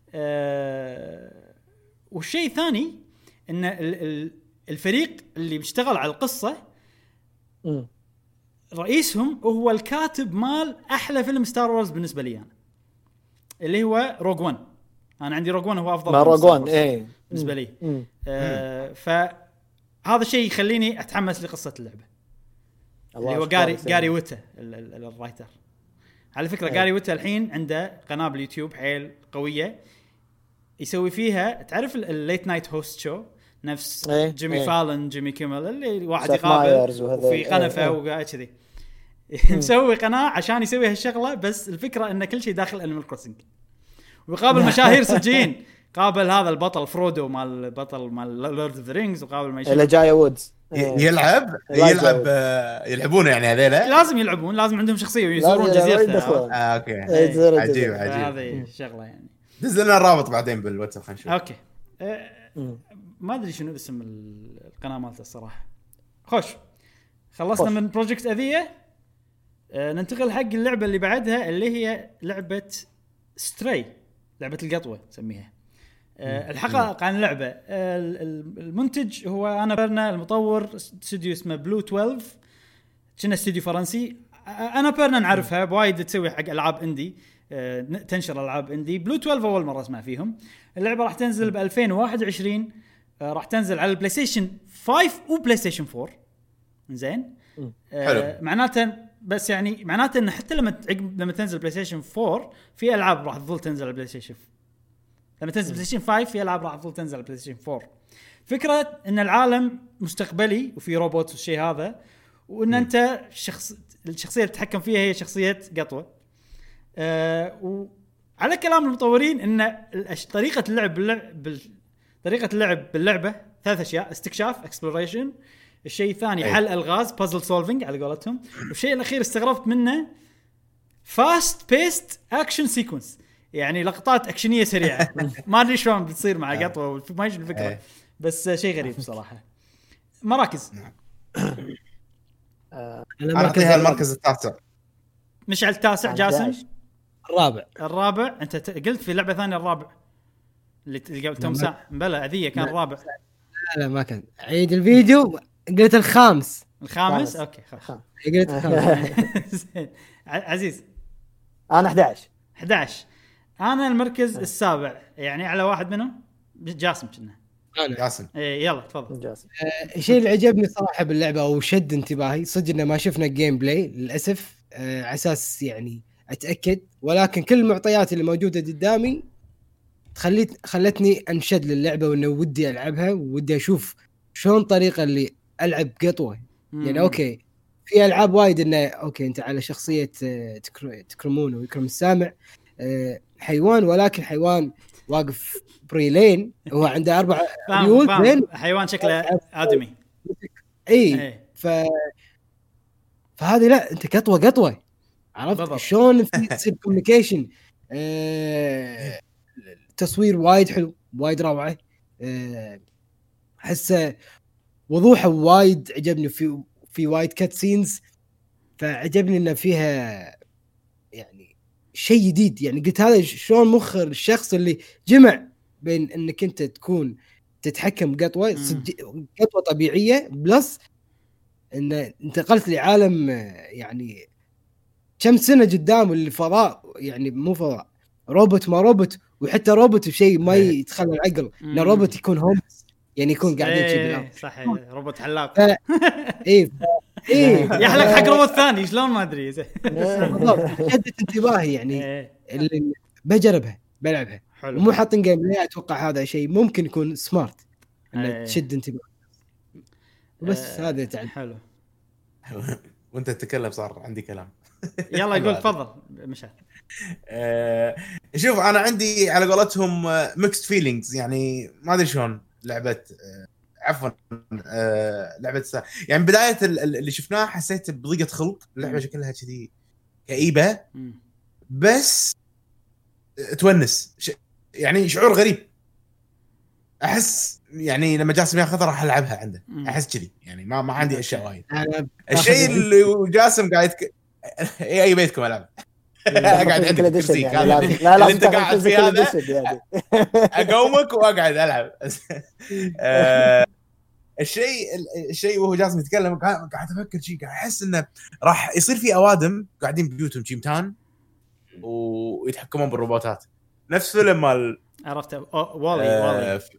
أه والشيء الثاني ان الفريق اللي بيشتغل على القصه م. رئيسهم هو الكاتب مال احلى فيلم ستار وورز بالنسبه لي انا اللي هو روج وان. انا عندي روج وان هو افضل فيلم روج وان ايه بالنسبه لي. آه فهذا الشيء يخليني اتحمس لقصه اللعبه اللي هو جاري جاري ويتا الرايتر. على فكره جاري ويتا الحين عنده قناه باليوتيوب حيل قويه يسوي فيها تعرف الليت نايت هوست شو نفس ايه جيمي ايه فالن جيمي كيمل اللي واحد يقابل وفي قنفه ايه وقاعد كذي مسوي قناه عشان يسوي هالشغله. بس الفكره ان كل شيء داخل انيمال كروسنج ويقابل مشاهير صجين. قابل هذا البطل فرودو مال بطل مال لورد اوف ذا رينجز وقابل ما اللي جاي وودز يلعب يلعب يلعبون يعني هذيلا لازم يلعبون لازم عندهم شخصيه ويزورون جزيرته. اه اوكي عجيب عجيب هذه شغله يعني دز لنا الرابط بعدين بالواتساب خلينا نشوف. اوكي أه ما ادري شنو اسم القناه مالته الصراحه. خوش خلصنا خوش. من بروجكت اذيه. أه ننتقل حق اللعبه اللي بعدها اللي هي لعبه ستري، لعبه القطوه نسميها. أه الحقائق عن اللعبه. أه المنتج هو انا بيرنا، المطور استوديو اسمه بلو اثنا عشر كنا استوديو فرنسي. انا بيرنا نعرفها بوايد تسوي حق العاب اندي، أه تنشر العاب اندي. بلو اثنا عشر اول مره اسمع فيهم. اللعبه راح تنزل ب ألفين وواحد وعشرين، أه راح تنزل على البلاي ستيشن خمسة وبلاي ستيشن فور. زين أه معناته بس يعني معناته ان حتى لما لما تنزل بلاي ستيشن فور في العاب راح تظل تنزل على البلاي ستيشن لما تنزل بلاي ستيشن خمسة في العاب راح تظل تنزل على بلاي ستيشن أربعة. فكره ان العالم مستقبلي وفي روبوت والشيء هذا، وان انت شخص الشخصيه اللي تتحكم فيها هي شخصيه قطوه. أه وعلى كلام المطورين ان طريقه اللعب باللعب طريقه اللعب باللعبه ثلاث اشياء: استكشاف اكسبلوريشن، الشيء الثاني حل الغاز بازل سولفينج على قولتهم، والشيء الاخير استغربت منه فاست بيست اكشن سيكونس، يعني لقطات اكشنيه سريعه. ما ادري شلون بتصير مع قطوه ما يجي الفكره، بس شيء غريب بصراحه. مراكز انا اعطيها المركز التاسع. مشعل التاسع، جاسم الرابع. الرابع انت قلت في لعبه ثانيه الرابع اللي قبل كم ساعه بلا اذيه كان الرابع. لا لا ما كان، عيد الفيديو قلت الخامس. الخامس اوكي خلاص قلت الخامس. عزيز انا أحد عشر أحد عشر. انا المركز السابع، يعني على واحد منهم جاسم كنا. انا جاسم ايه يلا تفضل. جاسم. آه، الشيء اللي عجبني صراحه باللعبه او شد انتباهي صدق انه ما شفنا جيم بلاي للاسف، آه، على اساس يعني اتاكد، ولكن كل المعطيات اللي موجوده قدامي خليت خلتني انشد للعبه وانه ودي العبها وودي اشوف شلون الطريقه اللي العب قطوه. يعني اوكي في العاب وايد انه اوكي انت على شخصيه آه، تكرمون ويكرم السامع آه، حيوان، ولكن حيوان واقف بريلين هو عنده اربع ريول، حيوان شكله ادمي. اي ايه. ف فهذه لا انت قطوه قطوه عرفت شلون في تصير كوميونيكيشن. أه... التصوير وايد حلو وايد روعه، احس أه... وضوحه وايد عجبني، في في وايد كات سينز فعجبني انه فيها يعني شيء جديد. يعني قلت هذا شلون مخ الشخص اللي جمع بين انك انت تكون تتحكم قطوه قطوه طبيعيه بلس ان انتقلت لعالم يعني كم سنه قدام الفضاء، يعني مو فضاء روبوت ما روبوت، وحتى روبوت شيء ما يتخلى العقل، لا روبوت يكون هومس يعني يكون قاعدين شيء بالارض. صح روبوت حلاق. ايه ايه يحلق حق روبوت ثاني شلون ما ادري. بالضبط شدت انتباهي يعني اللي بجربها بلعبها. ومو حاطين جيم بلاي، اتوقع هذا شيء ممكن يكون سمارت انه تشد انتباه. بس هذا تعال حلو. وانت تتكلم صار عندي كلام. يلا يقول تفضل مشعل. أه شوف انا عندي على قولتهم ميكست فيلينجز، يعني ما ادري شلون لعبه أه عفوا أه لعبه سا... يعني بدايه اللي شفناه حسيت بضيقه خلق. اللعبه شكلها كذي كئيبه بس تونس ش... يعني شعور غريب. احس يعني لما جاسم ياخذها راح العبها عنده، احس كذي يعني ما ما عندي اشياء وايد. الشيء اللي جاسم قاعد يتك... اي اي بيتكم العب قاعد عندك كرسي يعني لا لا لا انت قاعد في هذا يعني. اقومك واقعد العب. الشيء الشيء وهو جاسم يتكلم قاعد افكر شيء، قاعد احس انه راح يصير في اوادم قاعدين ببيوتهم شيمتان ويتحكمون بالروبوتات نفس فيلم مال عرفت والي آه والي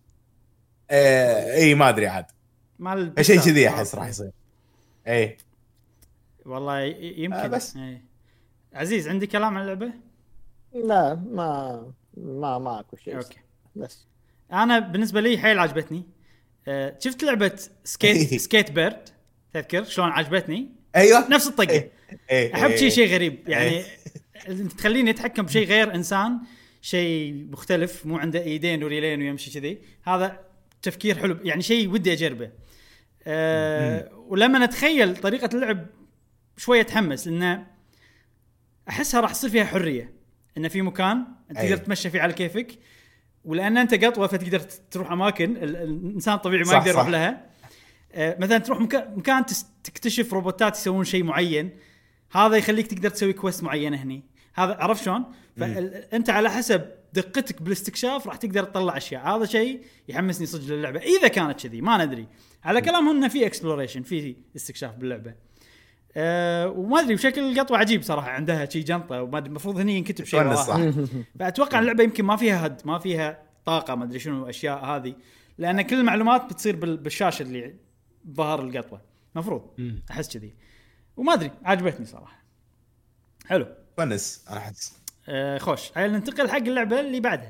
آه اي ما ادري عاد مال شيء كذي احس راح يصير. اي والله يمكن آه بس اي. عزيز عندي كلام عن اللعبه؟ لا ما ما ماكو شيء. اوكي بس انا بالنسبه لي حيل عجبتني. آه شفت لعبه سكيت سكيت بيرد تذكر شلون عجبتني؟ ايوه نفس الطقه. احب شيء شيء غريب يعني تخليني اتحكم بشيء غير انسان، شيء مختلف مو عنده ايدين وريلين ويمشي كذي. هذا تفكير حلو يعني شيء ودي اجربه. أه ولما نتخيل طريقه اللعب شويه تحمس لانه احسها راح تصير فيها حريه، انه في مكان انت تقدر تمشي فيه على كيفك، ولان انت قطوه فتقدر تروح اماكن الانسان الطبيعي ما يقدر يروح لها. أه مثلا تروح مكان تكتشف روبوتات يسوون شيء معين، هذا يخليك تقدر تسوي كويست معينه هني. هذا عرف شلون؟ فانت على حسب دقتك بالاستكشاف راح تقدر تطلع اشياء. هذا شيء يحمسني صدق للعبه اذا كانت كذي. ما ندري على كلامهم انه في اكسبلوريشن في استكشاف باللعبه. أه وما ادري وشكل القطوه عجيب صراحه، عندها شيء جنطه وما ادري المفروض هني ينكتب شيء وراها. فاتوقع اللعبه يمكن ما فيها هد ما فيها طاقه ما ادري شنو اشياء هذه، لان كل المعلومات بتصير بالشاشه اللي ظهر القطوه مفروض. احس كذي وما ادري عجبتني صراحه. حلو فنس انا احس آه خوش. هاي ننتقل حق اللعبه اللي بعدها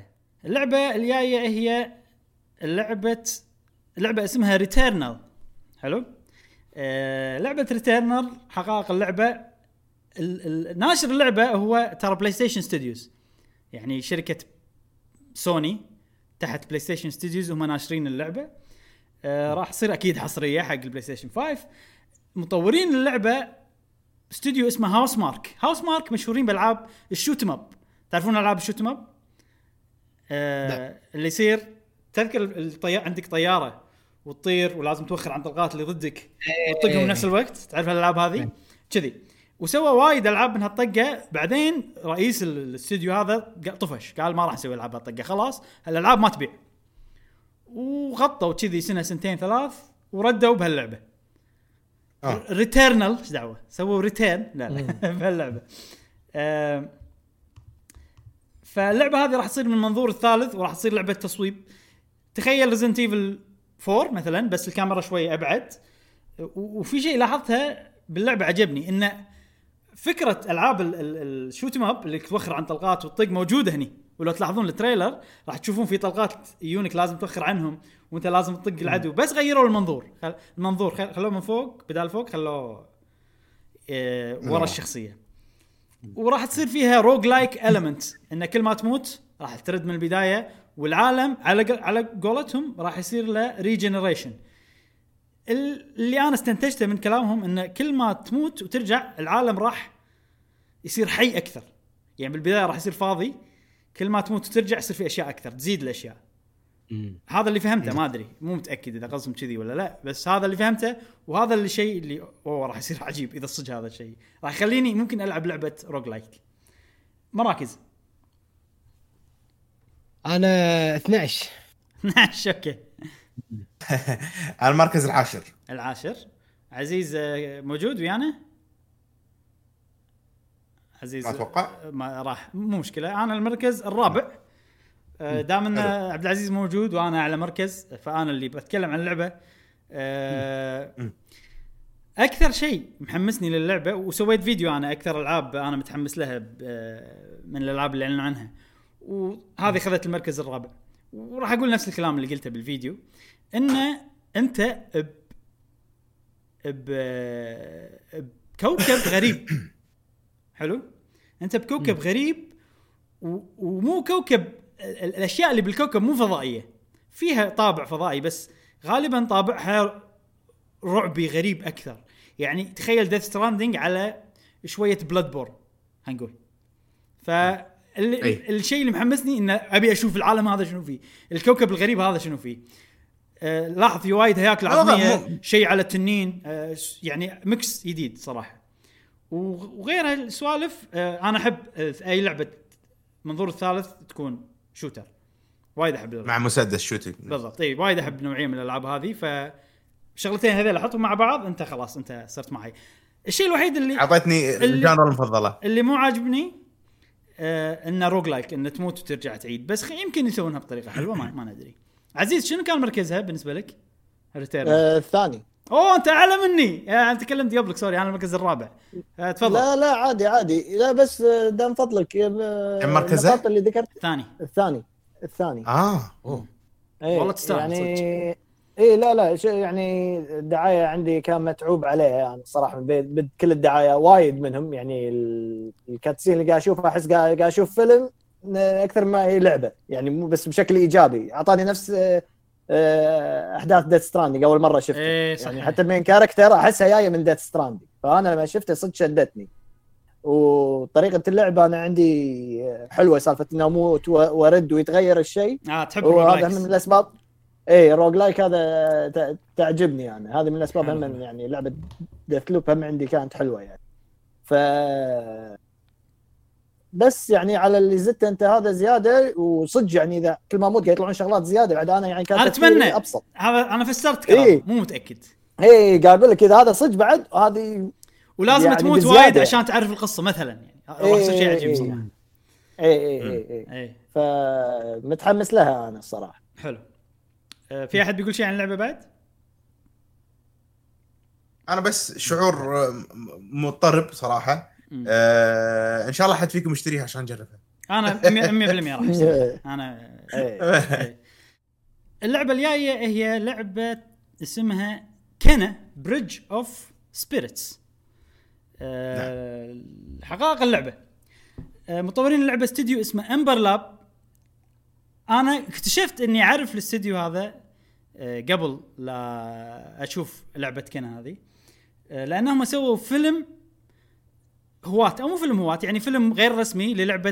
اللعبه الجايه هي اللعبه لعبه اسمها ريتيرنال. حلو. آه لعبه ريتيرنال حقائق اللعبه ناشر اللعبه هو ترى بلاي ستيشن ستوديوز، يعني شركه سوني تحت بلاي ستيشن ستوديوز هم ناشرين اللعبه. آه راح تصير اكيد حصريه حق البلاي ستيشن خمسة. مطورين اللعبه استوديو اسمه هاوس مارك. هاوس مارك مشهورين بالعاب الشوت ماب. تعرفون العاب الشوت ماب؟ آه اللي يصير تذكر الطيار عندك طياره وتطير ولازم توخر عن طلقات اللي ضدك وتطقهم بنفس الوقت. تعرف الالعاب هذه كذي؟ وسوى وايد العاب من هالطقه. بعدين رئيس الاستوديو هذا طفش قال ما راح اسوي العاب هالطقه، خلاص هالالعاب ما تبيع. وغطوا كذي سنه سنتين ثلاث وردوا بهاللعبه آه. ريتيرنال ايش دعوه سووا ريتيرن لا لا بهاللعبه. آه فاللعبه هذه راح تصير من المنظور الثالث وراح تصير لعبه تصويب. تخيل ريزنت ايفل فور مثلا بس الكاميرا شوي ابعد. وفي شيء لاحظتها باللعبه عجبني انه فكره العاب الشوت ماب اللي توخر عن طلقات وتطق موجوده هني. ولو تلاحظون التريلر راح تشوفون في طلقات يونك لازم توخر عنهم وانت لازم تطق العدو، بس غيروا المنظور. المنظور خلوه من فوق بدال فوق خلوه إيه ورا الشخصيه. وراح تصير فيها روج لايك إليمنت ان كل ما تموت راح ترد من البدايه، والعالم على على قولتهم راح يصير له ريجنريشن. اللي انا استنتجته من كلامهم ان كل ما تموت وترجع العالم راح يصير حي اكثر. يعني بالبدايه راح يصير فاضي، كل ما تموت وترجع يصير في اشياء اكثر، تزيد الاشياء. مم. هذا اللي فهمته، ما ادري مو متاكد اذا قصدهم كذي ولا لا، بس هذا اللي فهمته. وهذا الشيء اللي اوه راح يصير عجيب اذا صدق هذا الشيء. راح يخليني ممكن العب لعبه روج لايك. مراكز انا اثنعش اثنعش اوكي. على المركز العاشر. العاشر عزيز موجود ويانا؟ عزيز ما اتوقع ما راح، مو مشكله. انا المركز الرابع. دام ان عبد العزيز موجود وانا على مركز، فانا اللي بتكلم عن اللعبه. اكثر شيء محمسني للعبه وسويت فيديو انا اكثر العاب انا متحمس لها من الالعاب اللي اعلنوا عنها، وهذه اخذت المركز الرابع. وراح اقول نفس الكلام اللي قلته بالفيديو، ان انت ب ب بكوكب غريب. حلو، انت بكوكب غريب ومو كوكب، الاشياء اللي بالكوكب مو فضائيه، فيها طابع فضائي بس غالبا طابعها رعبي غريب اكثر. يعني تخيل ديث ستراندينج على شويه بلاد بورن هنقول. فالشيء اللي محمسني ان ابي اشوف العالم هذا شنو فيه، الكوكب الغريب هذا شنو فيه. أه لاحظ في وايد هياكل عظميه، شيء على التنين، أه يعني ميكس جديد صراحه. وغير هالسوالف أه انا احب اي لعبه منظور الثالث تكون شوتر، وايد احب مع مسدس شوتينج بالضبط. طيب وايد احب نوعيه من الالعاب هذه، فشغلتين هذول احطهم مع بعض انت خلاص انت صرت معي. الشيء الوحيد اللي اعطيتني الجانر المفضله اللي مو عاجبني آه انه روج لايك، انه تموت وترجع تعيد، بس يمكن يسوونها بطريقه حلوه ما ما ندري. عزيز شنو كان مركزها بالنسبه لك؟ الريتيرن آه الثاني. اوه انت اعلى مني، انا تكلمت قبلك سوري، انا المركز الرابع. آه تفضل. لا لا عادي عادي، لا بس دام فضلك المركز اللي ذكرت الثاني الثاني الثاني اه اوه ايه والله تستاهل يعني ايه. لا لا شيء يعني الدعايه عندي كان متعوب عليها يعني صراحه، بد كل الدعايه وايد منهم. يعني الكاتسين اللي قاعد اشوفها احس قاعد اشوف فيلم اكثر ما هي لعبه، يعني مو بس بشكل ايجابي. اعطاني نفس احداث ديث ستراندينج اول مره شفته. إيه يعني حتى المين كاركتر احسها جايه من ديث ستراندينج، فانا لما شفته صدق شدتني. وطريقه اللعبه انا عندي حلوه، سالفه انه موت ورد ويتغير الشيء. اه تحب وهذا من الاسباب. ايه روج لايك هذا تعجبني يعني، هذه من الاسباب هم يعني لعبه ديث لوب هم عندي كانت حلوه يعني. ف بس يعني على اللي زدت انت هذا زياده، وصدق يعني اذا كل ما موت قاعد يطلعون شغلات زياده بعد. انا يعني كانت اتمنى ابسط، هذا انا فسرت كلام إيه؟ مو متاكد. ايه قاعد اقول لك اذا هذا صدق بعد هذه ولازم يعني تموت وايد عشان تعرف القصه مثلا، يعني راح يصير شيء عجيب صراحه. اي اي اي اي فمتحمس لها انا الصراحه. حلو. في احد بيقول شيء عن اللعبه بعد؟ انا بس شعور مضطرب صراحه. آه ان شاء الله حد فيكم يشتريها عشان نجربها. انا مية بالمية راح اشتري انا. إيه. اللعبه الجايه هي لعبه اسمها كنا بريدج اوف سبيريتس. حقائق اللعبه أه مطورين اللعبه استوديو اسمه امبر لاب. انا اكتشفت اني اعرف الاستوديو هذا أه قبل لا اشوف لعبه كنا هذه، أه لانهم سووا فيلم هوات او مو فيلم هوات يعني فيلم غير رسمي للعبه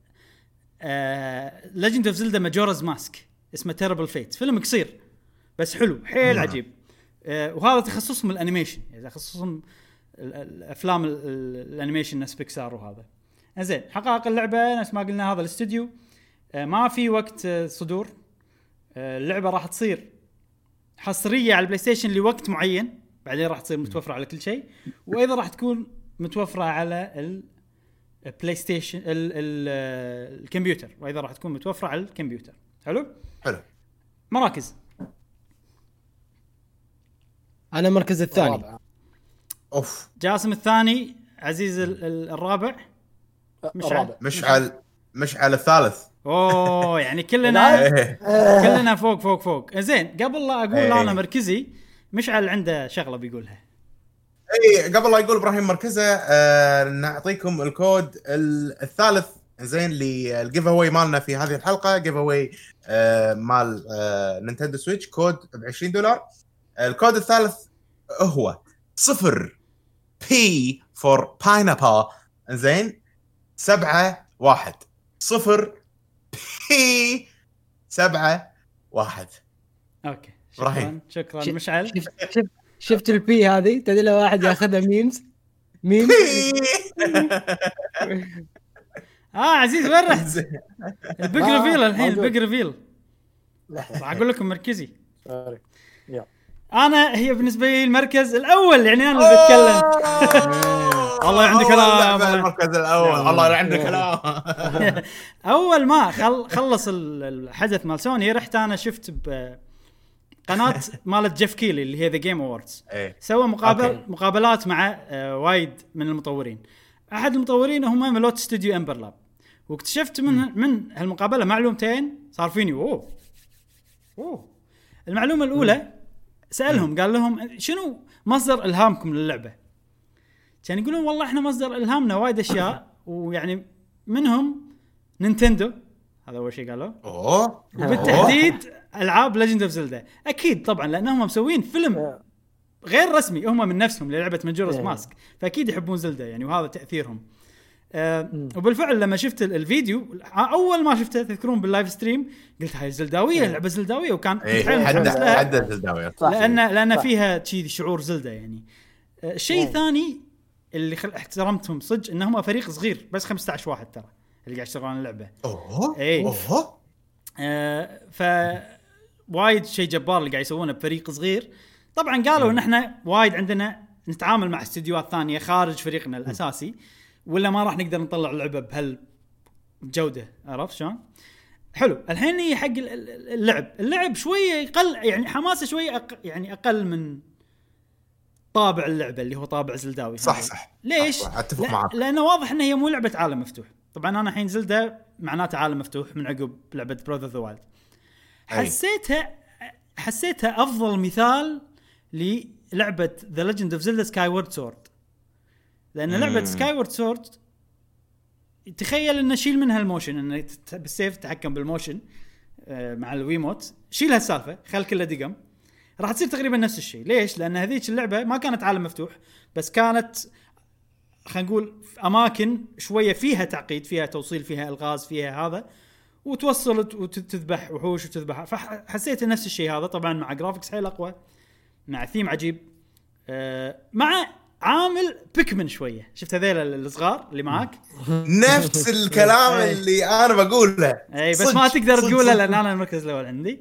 ليجند اوف زلدا ماجورز ماسك اسمه تيربل فيت. فيلم قصير بس حلو حيل عجيب. أه وهذا تخصصهم الانيميشن، يعني تخصصهم الافلام الانيميشن ناس بيكسار وهذا. زين حقائق اللعبه نفس ما قلنا هذا الاستوديو أه ما في وقت صدور. أه اللعبه راح تصير حصريه على البلاي ستيشن لوقت معين، بعدين راح تصير متوفره على كل شيء، وايضا راح تكون متوفره على البلاي ستيشن ال ال الكمبيوتر، وايضا راح تكون متوفره على الكمبيوتر. حلو حلو. مراكز انا المركز الثاني. اوف. جاسم الثاني، عزيز الرابع، مشعل مشعل مشعل الثالث. اوه يعني كلنا كلنا فوق فوق فوق. زين قبل لا اقول انا مركزي، مشعل عنده شغله بيقولها. اي قبل لا يقول ابراهيم مركزه، آه نعطيكم الكود الثالث زين للجيف اواي مالنا في هذه الحلقه. جيف اواي آه مال آه نينتندو سويتش، كود ب عشرين دولار. الكود الثالث هو صفر بي فور باينابل زين سبعة واحد صفر بي سبعة واحد. اوكي شكرا شكرا ش... مشعل. شفت شفت, شفت البي هذه تدري لو واحد ياخذها ميمز ميمز اه عزيز وين رحت؟ البيج ريفيل الحين البيج ريفيل راح اقول لكم مركزي. انا هي بالنسبه لي المركز الاول، يعني انا اللي بتكلم. والله عندي كلام. المركز الاول الله عنده كلام. اول ما خل خلص الحدث مال سوني رحت انا شفت بقناه مالت جيف كيلي اللي هي ذا جيم اووردز، سوى مقابل أوكي. مقابلات مع وايد من المطورين. احد المطورين هم ملوت استوديو امبر لاب، واكتشفت من م. من هالمقابله معلومتين صار فيني اوه اوه. المعلومه الاولى م. سألهم قال لهم شنو مصدر إلهامكم للعبة؟ كان يقولون والله إحنا مصدر إلهامنا وايد أشياء، ويعني منهم نينتندو، هذا أول شيء قالوا. أوه. وبالتحديد ألعاب ليجند أوف زلدا. أكيد طبعًا لأنهم مسوين فيلم غير رسمي هم من نفسهم للعبة ماجورز ماسك، فأكيد يحبون زلدا يعني، وهذا تأثيرهم. أه وبالفعل لما شفت الفيديو اول ما شفته تذكرون باللايف ستريم قلت هاي زلداويه لعبه زلداويه، وكان حد حد زلداويه لان لان فيها شيء شعور زلدا يعني. الشيء الثاني اللي خل... احترمتهم صدق انهم فريق صغير بس خمسة عشر واحد ترى اللي قاعد يشتغلون اللعبه. اوه ايه اوه آه ف وايد شيء جبار اللي قاعد يسوونه بفريق صغير. طبعا قالوا ان احنا وايد عندنا نتعامل مع استديوهات ثانيه خارج فريقنا الاساسي ولا ما راح نقدر نطلع اللعبه بهالجوده. عرفت شلون؟ حلو. الحين هي حق اللعب اللعب شويه يقل يعني حماسه شويه أق... يعني اقل من طابع اللعبه اللي هو طابع زلداوي. صح صح. ليش؟ اتفق لا... معك لانه واضح ان هي مو لعبه عالم مفتوح. طبعا انا الحين زلدا معناته عالم مفتوح من عقب لعبه براذر اوف ذا وايلد. حسيتها حسيتها افضل مثال للعبه ذا ليجند اوف زلدا سكاي وورد سورد، لأن لعبة سكاي وورد سورد تخيل إن شيل منها الموشن، إن بالسيف تحكم بالموشن مع الويموت، شيل هالسالفة خل كله دقم، راح تصير تقريبا نفس الشيء. ليش؟ لأن هذيك اللعبة ما كانت عالم مفتوح، بس كانت خلينا نقول في أماكن شوية فيها تعقيد، فيها توصيل، فيها ألغاز، فيها هذا، وتوصل وتذبح وحوش وتذبح. فحسيت نفس الشيء هذا طبعا مع جرافيكس حيل أقوى، مع ثيم عجيب، مع عامل بيكمن شويه. شفت هذيل الصغار اللي معاك نفس الكلام اللي انا بقوله. اي بس ما تقدر تقوله لان انا المركز الاول عندي.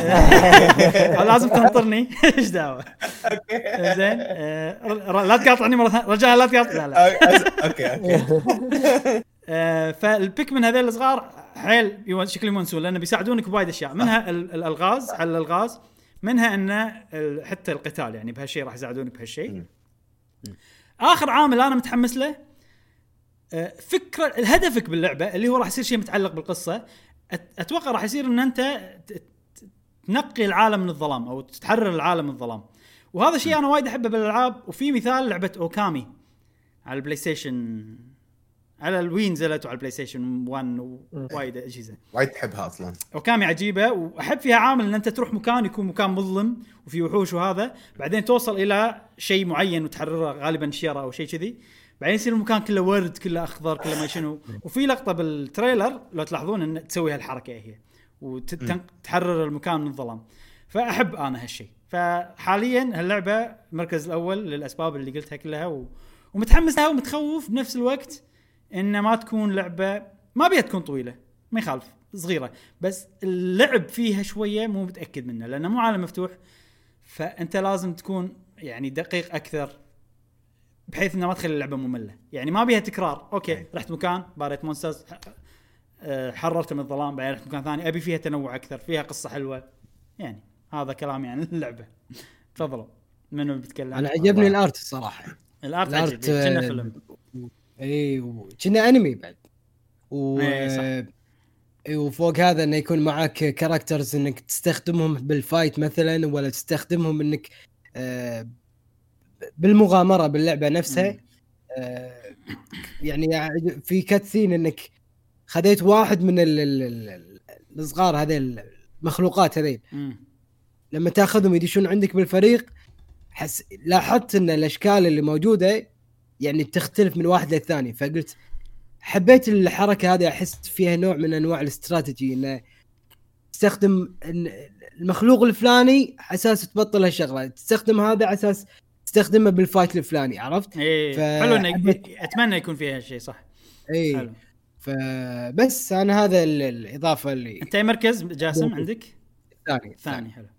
لازم تنطرني ايش دعوه. زين لا تقاطعني مره ثانيه رجاء، لا تقاطع. لا لا اوكي اوكي. فالبيكمن هذيل الصغار حيل شكلهم يونسون لانه بيساعدونك بوايد اشياء، منها الالغاز على الالغاز، منها ان حتى القتال يعني بهالشيء راح يساعدونك بهالشيء. آخر عامل أنا متحمس له آه، فكره الهدفك باللعبه اللي هو راح يصير شيء متعلق بالقصه. اتوقع راح يصير ان انت تنقي العالم من الظلام او تحرر العالم من الظلام، وهذا شيء انا وايد احبه بالالعاب. وفي مثال لعبه اوكامي على البلاي ستيشن، على الوي نزلت وعلى البلاي ستيشن واحد وايد اجهزه، وايد تحبها اصلا. اوكامي عجيبه، واحب فيها عامل ان انت تروح مكان يكون مكان مظلم وفي وحوش وهذا، بعدين توصل الى شيء معين وتحرره، غالبا شيره او شيء كذي، بعدين يصير المكان كله ورد كله اخضر كله ما شنو. وفي لقطه بالتريلر لو تلاحظون ان تسوي هالحركه هي وتحرر المكان من الظلام، فاحب انا هالشيء. فحاليا هاللعبه المركز الاول للاسباب اللي قلتها كلها، و... ومتحمس لها ومتخوف بنفس الوقت ان ما تكون لعبه، ما بيها تكون طويله ما يخالف صغيره، بس اللعب فيها شويه مو متاكد منه لانه مو عالم مفتوح، فانت لازم تكون يعني دقيق اكثر بحيث انه ما تخلي اللعبه ممله. يعني ما بيها تكرار، اوكي رحت مكان باريت مونسترز حررت من الظلام، بعدين رحت مكان ثاني، ابي فيها تنوع اكثر، فيها قصه حلوه. يعني هذا كلامي عن اللعبه. تفضلوا منو بيتكلم؟ انا عجبني الارت الصراحه، الارت عجبني كنا فيلم اي وكنا انمي بعد و اي وفوق هذا انه يكون معك كاركترز انك تستخدمهم بالفايت مثلا، ولا تستخدمهم انك آه بالمغامره باللعبه نفسها. آه يعني في كاتسين انك خذيت واحد من الصغار هذه المخلوقات هذين، لما تاخذهم يدشون عندك بالفريق، حس لاحظت ان الاشكال اللي موجوده يعني تختلف من واحد للثاني، فقلت حبيت الحركه هذه، احس فيها نوع من انواع الاستراتيجي، انه تستخدم المخلوق الفلاني اساس تبطل هالشغله، تستخدم هذا على اساس تستخدمه بالفايت الفلاني، عرفت؟ ايه حلو انك اتمنى يكون فيها هالشيء صح. ايه حلو. فبس انا هذا الاضافه اللي انت مركز جاسم عندك ثاني ثاني حلو.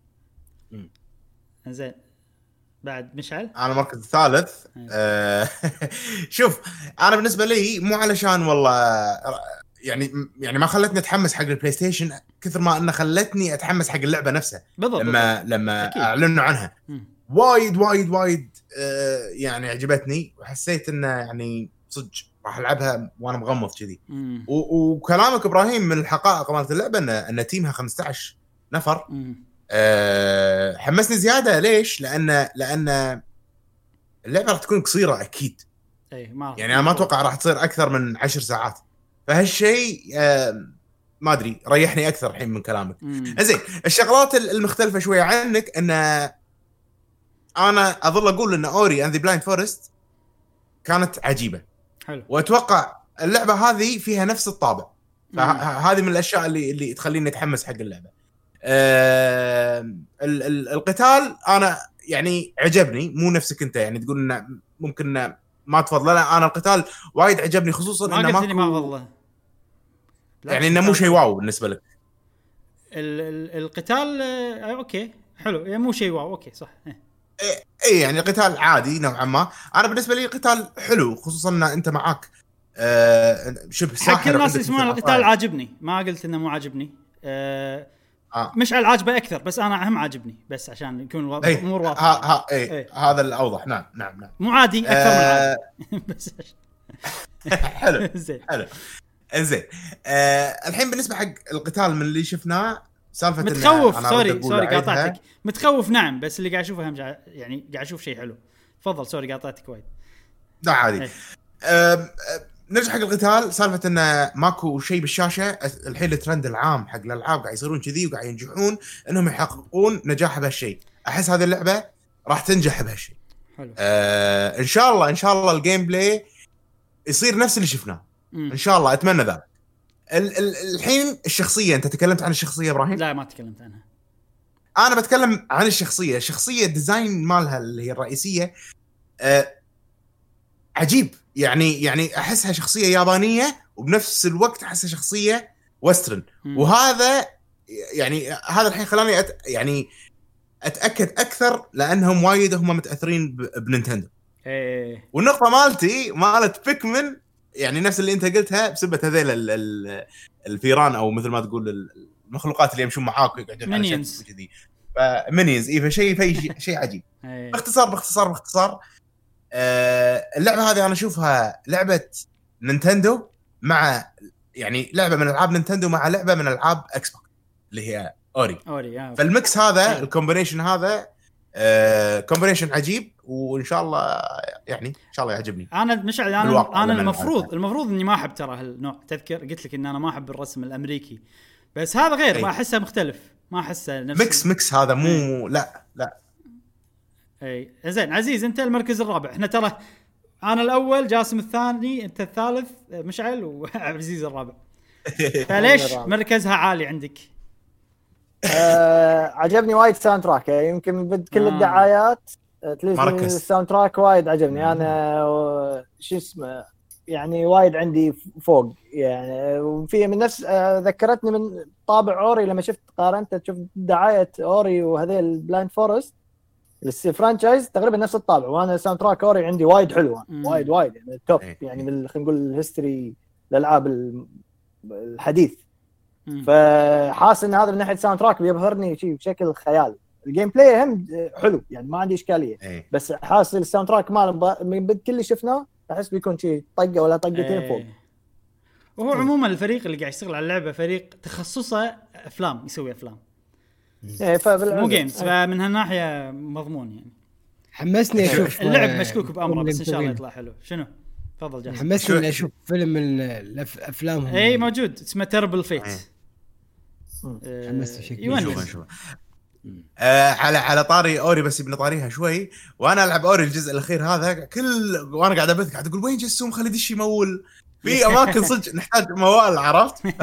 زين بعد مشعل انا مركز الثالث. آه شوف انا بالنسبه لي مو علشان والله يعني يعني ما خلتني اتحمس حق البلاي ستيشن كثر ما انه خلتني اتحمس حق اللعبه نفسها. بالضبط لما بالضبط. لما أكيد. اعلنوا عنها م. وايد وايد وايد آه يعني عجبتني، وحسيت انه يعني صدق راح العبها وانا مغمض كذي. وكلامك ابراهيم من الحقائق مالت اللعبه ان ان تيمها خمسة عشر نفر. أه حمسني زياده. ليش؟ لان لان اللعبه راح تكون قصيره اكيد. اي ما يعني انا ما اتوقع راح تصير اكثر من عشر ساعات، فهالشيء أه ما ادري ريحني اكثر الحين من كلامك. زين الشغلات المختلفه شويه عنك ان انا اظل اقول ان اوري اند ذا بلايند فورست كانت عجيبه. حلو. واتوقع اللعبه هذه فيها نفس الطابع، فهذه من الاشياء اللي اللي تخليني اتحمس حق اللعبه. أه ال ال القتال انا يعني عجبني، مو نفسك انت يعني تقول انه ممكن ما تفضله. لا انا القتال وايد عجبني، خصوصا انه ما ماكو ما افضله يعني انه مو شيء واو بالنسبه لك. ال ال القتال آه اوكي حلو، يعني مو شيء واو اوكي صح. اي إيه يعني قتال عادي نوعا ما. انا بالنسبه لي قتال حلو، خصوصا ان انت معاك آه شبه ساحر. حق الناس يسمون القتال عاجبني، ما قلت انه مو عاجبني. آه آه. مش على العاجبه اكثر، بس انا اهم عاجبني بس عشان يكون الامور ايه واضحه. ها ها ايه ايه. هذا الاوضح. نعم نعم نعم مو عادي اكثر آه من عادي. بس حلو زين حلو زين. آه الحين بالنسبه حق القتال من اللي شفناه سالفه متخوف. سوري سوري قاطعتك. متخوف نعم، بس اللي قاعد اشوفه هم جا... يعني قاعد اشوف شيء حلو. تفضل سوري قاطعتك وايد. لا عادي. آه نرجع حق القتال. سالفه انه ماكو شيء بالشاشه. الحين الترند العام حق الالعاب قاعد يصيرون كذي وقاعد ينجحون انهم يحققون نجاح بهالشيء. احس هذه اللعبه راح تنجح بهالشيء. حلو. آه ان شاء الله ان شاء الله الجيم بلاي يصير نفس اللي شفناه ان شاء الله. اتمنى ذلك. ال ال الحين الشخصيه، انت تكلمت عن الشخصيه ابراهيم؟ لا ما تكلمت عنها. انا بتكلم عن الشخصيه. الشخصيه الديزاين مالها اللي هي الرئيسيه آه عجيب. يعني يعني احسها شخصيه يابانيه وبنفس الوقت احسها شخصيه ويسترن. وهذا يعني هذا الحين خلاني أت يعني اتاكد اكثر لانهم وايد هم متاثرين بنينتندو. ايه. والنقطه مالتي مالت بيكمن يعني نفس اللي انت قلتها بسبه هذيل الفيران او مثل ما تقول المخلوقات اللي يمشون معاك ويقعدون على شكل كذي. فمينيونز ايه فشيء في شيء عجيب. باختصار باختصار باختصار آه اللعبه هذه انا اشوفها لعبه نينتندو مع يعني لعبه من العاب نينتندو مع لعبه من العاب اكس بوكس اللي هي اوري اوري آه. فالميكس هذا الكومبينيشن هذا آه كومبينيشن عجيب وان شاء الله يعني ان شاء الله يعجبني. انا مش انا انا المفروض المفروض اني ما احب ترى هالنوع تذكر قلت لك ان انا ما احب الرسم الامريكي بس هذا غير أي. ما احسه مختلف ما احسه نفس ميكس ميكس هذا مو, مو لا لا اي زين. عزيز انت المركز الرابع. احنا ترى انا الاول جاسم الثاني انت الثالث مشعل وعزيز الرابع فليش مركزها عالي عندك؟ آه عجبني وايد ساوند تراك يمكن بد كل آه. الدعايات تليزم مركز. الساوند تراك وايد عجبني انا شو اسمه يعني وايد عندي فوق يعني وفي من نفس آه ذكرتني من طابع اوري لما شفت قارنت تشوف دعايه اوري وهذه البلايند فورست الفرانشايز تقريبا نفس الطابع وانا ساوند تراك اوري عندي وايد حلو وايد وايد يعني توب يعني من خلينا نقول الهيستوري الالعاب الحديث فحاس ان هذا من ناحيه ساوند تراك بيبهرني شيء بشكل خيالي. الجيم بلاي هم حلو يعني ما عندي اشكاليه أي. بس حاس الساوند تراك ماله من كل اللي شفناه احس بيكون شيء طقه ولا طقتين فوق. وهو عموما الفريق اللي قاعد يشتغل على اللعبه فريق تخصصه افلام يسوي افلام مو جيمز فمن هالناحيه مضمون يعني. حمسني اشوف اللعب مشكوك بامره بس ان شاء الله يطلع حلو. شنو تفضل جاسم. حمسني اشوف فيلم من افلامهم اي موجود اسمه تيربل فيت حمسني شكله يونس. آه على على طاري اوري بس ابن طاريها شوي وانا العب اوري الجزء الاخير هذا كل وانا قاعد ابث قاعد اقول وين جسوم خلي دش يمول في اماكن صدق نحتاج موال عرفت ف...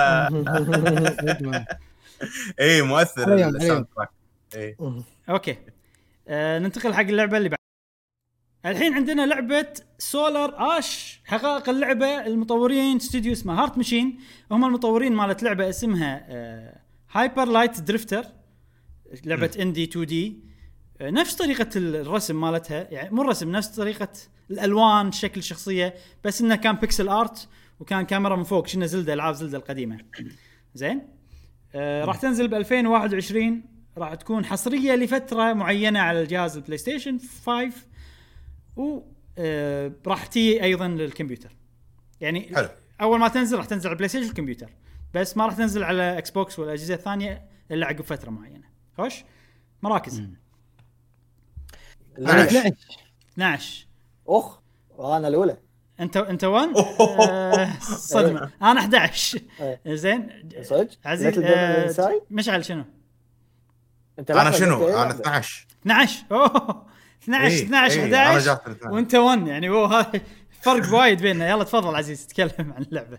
اي مؤثر الساوند تراك. اي اوكي آه ننتقل حق اللعبه اللي بعد. الحين عندنا لعبه سولار اش. حقائق اللعبه المطورين استوديو اسمه هارت ماشين هم المطورين مالت لعبه اسمها آه هايبر لايت دريفتر لعبه اندي تو دي آه نفس طريقه الرسم مالتها يعني مو الرسم نفس طريقه الالوان شكل الشخصيه بس انه كان بيكسل ارت وكان كاميرا من فوق شنو زلده العاب زلده القديمه. زين آه راح تنزل ب ألفين وواحد وعشرين راح تكون حصريه لفتره معينه على الجهاز البلاي ستيشن خمسة و آه راح تي ايضا للكمبيوتر يعني حلو. اول ما تنزل راح تنزل على البلاي ستيشن الكمبيوتر بس ما راح تنزل على اكس بوكس والاجهزه الثانيه الا عقب فتره معينه. خوش مراكز اثناشر اثناشر اخ وانا الاولى انت انت وين آه صدمه انا احد عشر زين صدق عزيز آه مشعل شنو انت انا شنو انا اثناشر اثناشر اوه اثناشر اثناشر احد عشر وانت واحد يعني هو هذا فرق وايد بيننا. يلا تفضل عزيز تكلم عن اللعبه.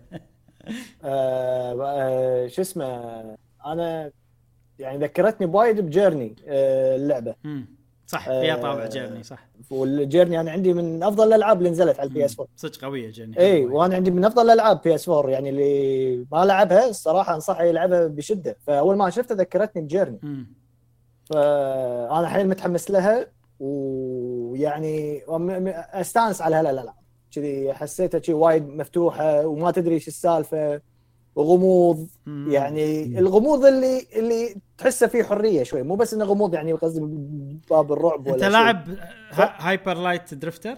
آه شو اسمه انا يعني ذكرتني بوايد بجيرني آه اللعبه امم صح فيها طابع جيرني صح والجيرني انا عندي من افضل الالعاب اللي نزلت على البي اس فور صدق قويه جيرني اي وانا عندي من افضل الالعاب بي اس فور يعني اللي ما لعبها الصراحه انصح يلعبها بشده. فاول ما شفتها ذكرتني بجيرني فانا الحين متحمس لها ويعني استانس على هالالعاب كذي حسيتها شيء وايد مفتوحه وما تدري ايش السالفه وغموض مم. يعني مم. الغموض اللي اللي تحسه فيه حريه شوي مو بس انه غموض يعني قصدي باب الرعب ولا انت لاعب هايبر لايت دريفتر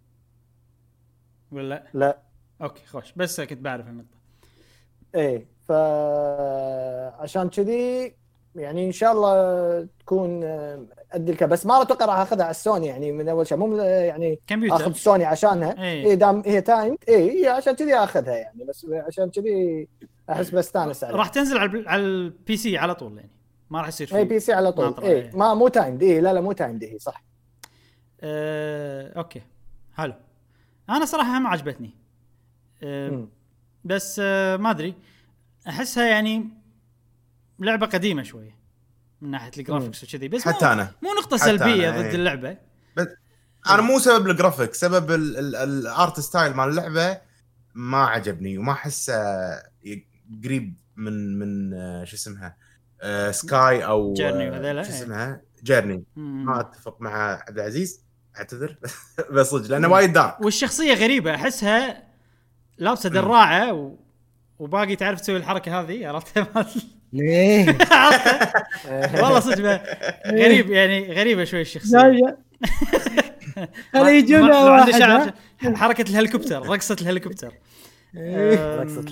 ولا لا اوكي خوش بس كنت بعرف النقطه. ايه فعشان كذي يعني ان شاء الله تكون ادلك بس ما اتوقع راح اخذها على السوني يعني من اول شيء مو يعني كمبيوتر. اخذ سوني عشانها ايه, إيه دام هي تايم ايه عشان كذي اخذها يعني بس عشان كذي احس بستانس عليها. راح تنزل على على البي سي على طول يعني ما راح يصير اي بي سي على طول ايه, ايه ما مو تايم دي لا لا مو تايم دي صح. أه اوكي حلو. انا صراحه هم عجبتني أه بس أه ما ادري احسها يعني لعبه قديمه شويه من ناحيه الجرافيكس وكذي بس حتى مو انا مو نقطه سلبيه ضد ايه. اللعبه بس انا مو سبب الجرافيك سبب الارت ستايل مال اللعبه ما عجبني وما احسه قريب من من شو اسمها آه سكاي او جيرني وهذيلا شو اسمها جيرني. ما اتفق مع عبد العزيز اعتذر بس صدق لانه وايد دارك والشخصيه غريبه احسها لابسه دراعه و... وباقي تعرف تسوي الحركه هذه عرفتها ليه والله صدق غريب يعني غريبه شوي الشخصيه خلي يجونا ما عنده واحد شعر حركه الهليكوبتر رقصه الهليكوبتر. رقصة.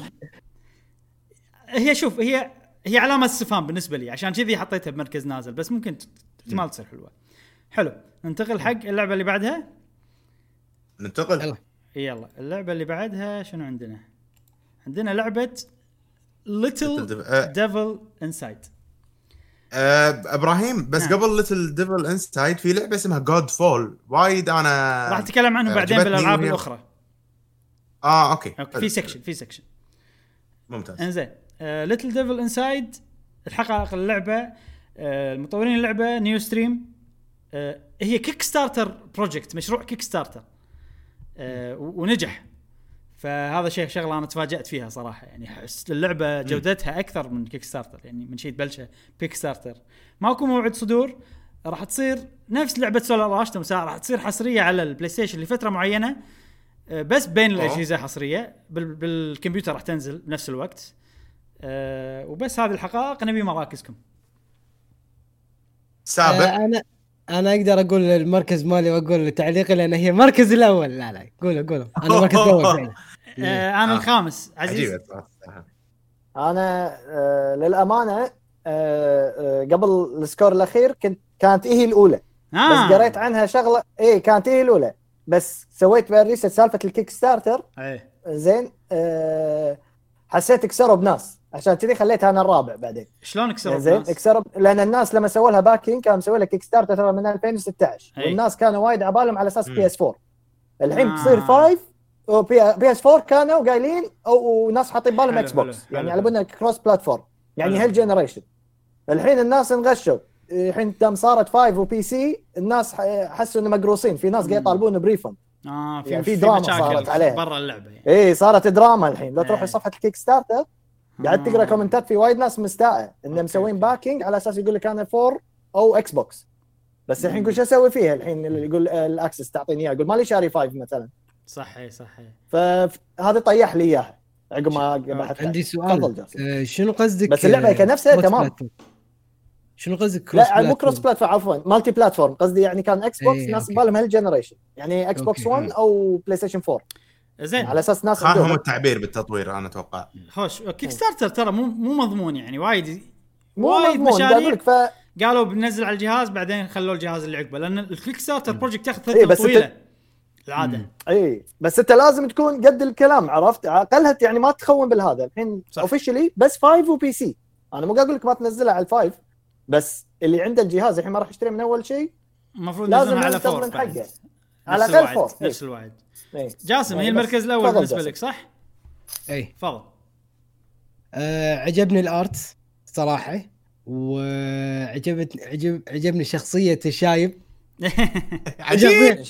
هي شوف هي هي علامه استفهام بالنسبه لي عشان كذي حطيتها بمركز نازل بس ممكن احتمال تصير حلوه. حلو ننتقل حق اللعبه اللي بعدها. ننتقل يلا. يلا اللعبه اللي بعدها شنو عندنا؟ عندنا لعبه Little Devil Inside. أه ابراهيم بس نعم. قبل ليتل ديفل انسايد في لعبه اسمها جود فول وايد انا راح اتكلم عنه آه، بعدين عجبتني بالالعاب وهي- الاخرى. اه اوكي, اوكي في سكشن في سكشن ممتاز. انزين. ليتل ديفل انسايد الحقائق اللعبه آه المطورين اللعبه نيو ستريم. آه هي كيك ستارتر بروجكت مشروع كيك ستارتر آه ونجح. فهذا شيء شغله انا تفاجأت فيها صراحه يعني احس اللعبه جودتها اكثر من كيك ستارتر يعني من شيء تبلشه بيك ستارتر. ماكو موعد صدور راح تصير نفس لعبه سولار راش تمساح راح تصير حصريه على البلاي ستيشن لفتره معينه بس بين الاجهزه حصريه بال بالكمبيوتر راح تنزل بنفس الوقت. أه وبس هذه الحقائق نبي مراكزكم. سابق آه انا انا اقدر اقول المركز مالي واقول تعليقي لان هي المركز الاول. لا لا قولوا قولوا انا المركز الاول فعلا. أه انا آه. الخامس عزيز. عجيبه صراحة. انا آه للامانه آه آه قبل السكور الاخير كنت كانت هي الاولى آه. بس قريت عنها شغله ايه كانت هي الاولى بس سويت بها ريست سالفه الكيك ستارتر ايه زين. أه حسيت كسروا بناس عشان كذي خليتها انا الرابع بعدين. شلون كسروا زين الناس؟ كسروا لان الناس لما سووا لها باكينج كانوا مسوي لها كيك ستارتر ترى من ألفين وستة عشر أي. والناس كانوا وايد عبالهم على اساس مم. بي اس فور. الحين آه. تصير خمسة وبي اس فور كانوا قايلين او وناس حاطين بالهم حلو، اكس بوكس حلو، يعني حلو. على بالنا كروس بلاتفورم يعني حلو. هيل جنريشن. الحين الناس انغشوا الحين دام صارت خمسة وبي سي الناس حسوا انه مقروصين في ناس قاعد يطالبون بريفند. اه في يعني في في دراما مشاكل صارت عليها. برا اللعبه يعني. ايه صارت دراما الحين لو تروح إيه. لصفحه الكيك ستارتر قاعد تقرا آه. كومنتات في وايد ناس مستاءه انهم أوكي، مسوين أوكي. باكينج على اساس يقول لك انا فور او اكس بوكس. بس الحين كل شيء اسوي فيها الحين اللي يقول آه، الاكسس تعطيني اياه يقول مالي شاري خمسة مثلا. صح اي صح اي. فهذا طيح لي اياها عقب ما بحثت. عندي تفضل سؤال جاسم. آه شنو قصدك؟ بس اللعبه كنفسها كروس تمام. بلاتفورم؟ شنو قصدك كروس لا مو كروس بلاتفورم؟ بلاتفورم عفوا مالتي بلاتفورم قصدي يعني كان اكس بوكس إيه، ناس أوكي. بالهم هالجنريشن يعني اكس بوكس أوكي. واحد او بلاي ستيشن فور زين على اساس ناس خانهم عندهم التعبير بالتطوير انا اتوقع. خوش كيك ستارتر ترى مو مو مضمون يعني وايد مو وايد مضمون مشاريع اقول لك ف قالوا بننزل على الجهاز بعدين خلوا الجهاز اللي عقبه لان الكيك ستارتر بروجكت تاخذ إيه، فتره بس طويله العاده. اي بس انت لازم تكون قد الكلام عرفت اقلها يعني ما تخون بالهذا الحين صح. اوفيشلي بس خمسة وبي سي. انا مو قاعد اقول لك ما تنزلها على الفايف بس اللي عنده الجهاز الحين ما راح يشتري من اول شيء المفروض لازم ننزلها على ينتظر فور من بعد. حقه نفس على الاقل الوعد، فور. نفس الوعد. إيه. جاسم هي يعني بس المركز الاول تفضل بالنسبه جاسم. لك صح؟ اي تفضل. آه عجبني الارت صراحه وعجبت عجب عجبني شخصيه الشايب. عجيب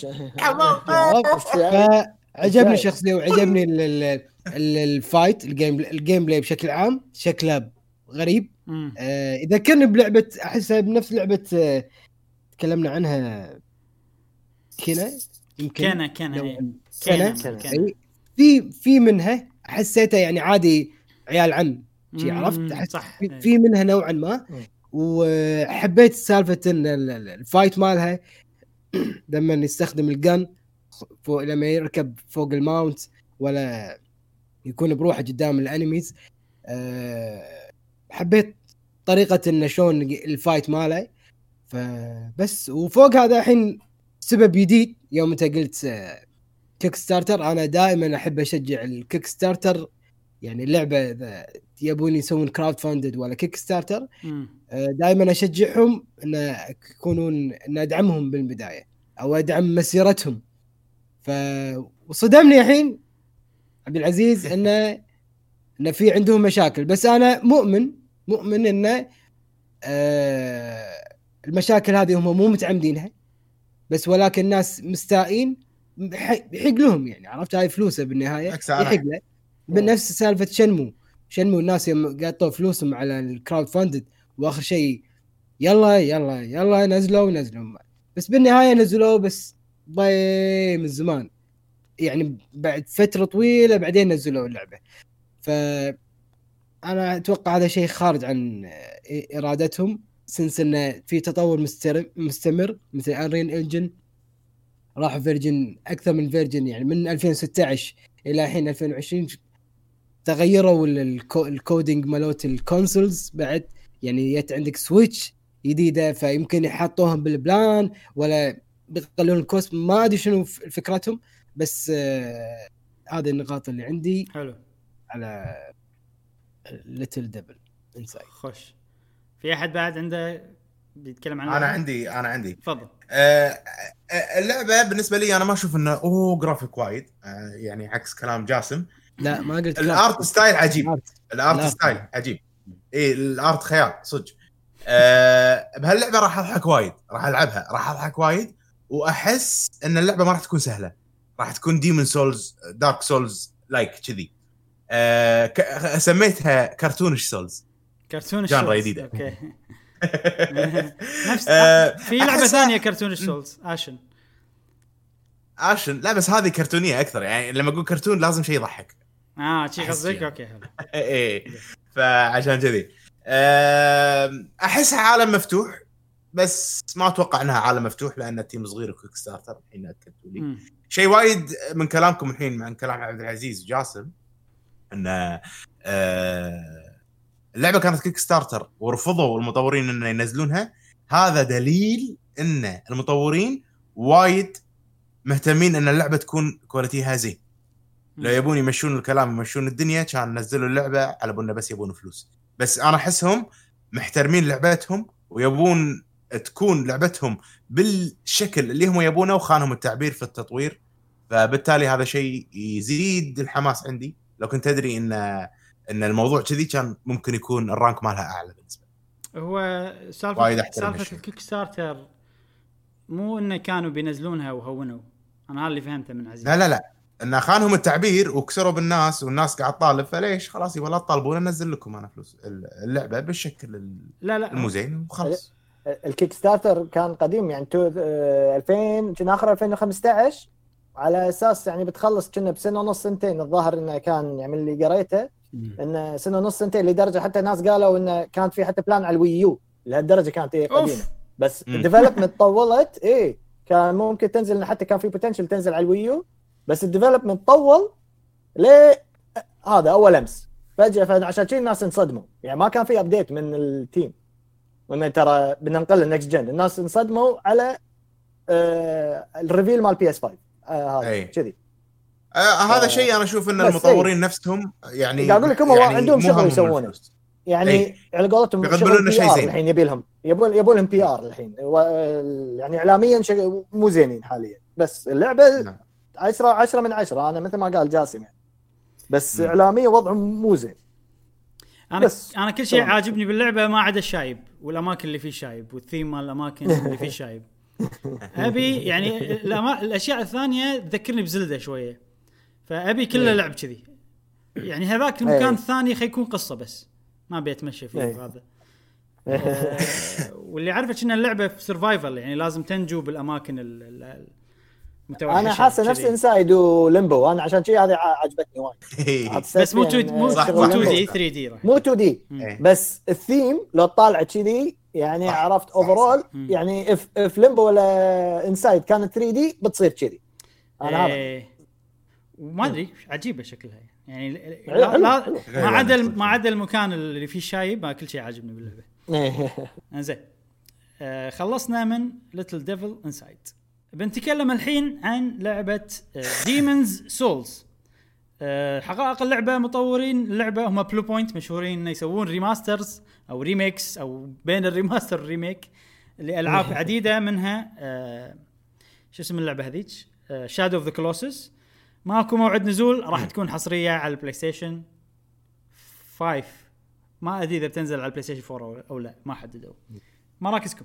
عجبني الشخصيه وعجبني ال- ال- ال- الفايت الجيم الجيم بلاي بشكل عام شكله غريب. مم. آه اذا كان بلعبه احسها بنفس لعبه آه تكلمنا عنها كنا يمكن كنا كنا لو- إيه. كنا كنا كنا. أي. في في منها حسيتها يعني عادي عيال عم شي مم، عرفت أحس صح. في, إيه. في منها نوعا ما. مم. وحبيت سالفه ان ال- ال- الفايت مالها لما يستخدم الجن فوق لما يركب فوق الماونت ولا يكون بروحه قدام الانميز. أه حبيت طريقه انه شلون الفايت ماله. فبس وفوق هذا الحين سبب جديد يوم انت قلت آه، كيك ستارتر انا دائما احب اشجع الكيك ستارتر يعني اللعبه اذا يبون يسوون كراود فاندد ولا كيك ستارتر مم. دائما اشجعهم ان يكونون ان ادعمهم بالبدايه او ادعم مسيرتهم. ف وصدمني الحين عبد العزيز انه ان في عندهم مشاكل بس انا مؤمن مؤمن انه آه المشاكل هذه هم مو متعمدينها بس ولكن الناس مستائين بيحق لهم يعني عرفت هاي فلوسه بالنهايه يحق له بنفس سالفه شنمو شنمو الناس يوم قاطوا فلوسهم على الكراود فاندد واخر شيء يلا يلا يلا نزلوا نزلوا بس بالنهايه نزلوا بس ضي من زمان يعني بعد فتره طويله بعدين نزلوا اللعبه. ف انا اتوقع هذا شيء خارج عن ارادتهم سنس انه في تطور مستمر مثل انرين انجن راحوا فيرجن اكثر من فيرجن، يعني من ألفين وستة عشر الى الحين ألفين وعشرين تغيروا الكو الكودينج مالوت الكونسولز بعد. يعني يت عندك سويتش جديده، فيمكن يحطوهم بالبلان ولا بيقللون الكوست، ما ادري شنو فكرتهم. بس آه هذه النقاط اللي عندي حلو على ليتل ديفل انسايد. خش. في احد بعد عنده بيتكلم عن انا اللعبة؟ عندي انا عندي تفضل. آه، آه، اللعبه بالنسبه لي انا ما اشوف انه اوه جرافيك وايد، آه، يعني عكس كلام جاسم. لا ما قلت الارت ستايل عجيب، الارت الارت الارت. ستايل عجيب. ايه الارت خيال صدق. أه بهاللعبه راح اضحك وايد، راح العبها راح اضحك وايد، واحس ان اللعبه ما راح تكون سهله، راح تكون ديمون سولز دارك سولز لايك كذي. أه ك... سميتها كرتونش سولز، كرتون جانرا الشولز. جديدة. اوكي. نفس أه في لعبه أحسها- ثانيه كرتون الشولز اشن. اشن لا بس هذه كرتونيه اكثر، يعني لما اقول كرتون لازم شيء يضحك. اه شي أحس قصدك. فيها. اوكي حلو. ايه فعشان كذي أه احسها عالم مفتوح، بس ما اتوقع انها عالم مفتوح لان التيم صغير وكيك ستارتر. الحين اكدتوا لي مم. شيء وايد من كلامكم الحين مع كلام عبد العزيز وجاسم ان أه اللعبه كانت كيك ستارتر ورفضوا المطورين ان ينزلونها. هذا دليل ان المطورين وايد مهتمين ان اللعبه تكون كواليتيها زين. لو يبون يمشون الكلام يمشون الدنيا كان نزلوا اللعبه على بنا بس يبون فلوس. بس انا احسهم محترمين لعبتهم ويبون تكون لعبتهم بالشكل اللي هم يبونه، وخانهم التعبير في التطوير. فبالتالي هذا شيء يزيد الحماس عندي. لو كنت ادري ان ان الموضوع كذي كان ممكن يكون الرانك مالها اعلى بالنسبه لي. هو وايد سالفه أحترم سالفه هالشيء. الكيك ستارتر مو انه كانوا بينزلونها وهونوا. انا هذا اللي فهمته من عزيز. لا لا لا ان خانهم التعبير وكسروا بالناس والناس قاعد طالب، فليش خلاص يبغى لا تطالبون انزل لكم انا فلوس اللعبه بالشكل لا لا المزين وخلاص. الكيك ستارتر كان قديم يعني تو آه، ألفين كان اخر ألفين وخمسة عشر، على اساس يعني بتخلص كنا بسنه ونص سنتين. الظاهر انه كان يعني اللي قريته انه سنه ونص سنتين، لدرجه حتى ناس قالوا انه كانت في حتى بلان على الويو لهالدرجه كانت إيه قديمه. أوف. بس مم. الديفلوبمنت طولت. ايه كان ممكن تنزل، حتى كان في بوتنشل تنزل على الويو، بس الديفلوبمنت طول ليه هذا اول امس فجاه. فعشان كذي الناس انصدموا، يعني ما كان في ابديت من التيم وانه ترى بننقل النكست جن. الناس انصدموا على آه الريفيل مال بي اس خمسة آه هذا أي. كذي. آه هذا شيء انا اشوف ان بس المطورين إيه. نفسهم يعني قاعد اقول لك هم يعني عندهم مو شغل همهم يسوونه. الفلوس. يعني أي. على قولتهم بيقدمون شغل لنا بي شيء ار زين. الحين يبي لهم يبون يبون لهم بي ار الحين و... يعني اعلاميا شغل مو زينين حاليا. بس اللعبه نعم. عشرة عشرة من عشرة انا مثل ما قال جاسم يعني. بس م. اعلاميا وضعهم مو زين. انا بس. انا كل شيء تمام. عاجبني باللعبه ما عدا الشايب والاماكن اللي فيه شايب والثيم مال الاماكن اللي فيه شايب. ابي يعني الأما... الاشياء الثانيه تذكرني بزلده شويه، فابي كله لعب كذي. يعني هذاك المكان أي. الثاني خيكون قصه بس ما بيتمشى فيه أي. هذا. آه، واللي عارفه ان اللعبه في سرفايفل، يعني لازم تنجو بالاماكن ال- ال- المتوحشه. انا حاسه نفس كذي. انسايد وليمبو. انا عشان شيء هذه عجبتني وايد. بس مو تو يعني مو صح، مو صح. تو دي ليمبو. ثري دي راح. مو تو دي إيه. بس الثيم لو طالع كذي يعني صح، عرفت صح، اوفرول. صح. يعني اف اف ليمبو ولا انسايد كانت ثري دي بتصير كذي. انا هذا إيه. وما ادري عجيبه شكلها يعني. حلو، لا, حلو، لا حلو. ما عدا ما عدا المكان اللي فيه شايب، ما كل شيء عاجبني باللعبه. زين آه خلصنا من ليتل ديفل انسايد. بنتكلم الحين عن لعبه ديمونز سولز. آه حقائق اللعبه مطورين اللعبه هم بلو بوينت، مشهورين انه يسوون ريماسترز او ريميكس او بين الريماستر والريميك لالعاب عديده منها آه شو اسم اللعبه هذيك شادو اوف ذا كولوسس. ماكو موعد نزول، راح تكون حصريه على البلاي ستيشن خمسة. ما ادري اذا بتنزل على البلاي ستيشن فور او لا، ما حددوا. مراكزكم؟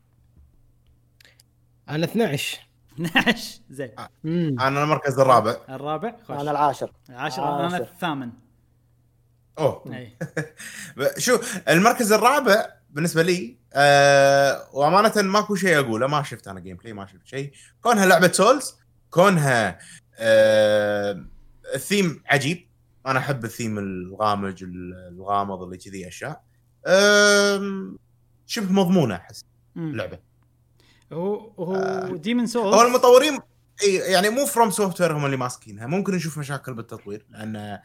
انا اثنا عشر. اثنا عشر. زين. انا المركز الرابع. الرابع. خوش. انا العاشر. العاشر. انا عاشر. الثامن. اوه اي شو المركز الرابع بالنسبه لي. أه وامانه ماكو شيء اقوله، ما شفت انا جيم بلاي، ما شفت شيء. كونها لعبه سولز، كونها أه الثيم عجيب. انا احب الثيم الغامج الغامض اللي كذي اشياء أه شبه مضمونه احس اللعبه. هو هو ديمن سولز. هو المطورين اي يعني مو فروم سوفت وير هم اللي ماسكينها، ممكن نشوف مشاكل بالتطوير لان آه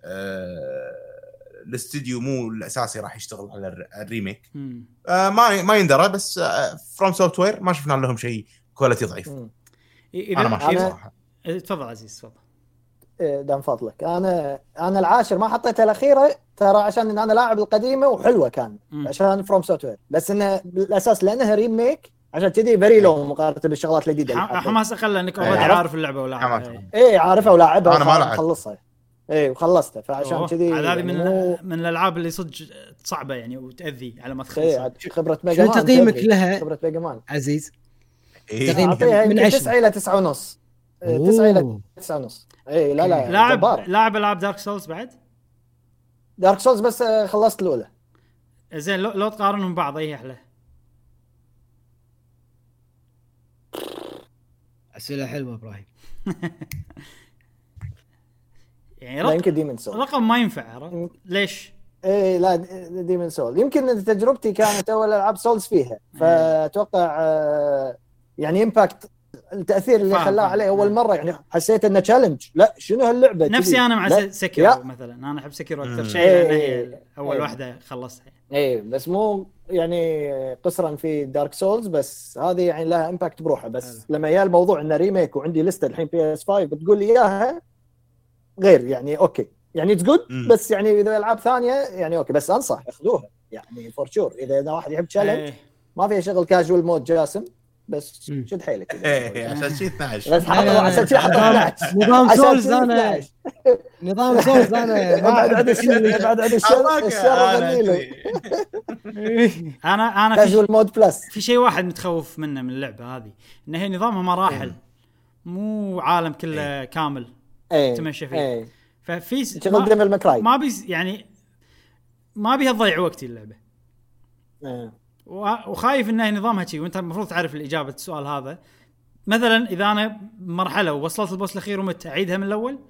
الاستديو مو الاساسي راح يشتغل على الر- الريميك. آه ما ما يندرى، بس فروم سوفت وير ما شفنا لهم شيء كواليتي ضعيف. مم. اذا انا ما شفت أنا- صراحه. تفضل عزيز تفضل. إيه، دام فضلك، انا انا العاشر ما حطيتها الاخيره ترى عشان ان انا لاعب القديمه وحلوه كان مم. عشان فروم سوفت وير، بس انه بالاساس لانها ريميك عشان كذي فيري لو مقارنه بالشغلات الجديده اللي ح- حطيتها. حماس اقل انك إيه، اوريدي عرفت. عارف اللعبه ولا حماس. إيه. ايه عارفها ولاعبها أنا ما لعبت. وخلصها. ايه وخلصتها فعشان أوه، كذي عاد هذه يعني من مو من الالعاب اللي صدق صعبه يعني وتاذي على ما ايه تخلصها. عاد خبره ميجا شنو مان تقييمك تدري. لها خبره ميجا مان عزيز؟ إيه. تقييم اعطيها من يمكن عشرة. تسعة الى تسعة ونص. إيه، تسعة الى تسعة ونص. ايه لا لا لاعب جبارة. لاعب العاب دارك سولز بعد دارك سولز بس آه، خلصت الاولى. زين. لو, لو تقارنهم بعض اي احلى؟ اسئله حلوه ابراهيم. يعني لا رق... يمكن ديمن سول. رقم ما ينفع. عرفت ليش؟ ايه لا ديمن سول يمكن تجربتي كانت اول العاب سولز فيها، فاتوقع آه، يعني امباكت التاثير اللي فاهم، خلاه فاهم. عليه اول مره يعني حسيت انه تشالنج. لا شنو هاللعبه نفسي كذي؟ انا مع لا. سكيرو يا. مثلا. انا احب سكيرو اكثر مم. شيء لان إيه. هي اول إيه. واحده خلصتها. ايه بس مو يعني قصرا في دارك سولز، بس هذه يعني لها امباكت بروحها. بس حلو. لما جاء الموضوع انه ريميك وعندي لسته الحين بي اس خمسة بتقول لي اياها غير يعني اوكي يعني اتس جود، مم. بس يعني اذا العاب ثانيه يعني اوكي، بس انصح اخذوها يعني فور شور. اذا اذا واحد يحب تشالنج إيه. ما فيها شغل كاجوال مود جاسم، بس مم. شد حيلك. ايه عشان شيء اثناشر. بس حطوا عشان شي حطوا نظام- اثنا عشر. نظام عشان سولز شي انا اثنا عشر. نظام سولز انا ما ابعد أحب عن الشر، ابعد عن الشر، الشر ظنيله. انا انا كاجوال في, مود بلس. في شيء واحد متخوف منه من اللعبه هذه، ان هي نظامها مراحل، مو عالم كله كامل ايه تمشي فيه. ايه ففي شغل ديفل ماكراي. ما بي يعني ما بيها تضيع وقتي اللعبه. إيه. وخايف انه نظامها شيء وانت المفروض تعرف الاجابه السؤال هذا. مثلا اذا انا مرحله ووصلت البوس الاخير ومت اعيدها من الاول.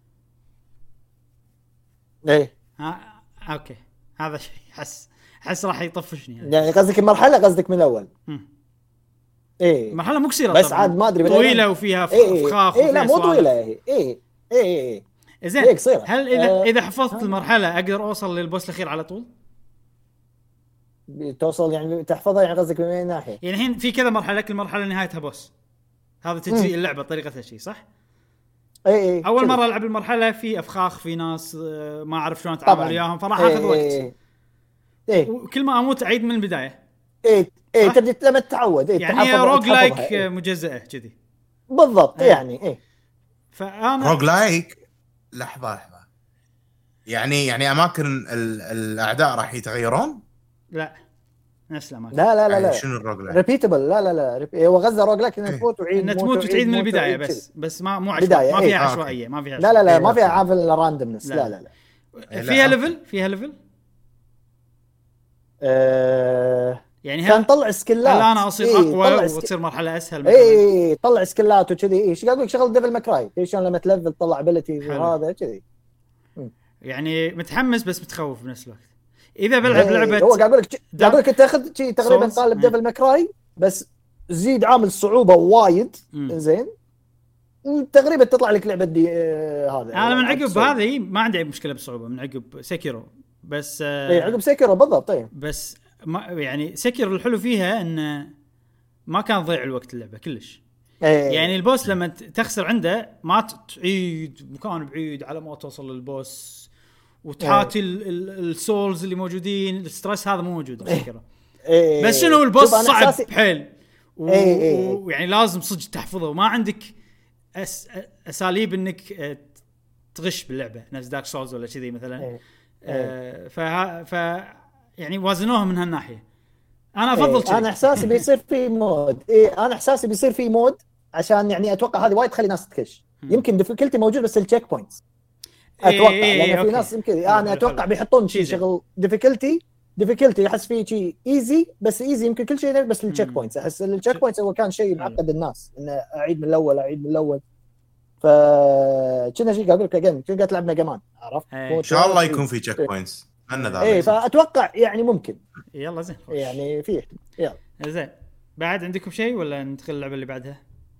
ايه ها اوكي هذا شيء حس حس راح يطفشني يعني. يعني قصدك المرحله قصدك من الاول. مم. ايه مرحله مو قصيره بس طبعاً. عاد ما ادري طويله وفيها ايه فخاخ ايه لا وفيها مو سوالف. طويله ايه ايه ايه ايه زين هيك قصيرة. هل اذا آه. اذا حفظت آه. المرحله اقدر اوصل للبوس الاخير على طول؟ توصل يعني تحفظها يعني قصدك من اي ناحيه؟ يعني الحين في كذا مرحله، كل مرحله نهايتها بوس. هذا تجزئ اللعبه طريقتها شيء صح؟ اي اي اول كذا. مره العب المرحله في افخاخ، في ناس آه، ما اعرف شلون اتعامل طبعاً. وياهم، فراح إيه اخذ وقت. ايه ايه وكل ما اموت اعيد من البدايه. ايه ايه صح؟ تبدي لما تتعود ايه يعني هي تحفظ- روج لايك تحفظها، إيه. مجزئه كذي. بالضبط إيه. يعني ايه فانا روج لايك. لحظه لحظه يعني يعني اماكن ال- الاعداء راح يتغيرون. لا نفس الاماكن. لا لا لا يعني لا شنو الروج لايك؟ ريبيتبل. لا لا لا ريب- هو غزه روج لايك انك إيه. تموت وعيد ان تموت وتعيد من موت البدايه وعيد بس كذي. بس ما مو عشوائي، بداية، ما إيه. فيها آه، عشوائيه، ما فيها لا لا لا عشوائية. ما فيها أوكي. عامل راندمنس. لا. لا لا لا لا، فيها أوكي. ليفل فيها ليفل آه، يعني كان هل طلع سكيلات. هل انا اصير إيه، اقوى طلع سك- وتصير مرحله اسهل مثلا؟ اي طلع سكيلات وكذي. اي ايش اقول لك شغل ديفل ماكراي شلون لما تلفل طلع ابيلتيز حلو. وهذا كذي. يعني متحمس بس متخوف بنفس الوقت. اذا بلعب إيه، لعبه هو قاعد اقول لك قاعد اقول لك تاخذ شيء تقريبا Souls. قالب إيه. ديفل ماكراي بس زيد عامل صعوبه وايد. مم. زين تقريبا تطلع لك لعبه دي آه هذا انا من عقب Souls. هذه ما عندي مشكله بالصعوبه، من عقب سكيرو بس آه اي عقب سيكرو بالضبط. طيب بس ما يعني سكيرو الحلو فيها انه ما كان ضيع الوقت اللعبه كلش. يعني البوس لما ت- تخسر عنده ما ت- تعيد مكان بعيد على ما توصل للبوس وتحاتي ال- ال- السولز اللي موجودين. الستريس هذا مو موجود بسكيرو. إيه. بس شنو البوس شوف أنا صعب إحساسي- بحيل و- إيه إيه. ويعني لازم صدق تحفظه وما عندك أس... اساليب انك آه، تغش باللعبه نفس دارك سولز ولا كذي مثلا. إيه. آه، ف ف يعني وازنوها من هالناحيه. انا افضل إيه. كذي. انا احساسي بيصير في مود. إيه انا احساسي بيصير في مود عشان يعني اتوقع هذه وايد تخلي ناس تكش. يمكن ديفيكولتي موجود بس التشيك بوينتس اتوقع إيه إيه لان في أوكي. ناس يمكن حلو، انا حلو، اتوقع حلو. بيحطون شيء شيء شغل ديفيكولتي ديفيكولتي احس فيه شيء ايزي بس ايزي يمكن كل شيء بس التشيك مم. بوينتس. احس التشيك بوينتس هو كان شيء حلو. معقد الناس انه اعيد من الاول اعيد من الاول. ف كنا شيء قاعد اقول لك اجين كنت قاعد تلعب ميجا مان عرفت. إيه. ان شاء الله يكون في تشيك بوينتس. اتمنى ذلك. ايه فاتوقع يعني ممكن يلا زين. يعني فيه يلا زين بعد عندكم شيء ولا ندخل اللعبه اللي بعدها؟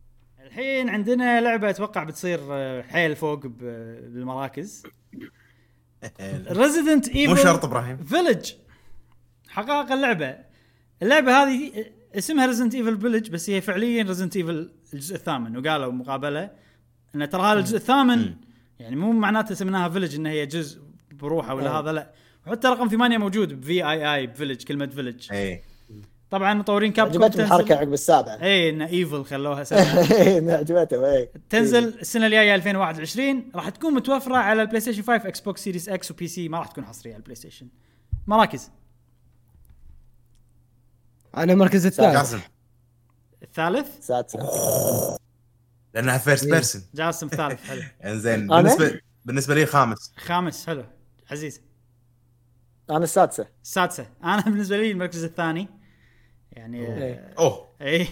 الحين عندنا لعبه اتوقع بتصير حيل فوق بالمراكز. ريزيدنت ايفل مو شرط ابراهيم فيلج. حقائق اللعبه اللعبه هذه اسمها ريزيدنت ايفل فيلج، بس هي فعليا ريزيدنت ايفل الجزء الثامن، وقالوا مقابله ان ترى هذا الجزء الثامن يعني مو معناته سميناها فيلج ان هي جزء بروحه ولا هذا، لا. وحتى رقم ثمانية موجود بفي اي اي بفيلج، كلمه فيلج. اي طبعا مطورين كابكوم عجبتهم الحركه عقب السابعه. اي ان ايفل خلوها سبعه. اي عجبتهم. اي تنزل السنه الجايه ألفين وواحد وعشرين، راح تكون متوفره على البلاي ستيشن خمسة، اكس بوكس سيريس اكس وبي سي، ما راح تكون حصريه على البلاي ستيشن. مراكز انا مركز الثالث. جاسم الثالث سادسه لانها فيرست بيرسون. جاسم ثالث. حلو. انزين بالنسبه بالنسبه لي خامس. خامس حلو. عزيز انا السادسه. السادسه. انا بالنسبه لي المركز الثاني يعني. اوه اي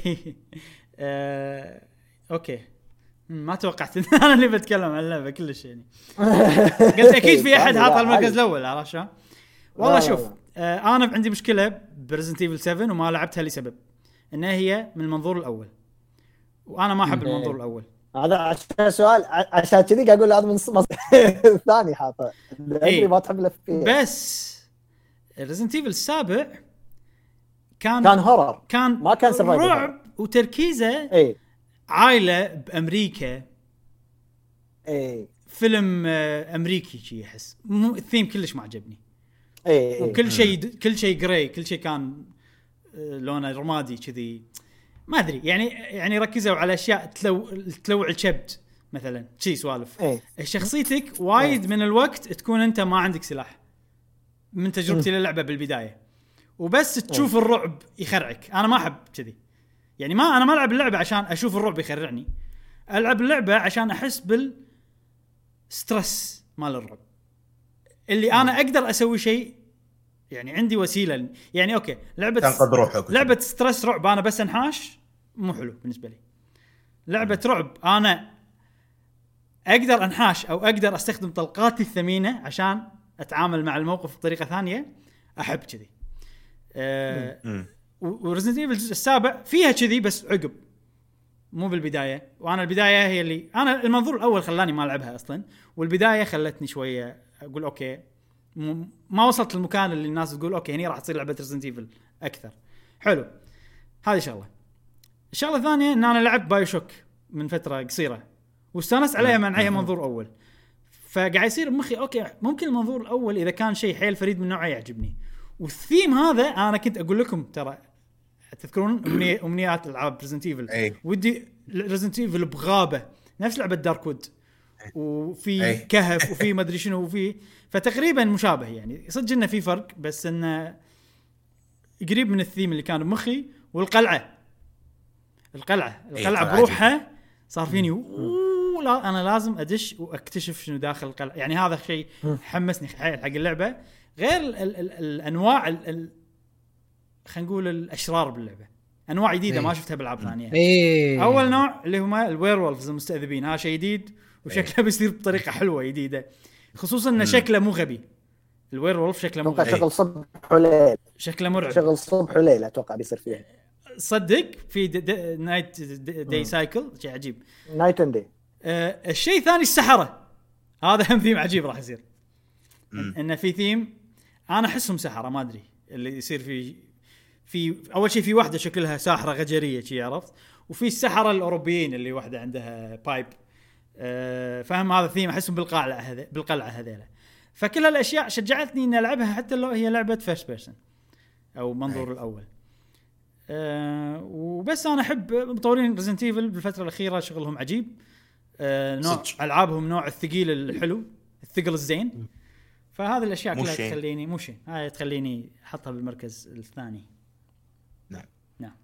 آه، اوكي ما توقعت ان انا اللي بتكلم عن اللعبه كلش يعني. قلت اكيد في احد حاط المركز الاول، عرفت شلون؟ والله شوف آه انا عندي مشكله بريزنت ايفل سبعة وما لعبتها لسبب ان هي من المنظور الاول، وانا ما احب المنظور الاول. هذا عشان سؤال عشان كذي اقول هذا من الثاني حاطه ادري ما تحب لف فيه. بس ريزنت ايفل السابع كان كان هورر، كان ما كان سرفايفل، رعب وتركيزه اي عائله بامريكا. اي فيلم امريكي شيء احس الثيم كلش ما عجبني. اي وكل شيء كل شيء جراي، كل شيء كان لونه رمادي كذي، ما ادري يعني. يعني ركزوا على اشياء تلو تلوع الكبد مثلا، شيء سوالف. اي شخصيتك وايد من الوقت تكون انت ما عندك سلاح من تجربتي للعبه بالبدايه، وبس تشوف الرعب يخرعك. انا ما احب كذي يعني. ما انا ما العب اللعبه عشان اشوف الرعب يخرعني، العب اللعبه عشان احس بالسترس مال الرعب، اللي انا اقدر اسوي شيء يعني. عندي وسيله يعني. اوكي لعبه تنقذ روحك، لعبه سترس رعب انا بس انحاش، مو حلو بالنسبه لي. لعبه رعب انا اقدر انحاش او اقدر استخدم طلقاتي الثمينه عشان اتعامل مع الموقف بطريقه ثانيه، احب كذي. أه وريزنت ايفل الجزء السابع فيها كذي بس عقب، مو بالبدايه. وانا البدايه هي اللي انا المنظور الاول خلاني ما العبها اصلا، والبدايه خلتني شويه اقول اوكي ما وصلت للمكان اللي الناس تقول اوكي هني راح تصير لعبه ريزنت ايفل اكثر. حلو، هذه شغله. الشغله الثانيه ان انا لعبت بايو شوك من فتره قصيره واستانست عليها مع اي منظور اول، فقاعد يصير بمخي اوكي ممكن المنظور الاول اذا كان شيء حيل فريد من نوعه يعجبني. والثيم هذا انا كنت اقول لكم ترى تذكرون أمني... امنيات العاب ريزنت ايفل، ودي ريزنت ايفل بغابه نفس لعبه دارك وود، وفي أي. كهف وفي ما ادري شنو وفي، فتقريبا مشابه يعني. صدق انه في فرق بس انه قريب من الثيم اللي كان بمخي. والقلعه القلعه القلعه بروحها صار فيني لا انا لازم ادش واكتشف شنو داخل القلعه يعني. هذا شيء حمسني حيل حق اللعبه، غير ال ال ال الانواع ال ال خلينا نقول الاشرار باللعبه، انواع جديده ما شفتها بالعاب ثانيه. إيه. اول نوع اللي هما الويرولفز المستذئبين، هذا شيء جديد وشكله بيصير بطريقه حلوه جديده، خصوصا ان شكله مو غبي. الويرولف شكله مو غبي، شغل صبح وليل، شكله مرعب. شغل صبح وليل اتوقع بيصير فيها. صدق في دي دي نايت دي, دي سايكل شيء عجيب. نايت اند دي. آه الشيء الثاني السحره، هذا هم ثيم عجيب راح يصير. انه في ثيم انا احسهم سحره ما ادري اللي يصير في في اول شيء في واحده شكلها ساحره غجريه شي عرفت، وفي السحره الاوروبيين اللي واحده عندها بايب. أه فهم هذا الثيم احسهم بالقلعه هذه بالقلعه هذيله. فكل هالاشياء شجعتني اني العبها حتى لو هي لعبه فيرست بيرسون او منظور أي. الاول. أه وبس انا احب مطورين ريزنت ايفل بالفتره الاخيره شغلهم عجيب. أه نوع العابهم نوع الثقيل الحلو، الثقل الزين. فهذه الاشياء كلها تخليني مو شيء هاي تخليني احطها بالمركز الثاني. نعم نعم.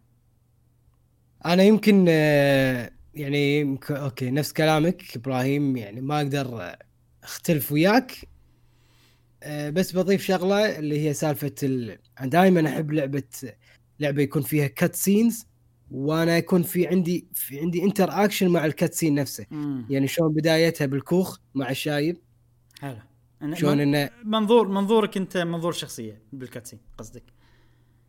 انا يمكن يعني يمكن اوكي نفس كلامك ابراهيم، يعني ما اقدر اختلف وياك، بس بضيف شغله اللي هي سالفه ال... دائما احب لعبه لعبه يكون فيها كات سينز، وانا يكون في عندي في عندي انتر اكشن مع الكات سين نفسه. مم. يعني شلون بدايتها بالكوخ مع الشايب، هلا شلون انه منظور منظورك انت منظور شخصيه بالكاتسين قصدك.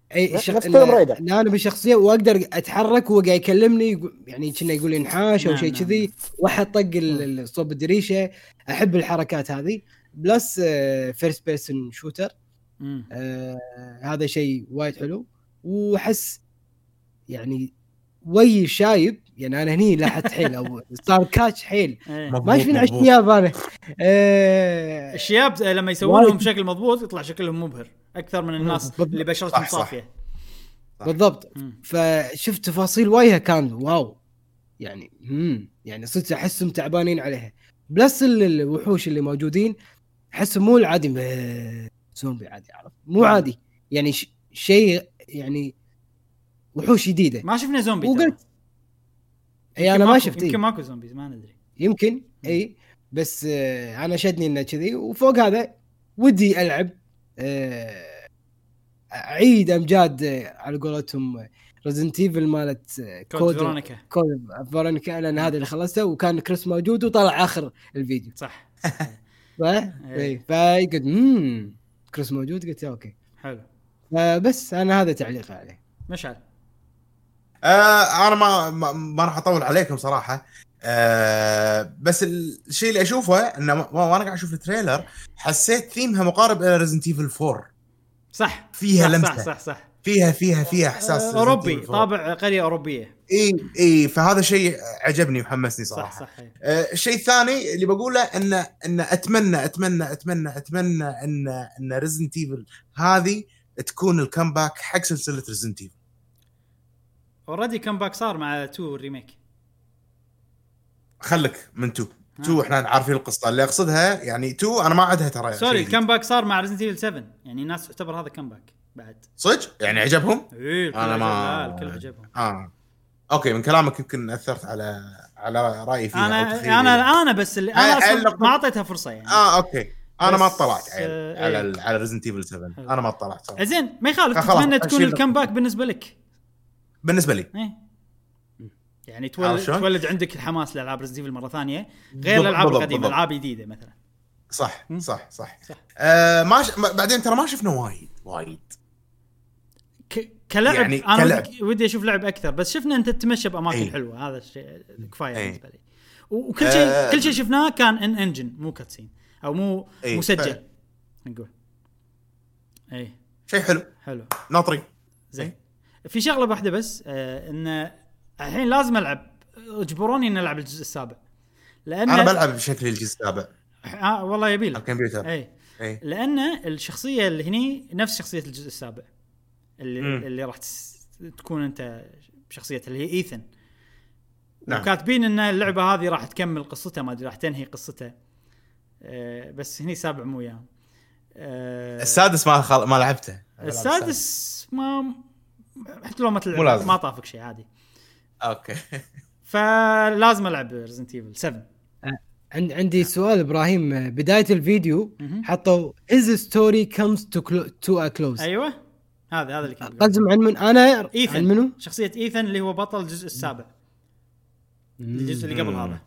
اي نفس الشخ... توم رايدر. ان انا بشخصيه واقدر اتحرك وهو قاعد يكلمني يقول- يعني كنا يقول انحاش او نعم، شيء نعم. كذي واحد طق ال- صوب الدريشه. احب الحركات هذه بلس فيرست بيرسون شوتر. مم. آه هذا شيء وايد حلو واحس يعني وي شايب يعني انا هني لاحظت حيل او صار كاتش حيل إيه. ما ايش فينا اشياب انا آه الشياب لما يسوونهم وايد. بشكل مضبوط يطلع شكلهم مبهر اكثر من الناس بالضبط. اللي بشرتهم صح، صح. صافيه. بالضبط. مم. فشفت تفاصيل وايها كان واو يعني امم يعني صدق احسهم تعبانين عليها بلس ال- الوحوش اللي موجودين احسهم مو العادي آه، زومبي عادي عرفت مو عادي يعني ش- شيء يعني وحوش جديده. ما شفنا زومبي ترى. وقلت اي يمكن انا ما ماكو- شفت يمكن إيه. ماكو زومبيز ما ندري. يمكن اي بس آه، انا شدني انه كذي وفوق هذا ودي العب آه، اعيد امجاد آه، على قولتهم ريزنت ايفل مالت آه، كود كود فيرونيكا. كود فيرونيكا لان هذا اللي خلصته وكان كريس موجود وطلع اخر الفيديو صح. ف اي فقلت امم كريس موجود قلت اوكي حلو. فبس انا هذا تعليقي عليه. مشعل. آه انا ما ما, ما راح اطول عليكم صراحه. آه بس الشيء اللي اشوفه انه ما- وانا قاعد اشوف التريلر حسيت ثيمها مقارب الى ريزنت ايفل فور. صح فيها صح لمسة. صح صح, صح. فيها فيها فيها احساس آه، Resident اوروبي Evil four. طابع قريه اوروبيه. اي اي فهذا شيء عجبني وحمسني صراحه. صح صح. آه، الشيء الثاني اللي بقوله ان ان اتمنى اتمنى اتمنى اتمنى ان ان ريزنت ايفل هذه تكون الكمباك حق سلسله ريزنت ايفل. اوريدي كم باك صار مع تو الريميك. خلك من تو تو احنا عارفين القصه اللي اقصدها يعني تو انا ما عدها ترى. سوري شيء الكم باك صار مع ريزنت ايفل سبعة يعني الناس تعتبر هذا كم باك بعد. صدق يعني عجبهم. ايه أنا ما- الكل عجبهم. اه اوكي من كلامك يمكن اثرت على على رايي فيها أو انا تخيلي. انا انا بس اللي انا هاي- هاي اصلا اللقطة. ما اعطيتها فرصه يعني. اه اوكي انا ما بس، اطلعت عيل آه، على إيه. ال- على ريزنت ايفل سبعة. انا ما اطلعت صراحة. زين ما يخالف آه، خلاص، تتمنى تكون أشيل الكم باك بالنسبه لك. بالنسبه لي ايه يعني عرفت تولد شلون؟ تولد عندك الحماس لالعاب ريزنت ايفل مره ثانيه غير بالضبط، الالعاب بالضبط، القديمه بالضبط. العاب جديده مثلا. صح مم. صح صح, صح. آه ما ش... ما- بعدين ترى ما شفنا وايد وايد ك... كلعب يعني يعني انا كلعب. ودي, ودي اشوف لعب اكثر بس شفنا انت تتمشى باماكن أي. حلوه هذا الشيء كفايه أي. بالنسبه لي. و- وكل شيء آه. كل شيء شفناه كان ان انجن مو كاتسين او مو أي. مسجل ف- نقول. اي شيء حلو حلو ناطري. زين. في شغله واحده بس آه ان الحين لازم العب اجبروني ان العب الجزء السابع لان انا بلعب بشكل الجزء السابع آه والله يبي على لك. الكمبيوتر. اي اي لان الشخصيه اللي هني نفس شخصيه الجزء السابع اللي مم. اللي راح تس... تكون انت بشخصيه اللي هي ايثن. نعم. وكاتبين ان اللعبه هذه راح تكمل قصتها ما ادري راح تنهي قصتها. أه بس هني سابع مو وياه. أه السادس ما خل... ما لعبته. السادس ما حتى لو ما مو تلعب لازم. ما طافك شيء عادي. اوكي فلازم العب ريزنت ايفل سبعة. عند عندي سؤال ابراهيم بدايه الفيديو مهم. حطوا his story comes to clo- to a close. ايوه هذا هذا اللي كان قسم عن من انا عن ايثن منو شخصيه ايثن اللي هو بطل الجزء السابع الجزء اللي قبل هذا.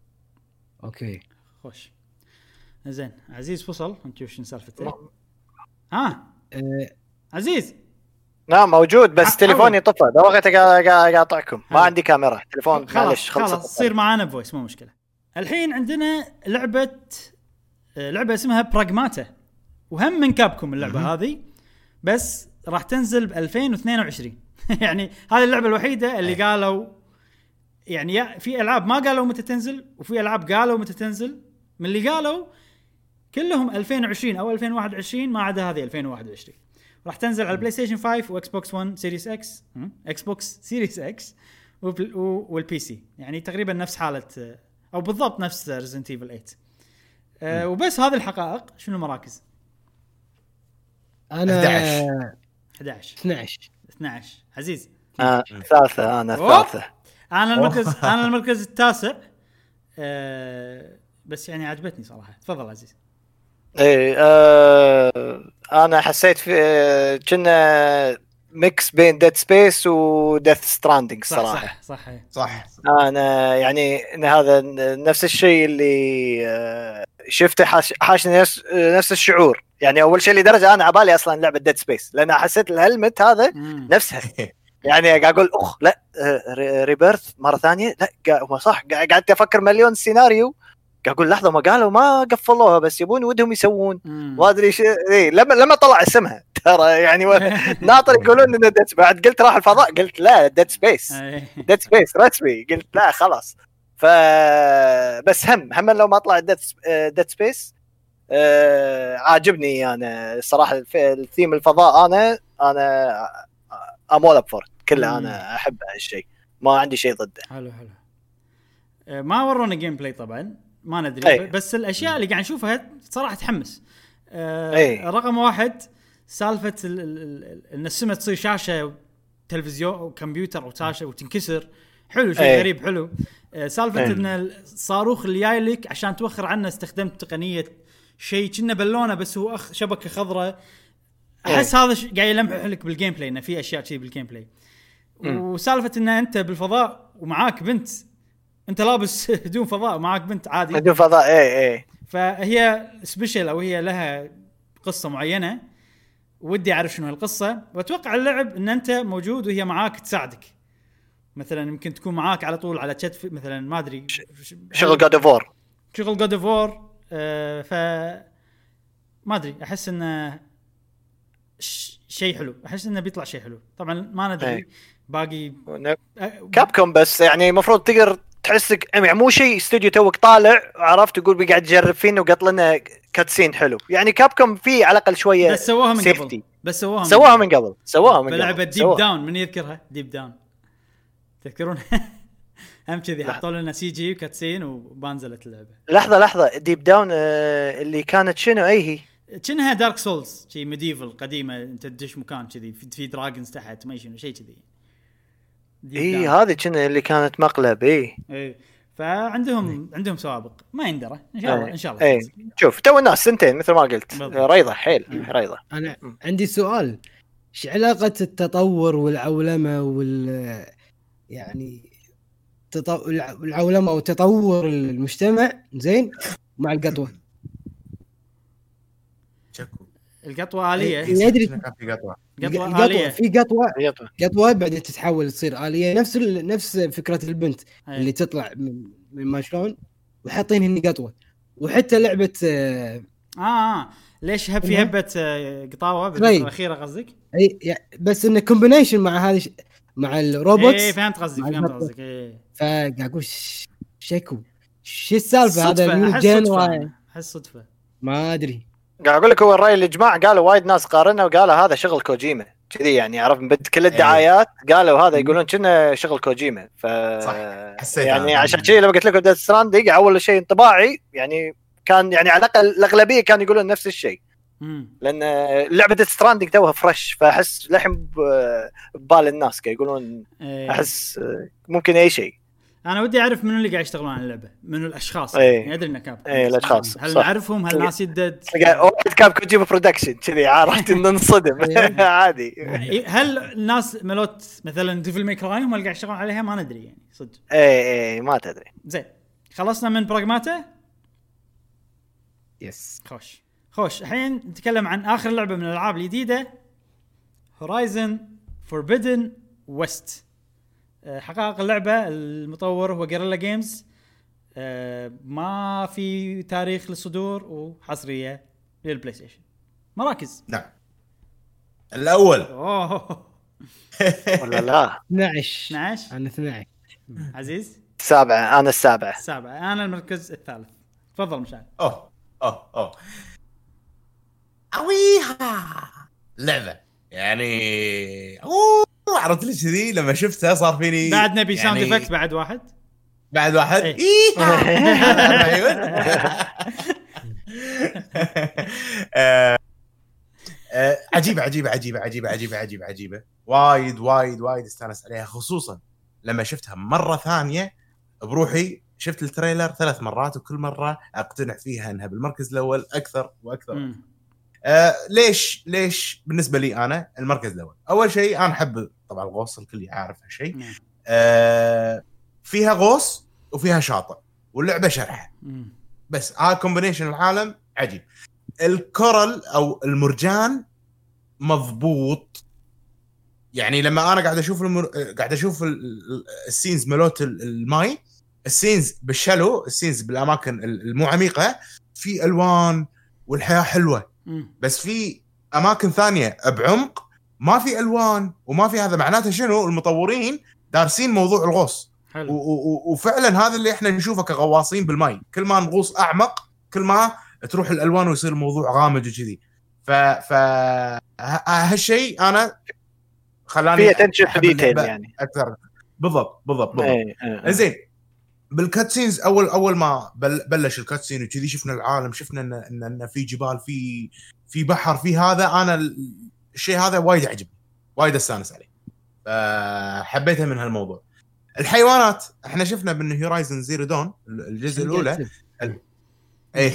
اوكي خوش زين عزيز فصل نشوف شنو سالفته. ها أه عزيز نعم موجود بس ع- تليفوني طفى دوغت اقاطعكم ما حلو. عندي كاميرا تليفون معلش خلاص خلصت خلاص تصير معانا بفويس مو مشكله. الحين عندنا لعبه آه، لعبه اسمها براغماتا وهم من كابكم اللعبه هذه بس راح تنزل ب ألفين واثنين وعشرين. يعني هذه اللعبه الوحيده اللي قالوا يعني يا- في العاب ما قالوا متى تنزل وفي العاب قالوا متى تنزل. من اللي قالوا كلهم ألفين وعشرين او ألفين وواحد وعشرين ما عدا هذه ألفين وواحد وعشرين. راح تنزل على البلاي ستيشن خمسة واكس بوكس ون سيريس اكس اكس بوكس سيريس اكس وبل- و- والبي سي يعني تقريبا نفس حاله او بالضبط نفس ريزنت ايفل ثمانية. أه وبس هذه الحقائق. شنو المراكز؟ انا إحدى عشر. أحد عشر اثناشر اثناشر عزيز. آه ثالثة انا أوه. الثالثة انا المركز انا المركز التاسع. أه بس يعني عجبتني صراحه. تفضل عزيز. ايه آه انا حسيت في كنا ميكس بين ديد سبيس وديث ستراندينج صراحه. صح صح صح. انا يعني إن هذا نفس الشيء اللي شفته حاش حاشني نفس نفس الشعور. يعني اول شيء لدرجه انا عبالي اصلا لعبه ديد سبيس لان حسيت الهلمت هذا نفسها. يعني قاعد اقول اخ لا ريبيرث مره ثانيه لا صح. قعدت افكر مليون سيناريو قاعد اقول لحظه ما قالوا ما قفلوها بس يبون ودهم يسوون ما ادري شيء. إيه لما لما طلع اسمها ترى يعني ناطر يقولون انه ديد. بعد قلت راح الفضاء قلت لا ديد سبيس ديد سبيس رسمي. قلت لا خلاص. ف بس هم هم لو ما طلع ديد ديد سبيس آه عاجبني انا الصراحه الثيم الفضاء. انا انا امول اب فور كله. انا احب هالشيء ما عندي شيء ضده. حلو حلو. ما ورونا جيم بلاي طبعا ما ندري. أي. بس الاشياء اللي قاعد نشوفها صراحه تحمس. آه رقم واحد سالفه ان السماء تصير شاشه تلفزيون وكمبيوتر وشاشه وتنكسر. حلو شيء أي. غريب حلو. آه سالفه أي. ان الصاروخ اللي جاي لك عشان توخر عنه استخدمت تقنيه شيء كنا بالونه بس هو أخ شبكه خضراء. احس هذا ش... قاعد يلمح لك بالجيم بلاي انه في اشياء شيء بالجيم بلاي. وسالفه ان انت بالفضاء ومعاك بنت انت لابس هدوم فضاء ومعاك بنت عادي هدوم فضاء. اي اي فهي سبيشل او هي لها قصه معينه. ودي اعرف شنو هالقصه. واتوقع اللعب ان انت موجود وهي معاك تساعدك. مثلا يمكن تكون معاك على طول على تشات مثلا ما ادري شغل جاد اوف وور شغل جاد اوف وور. آه ف ما ادري احس انه شيء حلو. احس انه بيطلع شيء حلو. طبعا ما ندري أي. باقي كابكوم بس يعني المفروض تقدر تحسك يعني مو شيء استوديو توك طالع عرفت تقول بيقعد يجرب فينا وقط لنا كاتسين حلو. يعني كابكوم فيه على الاقل شويه بس سواها من سيفتي. قبل بس سواها من سواها من قبل سواها من قبل لعبه ديب داون. من يذكرها ديب داون تذكرون؟ هم كذي حطوا لنا سي جي وكاتسين وبانزلت اللعبه. لحظه لحظه ديب داون آه اللي كانت شنو اي هي كأنها دارك سولز شيء ميديفل قديمه. انت تدش مكان كذي في دراجونز تحت ما شنو شيء كذي. اي هذه كنا اللي كانت مقلب. اي اي فعندهم عندهم سوابق ما يندرى ان شاء الله. اي. ان شاء الله اي. شوف تو الناس سنتين مثل ما قلت ريضه حيل ريضه. انا عندي سؤال ايش علاقه التطور والعولمه وال يعني تطو... العولمه وتطور المجتمع زين مع القطوه؟ شكو القطوه آلية. يدري كان في قطوه قطوه آلية. في قطوه قطوه بعدين تتحول تصير آلية. نفس ال... نفس فكره البنت أيه. اللي تطلع من, من ما شلون وحاطين هني قطوه. وحتى لعبه اه, آه. ليش هب في هبه قطاوه بالاخيره قصدك؟ اي يعني بس انه كومبينيشن مع هذه مع الروبوتس. اي فهمت قصدك فهمت قصدك. اي فقاعد اقول شيكو شو السالفه هذا نيو جن. احس صدفه ما ادري. قاعد اقول لك هو الراي الجماعه قالوا وايد ناس قارنوا وقالوا هذا شغل كوجيما كذي. يعني عرف من كل الدعايات قالوا هذا يقولون كنا شغل كوجيما. ف يعني عشان شيء لما قلت لكم ديث ستراندينج اول شيء انطباعي يعني كان يعني على الاقل الاغلبيه كانوا يقولون نفس الشيء. لان لعبه ديث ستراندينج توها فريش فاحس لحم ببال الناس قاعد يقولون. احس ممكن اي شيء. انا ودي اعرف منو اللي قاعد يشتغلون على اللعبه منو الاشخاص. يعني ادري انه كاب اي الاشخاص هل نعرفهم هل ناس يدد واحد كاب كوجيما برودكشن كذي عرفت ان ننصدم عادي. هل الناس ملوت مثلا ديفل ميك راي هم اللي قاعد يشتغلون عليها ما ندري يعني صدق. اي اي ما تدري. زين خلصنا من براغماتا. يس خوش خوش الحين نتكلم عن اخر لعبه من الالعاب الجديده هورايزن فوربيدن ويست. حقائق اللعبة المطور هو غوريلا جيمز. ما في تاريخ للصدور وحصرية للبلاي ستيشن. مراكز نعم الأول أوه. ولا لا اثناشر اثناشر أنا اثناشر عزيز سابعة. أنا السابعة السابعة. أنا المركز الثالث. تفضل مشان. أوه أوه أوه أويها لعبة يعني أوه عرفت لي كذي لما شفتها صار فيني بعد نبي يعني ساوند افكت بعد واحد بعد واحد ايه, إيه. عجيبة عجيبة عجيبة عجيبة عجيبة عجيبة عجيبة وايد وايد وايد استانس عليها خصوصا لما شفتها مرة ثانية بروحي. شفت التريلر ثلاث مرات وكل مرة أقتنع فيها أنها بالمركز الأول أكثر وأكثر. آه ليش ليش بالنسبه لي انا المركز الاول؟ اول شيء انا احب طبعا الغوص، الكل يعرف هالشيء. نعم. آه فيها غوص وفيها شاطئ واللعبه شرحه مم. بس هذا كومبينيشن العالم عجيب. الكورال او المرجان مضبوط، يعني لما انا قاعد اشوف المر... قاعد اشوف ال- ال- السينز ملوت ال- الماي، السينز بالشالو، السينز بالاماكن المو عميقه، في الوان والحياه حلوه. مم. بس في اماكن ثانيه بعمق ما في الوان وما في هذا. معناته شنو؟ المطورين دارسين موضوع الغوص، و- حلو. و- وفعلا هذا اللي احنا نشوفه كغواصين بالماء. كل ما نغوص اعمق كل ما تروح الالوان ويصير الموضوع غامض وكذي. ف ف ه- هالشيء انا خلاني فيها تنشف أحب ديتيل اللعبة يعني. اكثر. بالضبط بالضبط بالضبط. إيه، إيه، إيه. زين بالكاتسينز اول اول ما بل بلش الكاتسين وكذي شفنا العالم، شفنا ان ان, إن في جبال، في في بحر، في هذا. انا الشيء هذا وايد عجبني، وايد استانس عليه، فحبيتها من هالموضوع. الحيوانات احنا شفنا من هورايزن زيرو دون الجزء الاولى ال... ايه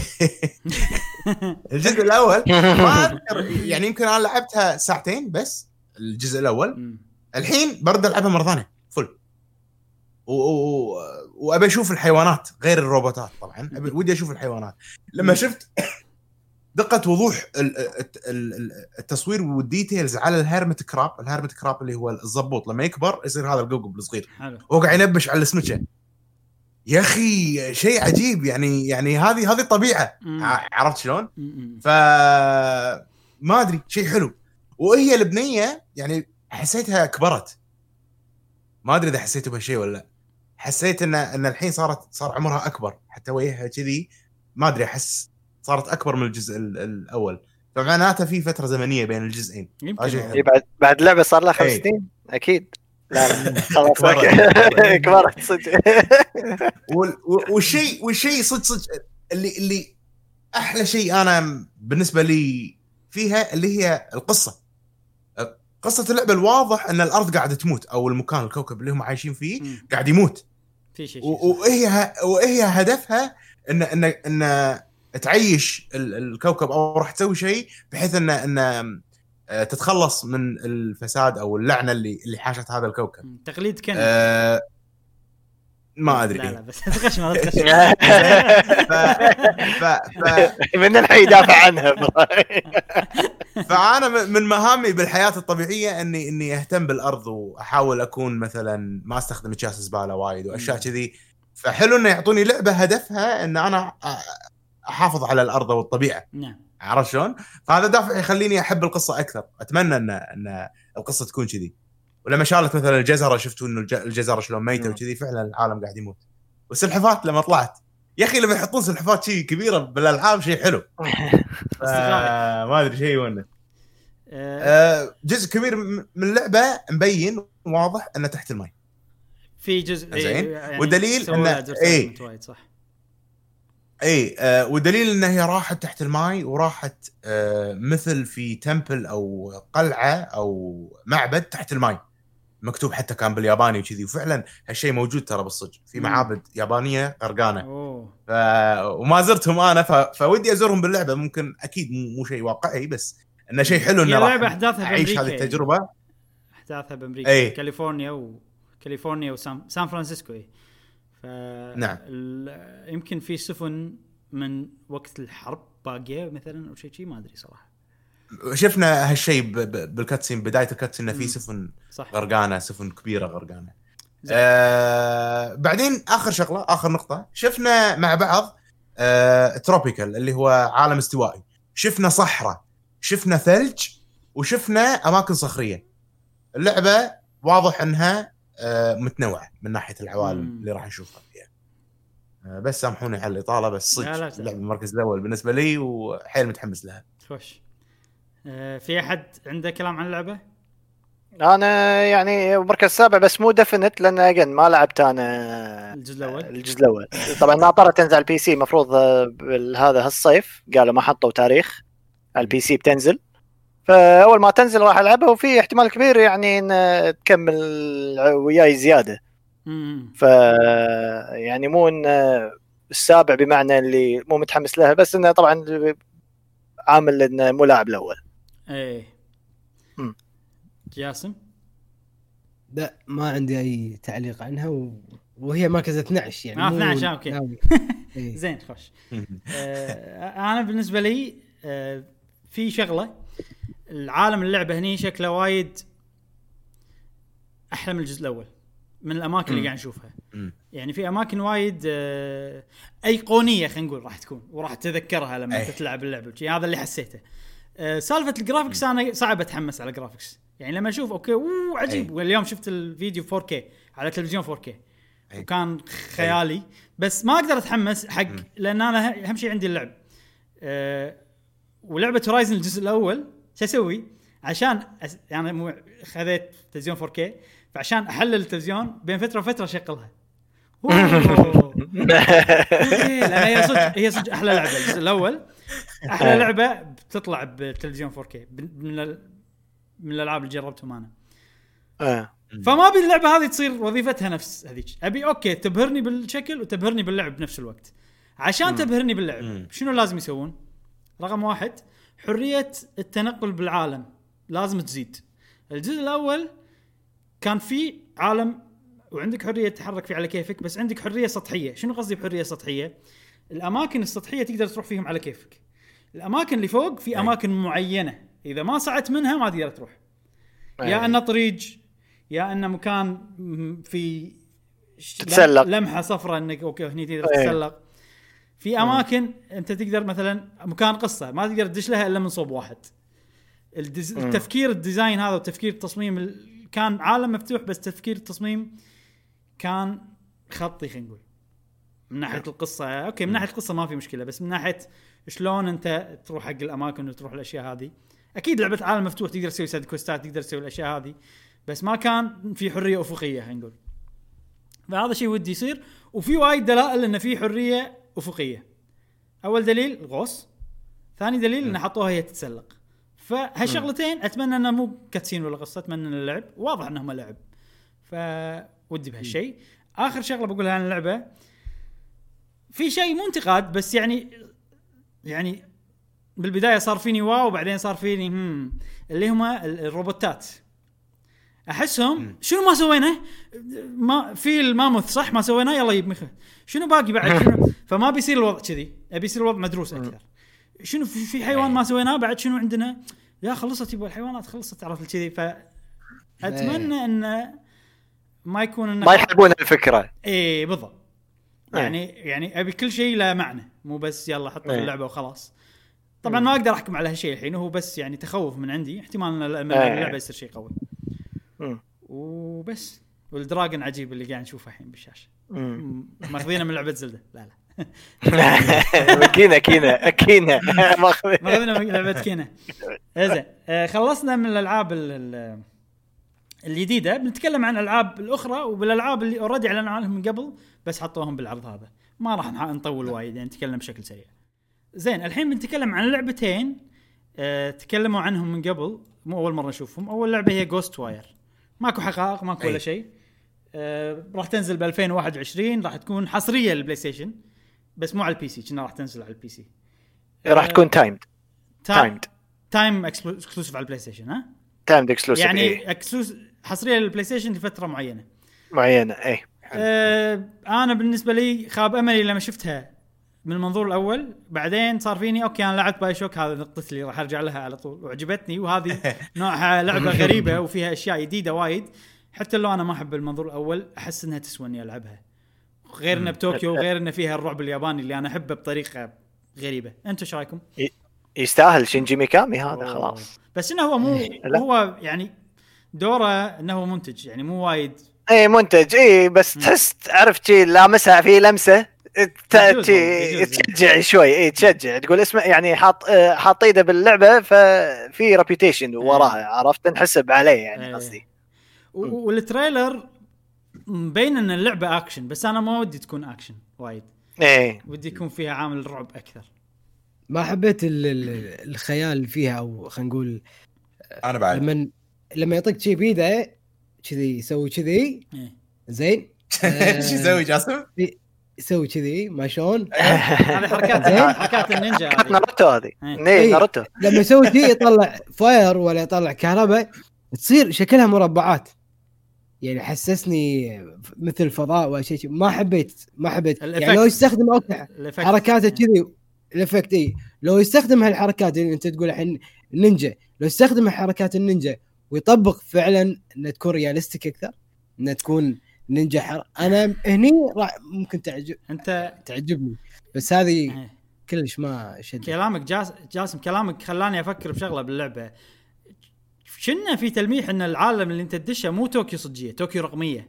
الجزء الاول ما اذكر يعني، يمكن انا لعبتها ساعتين بس الجزء الاول. مم. الحين برد العبها مره ثانيه فل، و... و... وابي اشوف الحيوانات غير الروبوتات. طبعا أبي... ودي اشوف الحيوانات. لما شفت دقه وضوح ال- ال- التصوير والديتيلز على الهيرمت كراب. الهيرمت كراب اللي هو الزبوط لما يكبر يصير هذا القوقب الصغير، حلو. هو قاعد ينبش على السمكه. يا اخي شيء عجيب يعني. يعني هذه هذه الطبيعه، مم. ع- عرفت شلون؟ مم. ف ما ادري، شيء حلو. وهي البنيه يعني حسيتها كبرت، ما ادري اذا حسيتوا بهالشيء ولا لا. حسيت ان ان الحين صارت صار عمرها اكبر حتى وجهها كذي، ما ادري احس صارت اكبر من الجزء ال- الاول. فمعناته في فتره زمنيه بين الجزئين. يمكن أجي. والله. إيه، بعد بعد لعبه صار لها خمس إيه. سنين اكيد. لا لا خلاص كبرت. أوكي. كبرت صدق. وال- والشيء والشيء صدق صدق اللي اللي احلى شيء انا بالنسبه لي فيها اللي هي القصه. قصه اللعبه الواضح ان الارض قاعده تموت، او المكان الكوكب اللي هم عايشين فيه مم. قاعد يموت. في شيء و- وهي وهي هدفها ان ان ان تعيش ال- الكوكب، او راح تسوي شيء بحيث ان ان آه، تتخلص من الفساد او اللعنه اللي اللي حاشت هذا الكوكب. مم. تقليد كان أه ما ادري. لا لا بس تغش ما تغش. ف... ف... ف... من الحين يدافع عنها. فانا م- من مهامي بالحياه الطبيعيه اني اني اهتم بالارض، واحاول اكون مثلا ما استخدم اكياس زباله وايد واشياء كذي. فحلو انه يعطوني لعبه هدفها ان انا أ- احافظ على الارض والطبيعه، نعم. عرفت شلون؟ فهذا دافع يخليني احب القصه اكثر. اتمنى ان ان القصه تكون كذي. ولما شالت مثلا الجزره، شفتوا انه الج- الجزره شلون ميته وكذي، فعلا العالم قاعد يموت. والسلحفات لما طلعت، يا اخي لما يحطون سلحفات شيء كبيره بالالعاب شيء حلو. آه ما ادري شيء ونه. آه، آه جزء كبير م- من اللعبه مبين واضح انه تحت الماء. في جزء زين. يعني والدليل سووا إنه- لها advertisement إيه. وايد صح. اي آه ودليل ان هي راحت تحت الماء، وراحت آه مثل في تمبل او قلعه او معبد تحت الماء، مكتوب حتى كان بالياباني وكذي. وفعلا هالشيء موجود ترى بالصدق في مم. معابد يابانيه غرقانه. اوه ف... وما زرتهم انا، ف... فودي ازورهم باللعبه. ممكن اكيد مو مو شيء واقعي، بس انه شيء حلو هي انه راح لعبة أحداثها اعيش بأمريكا هذه يعني. التجربه. احداثها بامريكا، أي. كاليفورنيا وكاليفورنيا وسان سان فرانسيسكو. اي ف نعم. ال... يمكن في سفن من وقت الحرب باقيه مثلا او شيء شيء ما ادري صراحه. شفنا هالشيء ب... ب... بالكاتسين، بدايه الكاتسين انه في مم. سفن صح. غرقانه، سفن كبيره غرقانه. زين. آه بعدين اخر شغله، اخر نقطه، شفنا مع بعض آه تروبيكال اللي هو عالم استوائي. شفنا صحراء، شفنا ثلج، وشفنا اماكن صخريه. اللعبه واضح انها آه متنوعه من ناحيه العوالم مم. اللي راح نشوفها فيها. آه بس سامحوني على الاطاله، بس لا، لا، صدق اللعبه المركز الاول بالنسبه لي وحيل متحمس لها. خوش. آه في احد عنده كلام عن اللعبه؟ انا يعني مركز سابع بس مو دفنت، لان اجن ما لعبت انا الجزء الاول. الجزء الاول. طبعا ناطره تنزل على البي سي مفروض هذا هالصيف، قالوا ما حطوا تاريخ على البي سي بتنزل. فاول ما تنزل راح العبها، وفي احتمال كبير يعني ان تكمل وياي زياده. امم ف يعني مو ان السابع بمعنى اللي مو متحمس لها، بس انه طبعا عامل انه مو لاعب الاول. ايه مم. جاسم لا ما عندي اي تعليق عنها و... وهي مركز اثنا عشر يعني آه، مو اثنا عشر اوكي ناوي. إيه. زين خوش. آه انا بالنسبه لي آه في شغله، العالم اللعبه هني شكله وايد احلى من الجزء الاول من الاماكن اللي قاعد نشوفها. يعني في اماكن وايد آه ايقونيه خلينا نقول راح تكون وراح تتذكرها لما أي. تلعب اللعبه. هذا اللي حسيته. آه سالفه الجرافيكس انا صعب اتحمس على الجرافيكس، يعني لما اشوف اوكي اوه عجيب. أي. واليوم شفت الفيديو فور كي على تلفزيون فور كي أي. وكان خيالي، بس ما اقدر اتحمس حق لان انا اهم شيء عندي اللعب. أه ولعبه هورايزن الجزء الاول شو اسوي عشان أس... يعني مو خذيت تلفزيون فور كي، فعشان احلل التلفزيون بين فتره وفتره اشغلها. إيه، لأن هي صدق هي صدق احلى لعبه الجزء الاول، احلى لعبه بتطلع بالتلفزيون فور كي من ال... من الالعاب اللي جربتهم انا. آه. فما ابي اللعبه هذه تصير وظيفتها نفس هذيك، ابي اوكي تبهرني بالشكل وتبهرني باللعب بنفس الوقت. عشان مم. تبهرني باللعب مم. شنو لازم يسوون؟ رقم واحد حريه التنقل بالعالم لازم تزيد. الجزء الاول كان في عالم وعندك حريه تتحرك فيه على كيفك، بس عندك حريه سطحيه. شنو قصدي بحريه سطحيه؟ الاماكن السطحيه تقدر تروح فيهم على كيفك، الاماكن اللي فوق في اماكن معينه اذا ما صعدت منها ما تقدر تروح. يا انه طريق، يا انه مكان في تتسلق لمحه صفراء انك اوكي هني تقدر تتسلق. في اماكن انت تقدر مثلا مكان قصه ما تقدر تدش لها الا من صوب واحد. الدز... التفكير الديزاين هذا وتفكير التصميم ال... كان عالم مفتوح، بس تفكير التصميم كان خطي خلينا نقول. من ناحيه القصه اوكي، من ناحيه القصه ما في مشكله، بس من ناحيه شلون انت تروح حق الاماكن وتروح الاشياء هذه. اكيد لعبه عالم مفتوح تقدر تسوي سايد كوستات، تقدر تسوي الاشياء هذه، بس ما كان في حريه افقيه خلينا نقول. فهذا شيء ودي يصير. وفي وايد دلائل ان في حريه افقيه. اول دليل الغوص، ثاني دليل ان حطوها هي تتسلق. فهالشغلتين اتمنى انه مو كاتسين ولا قصه، اتمنى ان اللعب واضح انهم لعب، فودي بهالشيء. اخر شغله بقولها عن اللعبه، في شيء مو انتقاد بس يعني يعني بالبدايه صار فيني واو وبعدين صار فيني هم اللي هما الروبوتات. احسهم شنو ما سوينا، ما في الماموث صح ما سويناه يلا يجيب مخه، شنو باقي بعد شنو؟ فما بيصير الوضع كذي، ابي يصير الوضع مدروس اكثر. شنو في حيوان ما سويناه بعد شنو عندنا يا خلصت يبغى الحيوانات خلصت تعرف كذي. فاتمنى ان ما يكون انه ما يحبون الفكره. ايه بالضبط. يعني يعني ابي كل شيء له معنى، مو بس يلا حطه في اللعبه وخلاص. طبعا ما اقدر احكم على هالشيء الحين، هو بس يعني تخوف من عندي، احتمال ان اللعبه يصير شيء قوي. وبس. والدراجون عجيب اللي قاعد نشوفه الحين بالشاشه، ماخذينه من لعبه زلدة. لا لا كينا كينا كينا ماخذينه من لعبه كينا. زين خلصنا من الالعاب الجديده، بنتكلم عن الالعاب الاخرى وبالالعاب اللي اوريدي اعلنوا عنهم من قبل بس حطوهم بالعرض هذا. ما راح نطول وايد يعني نتكلم بشكل سريع. زين الحين بنتكلم عن لعبتين أه تكلموا عنهم من قبل، مو اول مره نشوفهم. اول لعبه هي جوست واير، ماكو حقائق ماكو ولا شيء. أه راح تنزل ب ألفين وواحد وعشرين، راح تكون حصريه للبلاي ستيشن بس مو على البي سي، كنا راح تنزل على البي سي. راح تكون تايمد تايمد تايم اكسكلوسيف على البلاي ستيشن. ها تايمد اكسكلوسيف يعني إيه؟ اكسكلوسيف حصريه للبلاي ستيشن لفتره معينه معينه. اي أه انا بالنسبه لي خاب املي لما شفتها من المنظور الاول، بعدين صار فيني اوكي انا لعبت باي شوك، هذا نقطتي اللي راح ارجع لها على طول وعجبتني، وهذه نوعها لعبه غريبه وفيها اشياء جديده وايد. حتى لو انا ما احب المنظور الاول احس انها تسوى اني العبها، غير انها بطوكيو، غير انها فيها الرعب الياباني اللي انا احبه بطريقه غريبه. انتم ايش رايكم؟ يستاهل شينجي ميكامي هذا خلاص. بس انه هو مو هو يعني دوره انه هو منتج يعني مو وايد. اي منتج اي بس تحس عرفت شيء لامسها في لمسه تشجع شوي. اي تشجع تقول اسمه يعني حاط حاط ايده باللعبه ففي ريبيوتيشن وراها، عرفت نحسب عليه يعني قصدي. والتريلر مبين ان اللعبه اكشن، بس انا ما ودي تكون اكشن وايد. ايه ودي يكون فيها عامل رعب اكثر. ما حبيت الخيال فيها، او خلينا نقول انا بعد لما لما يعطيك شيء بيده كذي يسوي كذي زين. ايش يسوي جاسم؟ يسوي كذي ما شلون هذه حركات حركات النينجا هذه ناروتو هذه إيه. ني ناروتو لما يسوي كذي يطلع فاير ولا يطلع كهرباء تصير شكلها مربعات يعني حسسني مثل فضاء ولا شيء ما حبيت ما حبيت يعني لو يستخدم اوكي حركاته كذي الافكت اي لو يستخدم هالحركات اللي انت تقول الحين نينجا لو يستخدم حركات النينجا ويطبق فعلا انها تكون رياليستيك اكثر انها تكون نينجا حر... انا هني راح ممكن تعجب انت تعجبني بس هذه كلش ما شد كلامك جاس... جاسم كلامك خلاني افكر بشغله باللعبه شنو في تلميح ان العالم اللي انت تدشه مو طوكيو صجيه طوكيو رقميه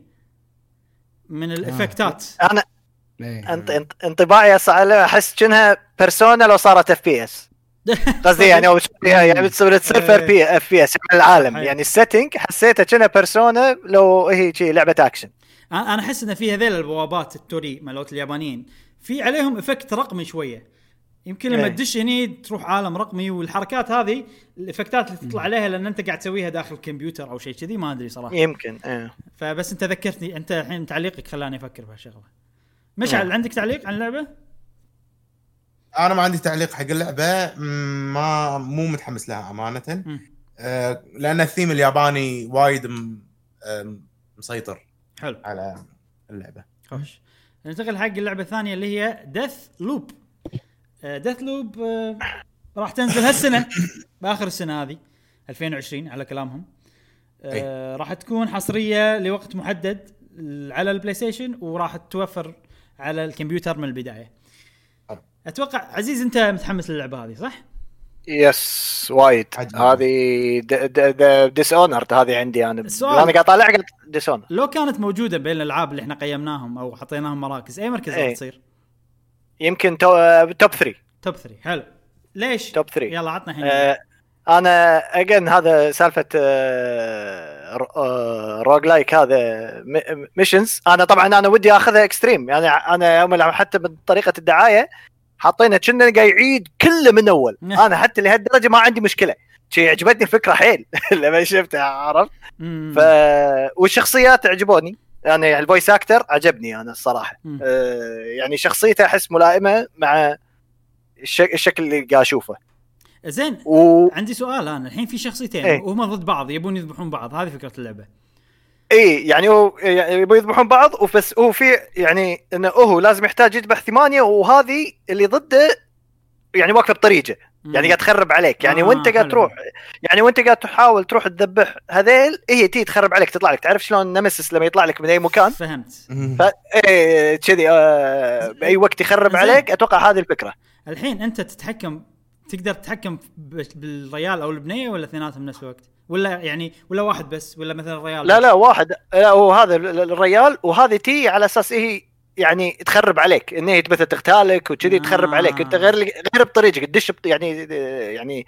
من الافكتات آه. انا انت انطباعي احس كأنها بيرسونا لو صارت اف بي اس قصدي يعني او يعني بتصير تصير بي اف بي اس العالم يعني السيتنج حسيتها كأنها بيرسونا لو هي شيء لعبه اكشن. انا احس ان في هذيل البوابات التوري مالوت اليابانيين في عليهم افكت رقمي شويه يمكن لما تدش هني تروح عالم رقمي والحركات هذه الافكتات اللي تطلع عليها لان انت قاعد تسويها داخل الكمبيوتر او شيء كذي ما ادري صراحه يمكن ايه فبس انت ذكرتني انت الحين تعليقك خلاني افكر بهالشغله. مشعل عندك تعليق عن اللعبه؟ انا ما عندي تعليق حق اللعبه ما مو متحمس لها امانه آه لان الثيم الياباني وايد م... آه مسيطر حلو على اللعبه. خوش ننتقل حق اللعبه الثانيه اللي هي ديث لوب. ديث لوب آه راح تنزل هالسنه باخر السنه هذه ألفين وعشرين على كلامهم آه راح تكون حصريه لوقت محدد على البلاي ستيشن وراح تتوفر على الكمبيوتر من البدايه. اتوقع عزيز انت متحمس للعبه هذه صح؟ يس وايد هذه ديس اونرد هذه عندي انا انا قاعد طالع قلت ديس اونرد لو كانت موجوده بين الالعاب اللي احنا قيمناهم او حطيناهم مراكز اي مركز راح تصير؟ يمكن توب ثلاثة توب ثلاثة حلو ليش توب ثلاثة يلا عطنا الحين آه انا اجن هذا سالفه آه آه روج لايك هذا ميشنز انا طبعا انا ودي اخذها اكستريم يعني انا يوم حتى من طريقه الدعايه حاطينه كنا قاعد يعيد كله من اول انا حتى لهالدرجه ما عندي مشكله شيء عجبتني الفكره حيل لما شفتها عرفت ف والشخصيات عجبوني يعني الفويس اكتر عجبني انا الصراحه آه يعني شخصيته احس ملائمه مع الشك... الشكل اللي قاعد اشوفه زين و... عندي سؤال انا الحين في شخصيتين ايه؟ وهم ضد بعض يبون يذبحون بعض هذه فكره اللعبه اي يعني هو يبون يذبحون بعض وبس هو في يعني انه هو لازم يحتاج يذبح ثمانية وهذه اللي ضده يعني واقفه بطريقه يعني قاعد تخرب عليك يعني آه وانت قاعد تروح يعني وانت قاعد تحاول تروح تذبح هذيل هي تي تخرب عليك تطلع لك تعرف شلون نمسس لما يطلع لك من اي مكان فهمت ف ايه كذي آه باي وقت يخرب عليك اتوقع هذه الفكره. الحين انت تتحكم تقدر تتحكم بالريال او البنيه ولا اثنيناتهم نفس الوقت ولا يعني ولا واحد بس ولا مثلا الريال لا لا واحد لا هو هذا الريال وهذه تي على اساس هي يعني تخرب عليك انه هي تبث تغتالك وكذي آه. تخرب عليك انت غير غير بطريقك تدش يعني يعني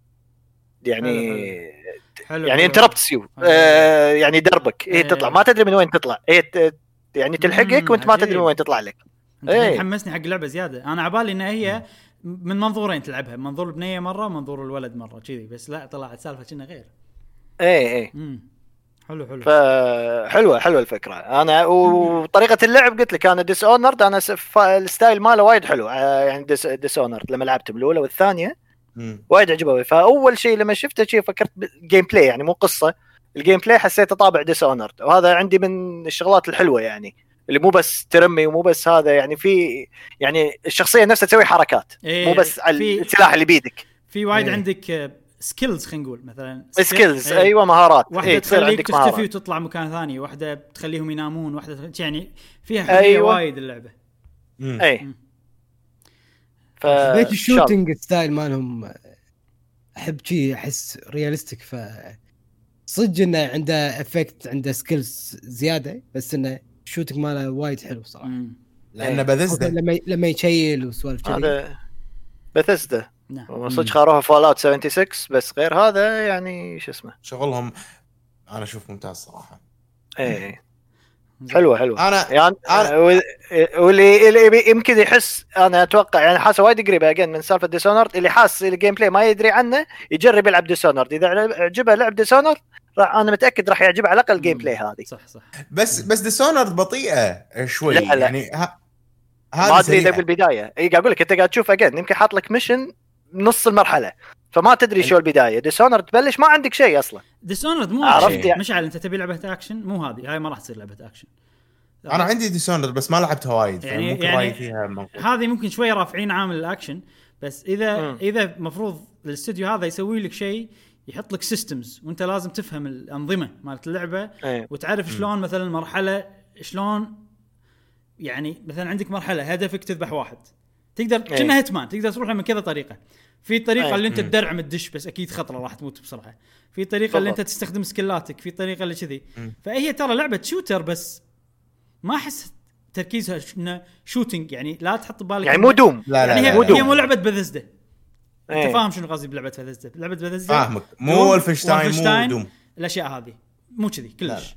يعني حلو يعني انتربتس يو آه يعني دربك هي تطلع ما تدري من وين تطلع هي يعني تلحقك وانت ما تدري من وين تطلع لك. ايه حمسني حق اللعبه زياده انا عبالي ان هي من منظورين تلعبها منظور البنيه مره ومنظور الولد مره كذي بس لا طلعت سالفه كنا غير. ايه ايه امم حلو حلو حلوه حلوه الفكره انا وطريقه اللعب قلت لك انا ديس اونرد انا الستايل ماله وايد حلو يعني ديس, ديس اونرد لما لعبت بالاولى والثانيه وايد عجبني فاول شيء لما شفته شيء فكرت بالجيم بلاي يعني مو قصه الجيم بلاي حسيته طابع ديس اونرد وهذا عندي من الشغلات الحلوه يعني اللي مو بس ترمي ومو بس هذا يعني في يعني الشخصيه نفسها تسوي حركات إيه مو بس على السلاح اللي بيدك في وايد إيه. عندك سكيلز خلينا نقول مثلا سكيلز ايه. ايوه مهارات واحده ايه تخليك تختفي وتطلع مكان ثاني واحده تخليهم ينامون واحده يعني فيها حريه أيوة. وايد اللعبه اي ف بيت الشوتينج ستايل مالهم احب شيء احس رياليستيك ف صدق انه عنده افكت عنده سكيلز زياده بس انه الشوتينج ماله وايد حلو صراحه لانه بثزدا لما لما يشيل وسوالف كذي هذا بثزدا نعم صدق خاروها فول اوت ستة وسبعين بس غير هذا يعني شو اسمه شغلهم انا اشوف ممتاز صراحه. ايه حلوه حلوه انا يعني أنا... واللي اللي يمكن يحس انا اتوقع يعني حاسه وايد قريبه اجين من سالفه ديسونرد اللي حاس الجيم بلاي ما يدري عنه يجرب يلعب ديسونرد اذا عجبه لعب ديسونرد راح انا متاكد راح يعجبه على الاقل الجيم بلاي هذه صح صح بس بس ديسونرد بطيئه شوي لا لا. يعني ها... ما ادري اذا بالبدايه اي قاعد اقول لك انت قاعد تشوف اجين يمكن حاط لك ميشن نص المرحله فما تدري شو البدايه. ديسونر تبلش ما عندك شيء اصلا. ديسونر مو عرفت يعني. مشعل انت تبي لعبه اكشن مو هذه هاي ما راح تصير لعبه اكشن. انا عندي ديسونر بس ما لعبتها وايد يعني ممكن يعني رايي فيها منقول. هذه ممكن شوي رافعين عامل الاكشن بس اذا م. اذا مفروض الاستوديو هذا يسوي لك شيء يحط لك سيستمز وانت لازم تفهم الانظمه مالت اللعبه أيه. وتعرف شلون مثلا مرحله شلون يعني مثلا عندك مرحله هدفك تذبح واحد تقدر أيه. كأنها هيتمان تقدر تروح من كذا طريقه. في طريقه أيه. اللي انت م. تدرعم الدش بس اكيد خطره راح تموت بسرعه. في طريقه اللي انت تستخدم سكيلاتك. في طريقه اللي كذي. فهي ترى لعبه شوتر بس ما احس تركيزها انه شوتينج يعني لا تحط بالك يعني مو دوم. لا يعني لا هي, لا هي مو لعبه بثزدا. أيه. انت فاهم شنو قصدي بلعبه بثزدا؟ لعبه بثزدا فاهمك مو ولفنشتاين مو دوم الاشياء هذه مو كذي كلش.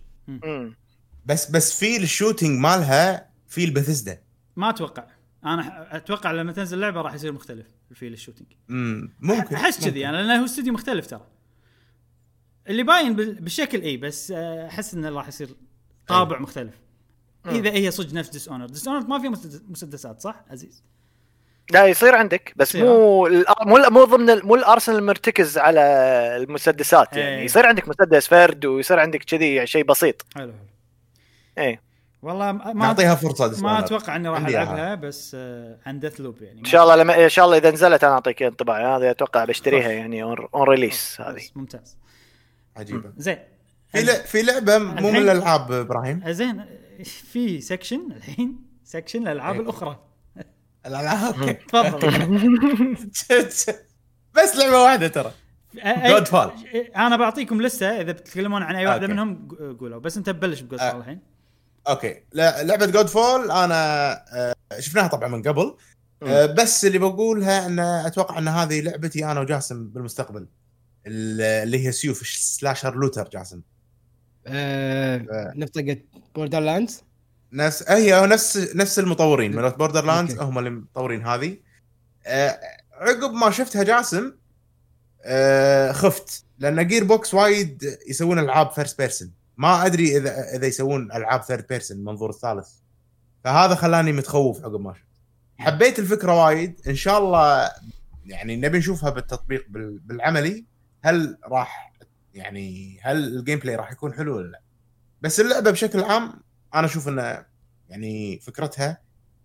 بس بس في الشوتينج مالها في البثزدا ما اتوقع. انا اتوقع لما تنزل اللعبه راح يصير مختلف في الشوتينج. امم ممكن احس كذي انا لانه هو استوديو مختلف ترى اللي باين بالشكل اي بس احس انه راح يصير طابع أي. مختلف. اذا هي صدق نفس ديس اونر. ديس اونر ما في مسدسات صح عزيز؟ لا يصير عندك بس مو مو مو ضمن مو الارسنال مرتكز على المسدسات يعني أي. يصير عندك مسدس فرد ويصير عندك كذي شيء بسيط. حلو اي والله ما نعطيها فرصه. ما اتوقع اني راح العبها بس آه عن ديث لوب يعني ان شاء الله لما ان شاء الله اذا نزلت انا اعطيك انطباع. هذه اتوقع بشتريها يعني اون ريليس. هذه ممتاز عجيبه. زين في ل... في لعبه مو من الالعاب ابراهيم. زين في سكشن الحين سكشن الالعاب أي. الاخرى الالعاب تفضل. بس لعبه واحده ترى جود فال. انا بعطيكم لسه اذا بتتكلمون عن اي واحده منهم قولوا بس انت ببلش بجود فال الحين. اوكي لا لعبه جود فول انا شفناها طبعا من قبل بس اللي بقولها ان اتوقع ان هذه لعبتي انا وجاسم بالمستقبل اللي هي سيوف سلاشر لوتر. جاسم أه نفتقد بوردر لاندز نفس هي نفس نفس المطورين من بوردر لاندز هم اللي مطورين هذه. أه عقب ما شفتها جاسم أه خفت لان جير بوكس وايد يسوون العاب فيرست بيرسون ما ادري اذا اذا يسوون العاب ثيرد بيرسون منظور الثالث فهذا خلاني متخوف عقب ما شفت. حبيت الفكره وايد ان شاء الله يعني نبي نشوفها بالتطبيق بالعملي هل راح يعني هل الجيم بلاي راح يكون حلو ولا لا. بس اللعبه بشكل عام انا اشوف انه يعني فكرتها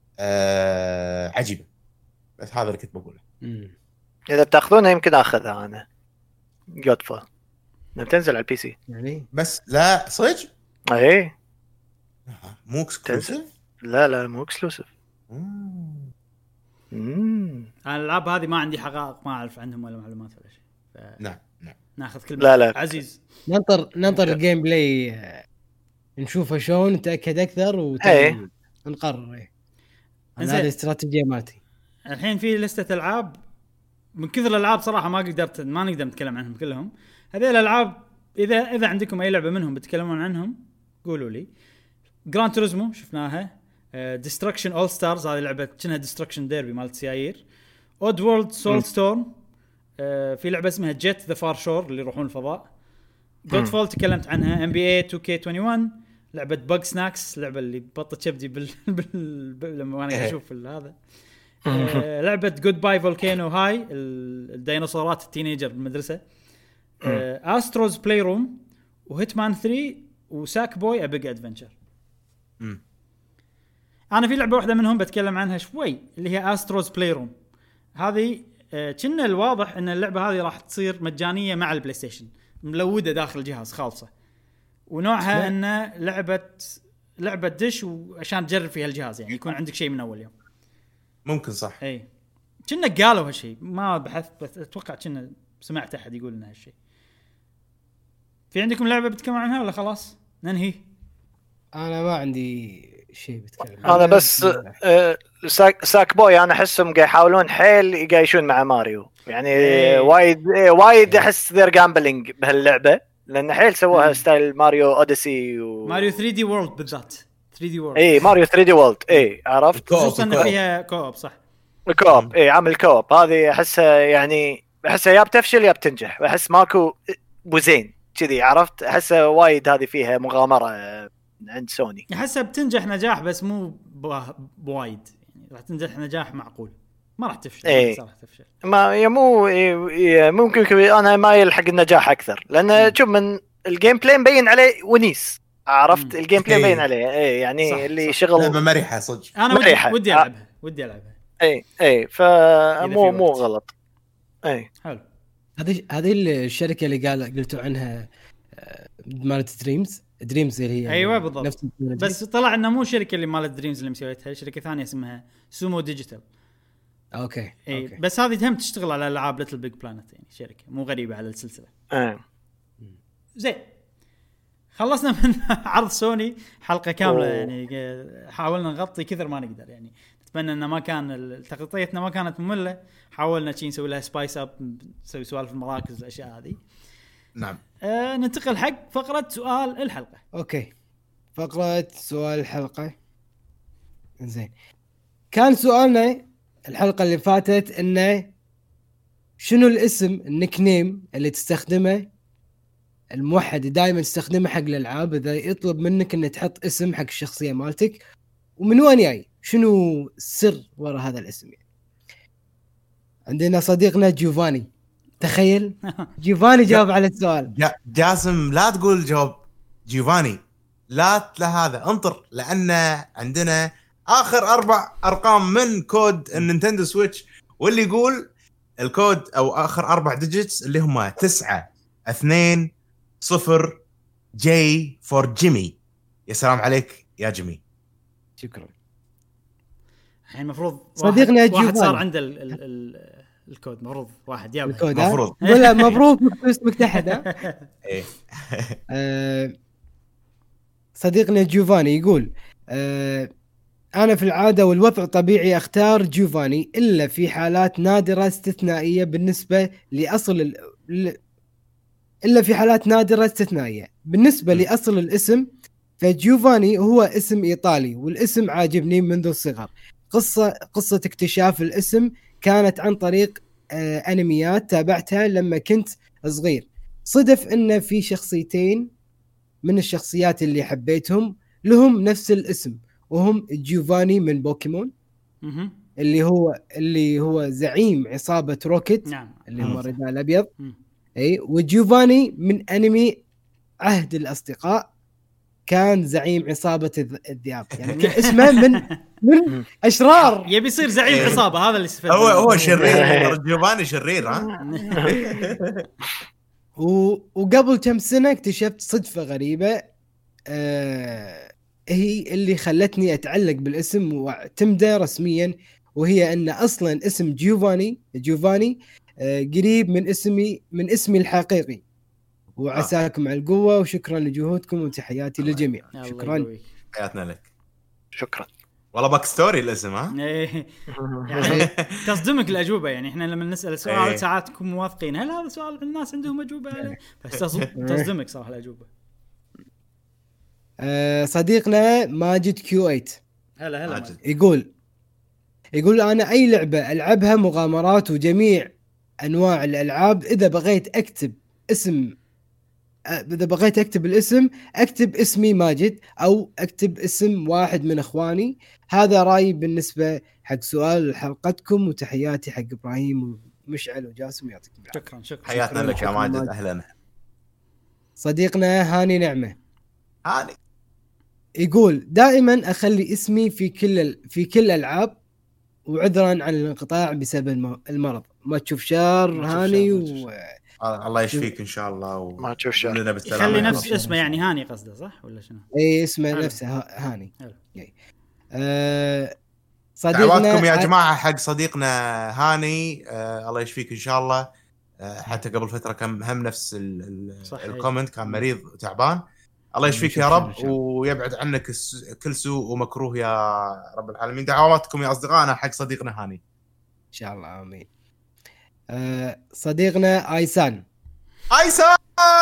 آه عجيبه بس هذا اللي كنت بقوله. اذا بتاخذونها يمكن اخذها انا جود فول بتنزل على البي سي يعني بس لا صدق اي مو اكسكلوسيف. لا لا مو اكسكلوسيف. امم انا الالعاب هذه ما عندي حقائق ما اعرف عنهم ولا معلومات ولا شيء. ف... نعم نعم ناخذ كلمه لا لا عزيز ننطر ننطر الجيم بلاي نشوفه شلون نتاكد اكثر ونقرر. ايه هذه الاستراتيجيه مالتي. الحين في لسته العاب من كثر الالعاب صراحه ما قدرت ما نقدر نتكلم عنهم كلهم. هذه الالعاب اذا اذا عندكم اي لعبه منهم بتتكلمون عنهم قولوا لي. جراند توريزمو شفناها. ديستركشن اول ستارز هذه لعبه كأنها ديستركشن ديربي مالت سيايير. اود وورلد سول ستورم في لعبه اسمها جيت ذا فار شور اللي يروحون الفضاء. جود فول تكلمت عنها. ام بي اي تو كيه واحد وعشرين لعبه بق سناكس لعبه اللي بطت شبدي بال, بال... لما انا اشوف هذا. آه لعبه جود باي فولكانو هاي الديناصورات التينيجر بالمدرسه. آه استروز بلاي روم وهيتمان ثري وساك بوي ابيج ادفنتشر. انا في لعبه واحده منهم بتكلم عنها شوي اللي هي استروز بلاي روم. هذه آه كنا الواضح ان اللعبه هذه راح تصير مجانيه مع البلاي ستيشن ملوده داخل الجهاز خالصه ونوعها ان لعبه لعبه دش وعشان تجرب فيها الجهاز يعني يكون عندك شيء من اول يوم. ممكن صح. اي كنا قالوا هالشيء ما بحثت بس اتوقع كنا سمعت احد يقول لنا هالشيء. في عندكم لعبه بتتكلم عنها ولا خلاص ننهي؟ انا ما عندي شيء بتكلم انا بس آه ساك, ساك بوي انا احسهم قاعد يحاولون حيل يقايشون مع ماريو يعني إيه. وايد إيه وايد احس ذير جامبلينج بهاللعبه لان حيل سووها إيه. ستايل ماريو اوديسي و... ماريو ثري دي وورلد بالذات ثري دي وورلد. اي ماريو ثري دي وورلد اي عرفت خصوصا ان فيها كوب صح كوب اي عامل كوب هذه احسها يعني احسها يا بتفشل يا بتنجح احس ماكو بوزين كذي عرفت احسها وايد هذه فيها مغامره عند سوني. احسها بتنجح نجاح بس مو بوايد يعني راح تنجح نجاح معقول، ما راح تفشل. إيه. ما راح تفشل. ما يا مو ي- ممكن كبير انا مايل حق النجاح اكثر، لان شوف من الجيم بلاي مبين عليه ونيس، عرفت؟ مم. الجيم بلاي إيه. مبين عليه اي يعني صح، اللي صح. شغل لعبه مرحه صدق. انا ودي, مريحة. ودي العبها ودي العبها اي اي في فمو مو وقت. غلط. اي حلو. هذه هذه الشركه اللي قال قلتوا عنها آه، مالت دريمز دريمز اللي هي ايوه بالضبط. نفس التكنولوجيا. بس طلع انه مو شركه اللي مالت دريمز اللي مسويتها، شركه ثانيه اسمها سومو ديجيتال. اوكي اي اوكي بس هذه هم تشتغل على العاب ليتل بيج بلانت، يعني شركه مو غريبه على السلسله. اي زين خلصنا من عرض سوني حلقه كامله. أوه. يعني حاولنا نغطي كثر ما نقدر، يعني نتمنى انه ما كان تغطيتنا ما كانت ممله. حاولنا شيء نسوي لها سبايس اب، نسوي سوالف المراكز الاشياء هذه. نعم. آه ننتقل حق فقره سؤال الحلقه. اوكي فقره سؤال الحلقه. زين كان سؤالنا الحلقه اللي فاتت انه شنو الاسم النيك نيم اللي تستخدمه الموحد دائما تستخدمه حق الالعاب اذا يطلب منك ان تحط اسم حق الشخصيه مالتك، ومن وين جاي؟ شنو السر وراء هذا الاسم يعني؟ عندنا صديقنا جوفاني، تخيل جوفاني جاوب على السؤال. جا جاسم لا تقول جواب جيفاني، لا لا هذا انطر، لان عندنا اخر اربع ارقام من كود النينتندو سويتش، واللي يقول الكود او اخر اربع ديجيتس اللي هم تسعة اثنين صفر جي فور جيمي. يا سلام عليك يا جيمي. شكرا. الحين المفروض صديقنا واحد, واحد جوفاني. صار عنده ال ال ال الكود، المفروض واحد يابا الكود مفروض. ولا مبروك مكتوب اسمك تحت. ها ايه آه، صديقنا جوفاني يقول آه، أنا في العادة والوضع طبيعي أختار جوفاني إلا في حالات نادرة استثنائية بالنسبة لأصل ال... ل- إلا في حالات نادرة استثنائية بالنسبة م. لأصل الاسم. فجوفاني هو اسم إيطالي والاسم عاجبني منذ الصغر. قصة قصة اكتشاف الاسم كانت عن طريق آه، أنميات تابعتها لما كنت صغير. صدف إن في شخصيتين من الشخصيات اللي حبيتهم لهم نفس الاسم، وهم جوفاني من بوكيمون مهم. اللي هو اللي هو زعيم عصابة روكيت نعم اللي هو مم. الرداء الأبيض. مم. أي وجوفاني من أنمي عهد الأصدقاء كان زعيم عصابة الذ- الذئاب، يعني ك- اسمه من من أشرار. يبي يصير زعيم عصابه، هذا اللي استفدنا. هو هو شرير، جوفاني شرير ها. و... وقبل كم سنة اكتشفت صدفة غريبة آه... هي اللي خلتني أتعلق بالاسم واعتمده رسميا، وهي أن أصلا اسم جوفاني جوفاني آه... قريب من اسمي من اسمي الحقيقي. وعساكم على القوة وشكرا لجهودكم وتحياتي للجميع. الله شكرا. يقويك. حياتنا لك. شكرا. والله باك ستوري الاسم ها. إيه. يعني تصدمك الاجوبه، يعني احنا لما نسال سؤال إيه. ساعات نكون موافقين هل هذا سؤال الناس عندهم اجوبه عليه، بس تصدم- تصدمك صراحه الاجوبه. آه... صديقنا ماجد كيو ثمانية هلا هلا ماجد. ماجد. يقول يقول أنا أي لعبة ألعبها مغامرات وجميع أنواع الألعاب إذا بغيت أكتب اسم إذا بغيت أكتب الاسم أكتب اسمي ماجد أو أكتب اسم واحد من إخواني. هذا رأيي بالنسبة حق سؤال حلقتكم، وتحياتي حق إبراهيم ومشعل وجاسم يعطيكم العافية. شكرا شكرا. حياتنا شكراً، لك يا شكراً ماجد، ماجد. اهلا. صديقنا هاني نعمة هاني يقول دائما أخلي اسمي في كل في كل ألعاب، وعذرا عن الانقطاع بسبب الم- المرض. ما تشوف شر ما تشوف هاني شر، ما تشوف و... آه، الله يشفيك ان شاء الله ما تشوف شر. ولنا بالسلامه. يخلي يا نفس رب. اسمه، يعني هاني قصده صح ولا شنو؟ اي اسمه حلو. نفسه ها- هاني. حلو. أي. أه دعواتكم يا صديقنا جماعه حق صديقنا هاني، آه الله يشفيك ان شاء الله. آه حتى قبل فتره كان هم نفس ال- ال- صحيح. الكومنت، كان مريض تعبان. الله يشفيك يا رب ويبعد عنك الس- كل سوء ومكروه يا رب العالمين. دعواتكم يا اصدقائنا حق صديقنا هاني. ان شاء الله امين. أه صديقنا ايسان ايسان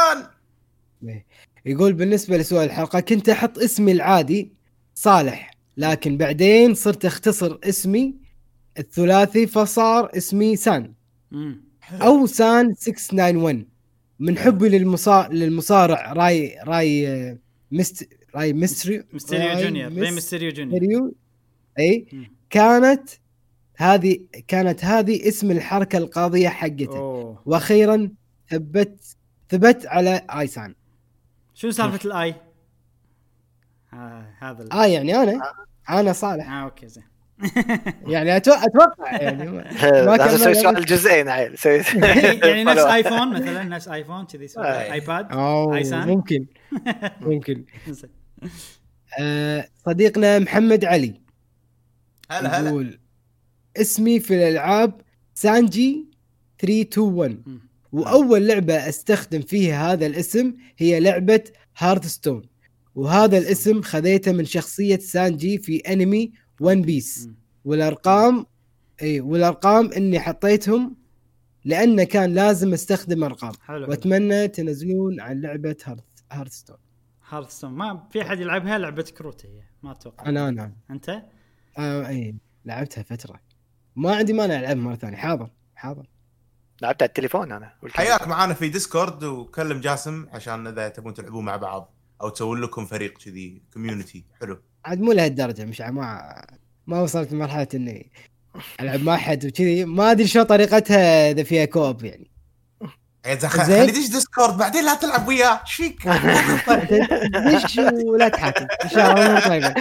يقول بالنسبه لسؤال الحلقه كنت احط اسمي العادي صالح، لكن بعدين صرت اختصر اسمي الثلاثي فصار اسمي سان امم او سان ستة تسعة واحد من حبي للمصا... للمصارع راي راي مست... راي ميستريو ميستيريو راي جونيور، ري ميس- ميستيريو جونيور. ميستيريو اي مم. كانت هذه كانت هذه اسم الحركة القاضية حقته. أوه. واخيرا ثبت ثبت على ايسان. شو سالفة الاي؟ آه هذا ال... اه يعني انا انا صالح اه اوكي زين. يعني أتو... اتوقع يعني ما ما كان كمل- سؤال جزئين عيل يعني يعني نفس ايفون مثلا، نفس ايفون كذي سوى آه. ايباد. أو ايسان. ممكن ممكن. زين. آه صديقنا محمد علي هلا هلا. يقول اسمي في الالعاب سانجي ثلاثة اثنين واحد، مم. واول لعبه استخدم فيها هذا الاسم هي لعبه هارتستون، وهذا الاسم خذيته من شخصيه سانجي في انمي ون بيس. مم. والارقام اي والارقام اني حطيتهم لانه كان لازم استخدم ارقام. حلو. واتمنى تنزلون عن لعبه هارت هارتستون. هارثستون ما في احد يلعبها، لعبة كروت هي ما اتوقع. انا انا انت آه اي لعبتها فتره، ما عندي مانع العبها مره ثانيه. حاضر حاضر. لعبت على التليفون انا. حياك معانا في ديسكورد، وكلم جاسم عشان اذا تبون تلعبون مع بعض او تسوون لكم فريق كذي كوميونتي حلو. عاد مو لهالدرجه، مش ما ما وصلت لمرحله اني العب مع احد وكذي. ما ادري شو طريقتها اذا فيها كوب يعني. يعني خ... زين. خلي ديش ديسكورد بعدين لا تلعب وياه. ايش فيك؟ ليش ولا تحاكم ان شاء الله امور طيبه.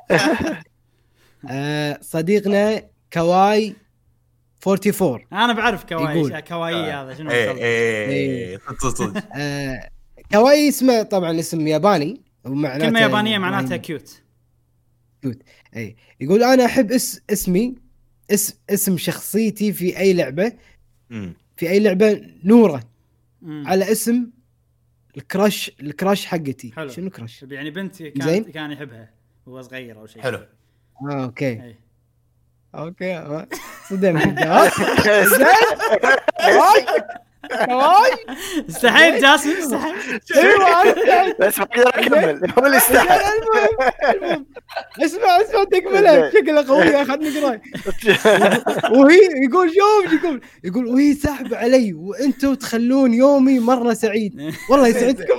آه صديقنا كواي أربعة وأربعين انا بعرف كواي يقول. كواي هذا شنو ايه قصده؟ ايه صدق صدق. آه كواي اسمه طبعا اسم ياباني ومعناته كلمة يابانية معناتها كيوت. اي يقول انا احب اس اسمي اس اسم شخصيتي في اي لعبه امم في اي لعبه نوره مم. على اسم الكراش الكراش حقتي. حلو. شنو كراش؟ يعني بنت زين. كان كان يحبها وهو صغير او شيء. حلو. اه اوكي اي اوكي آه. صدمني الجواب. زين كواي كواي استحيت جاسم استحيت. ايوه أنا- بس ما اقدر اكمل هو اللي استحى. المهم المهم اسمع اسمع تكمله شكلها قوي اخذني قراي. وهي يقول شوف يقول يقول وهي ساحبه علي وانتم تخلون يومي مره سعيد. والله يسعدكم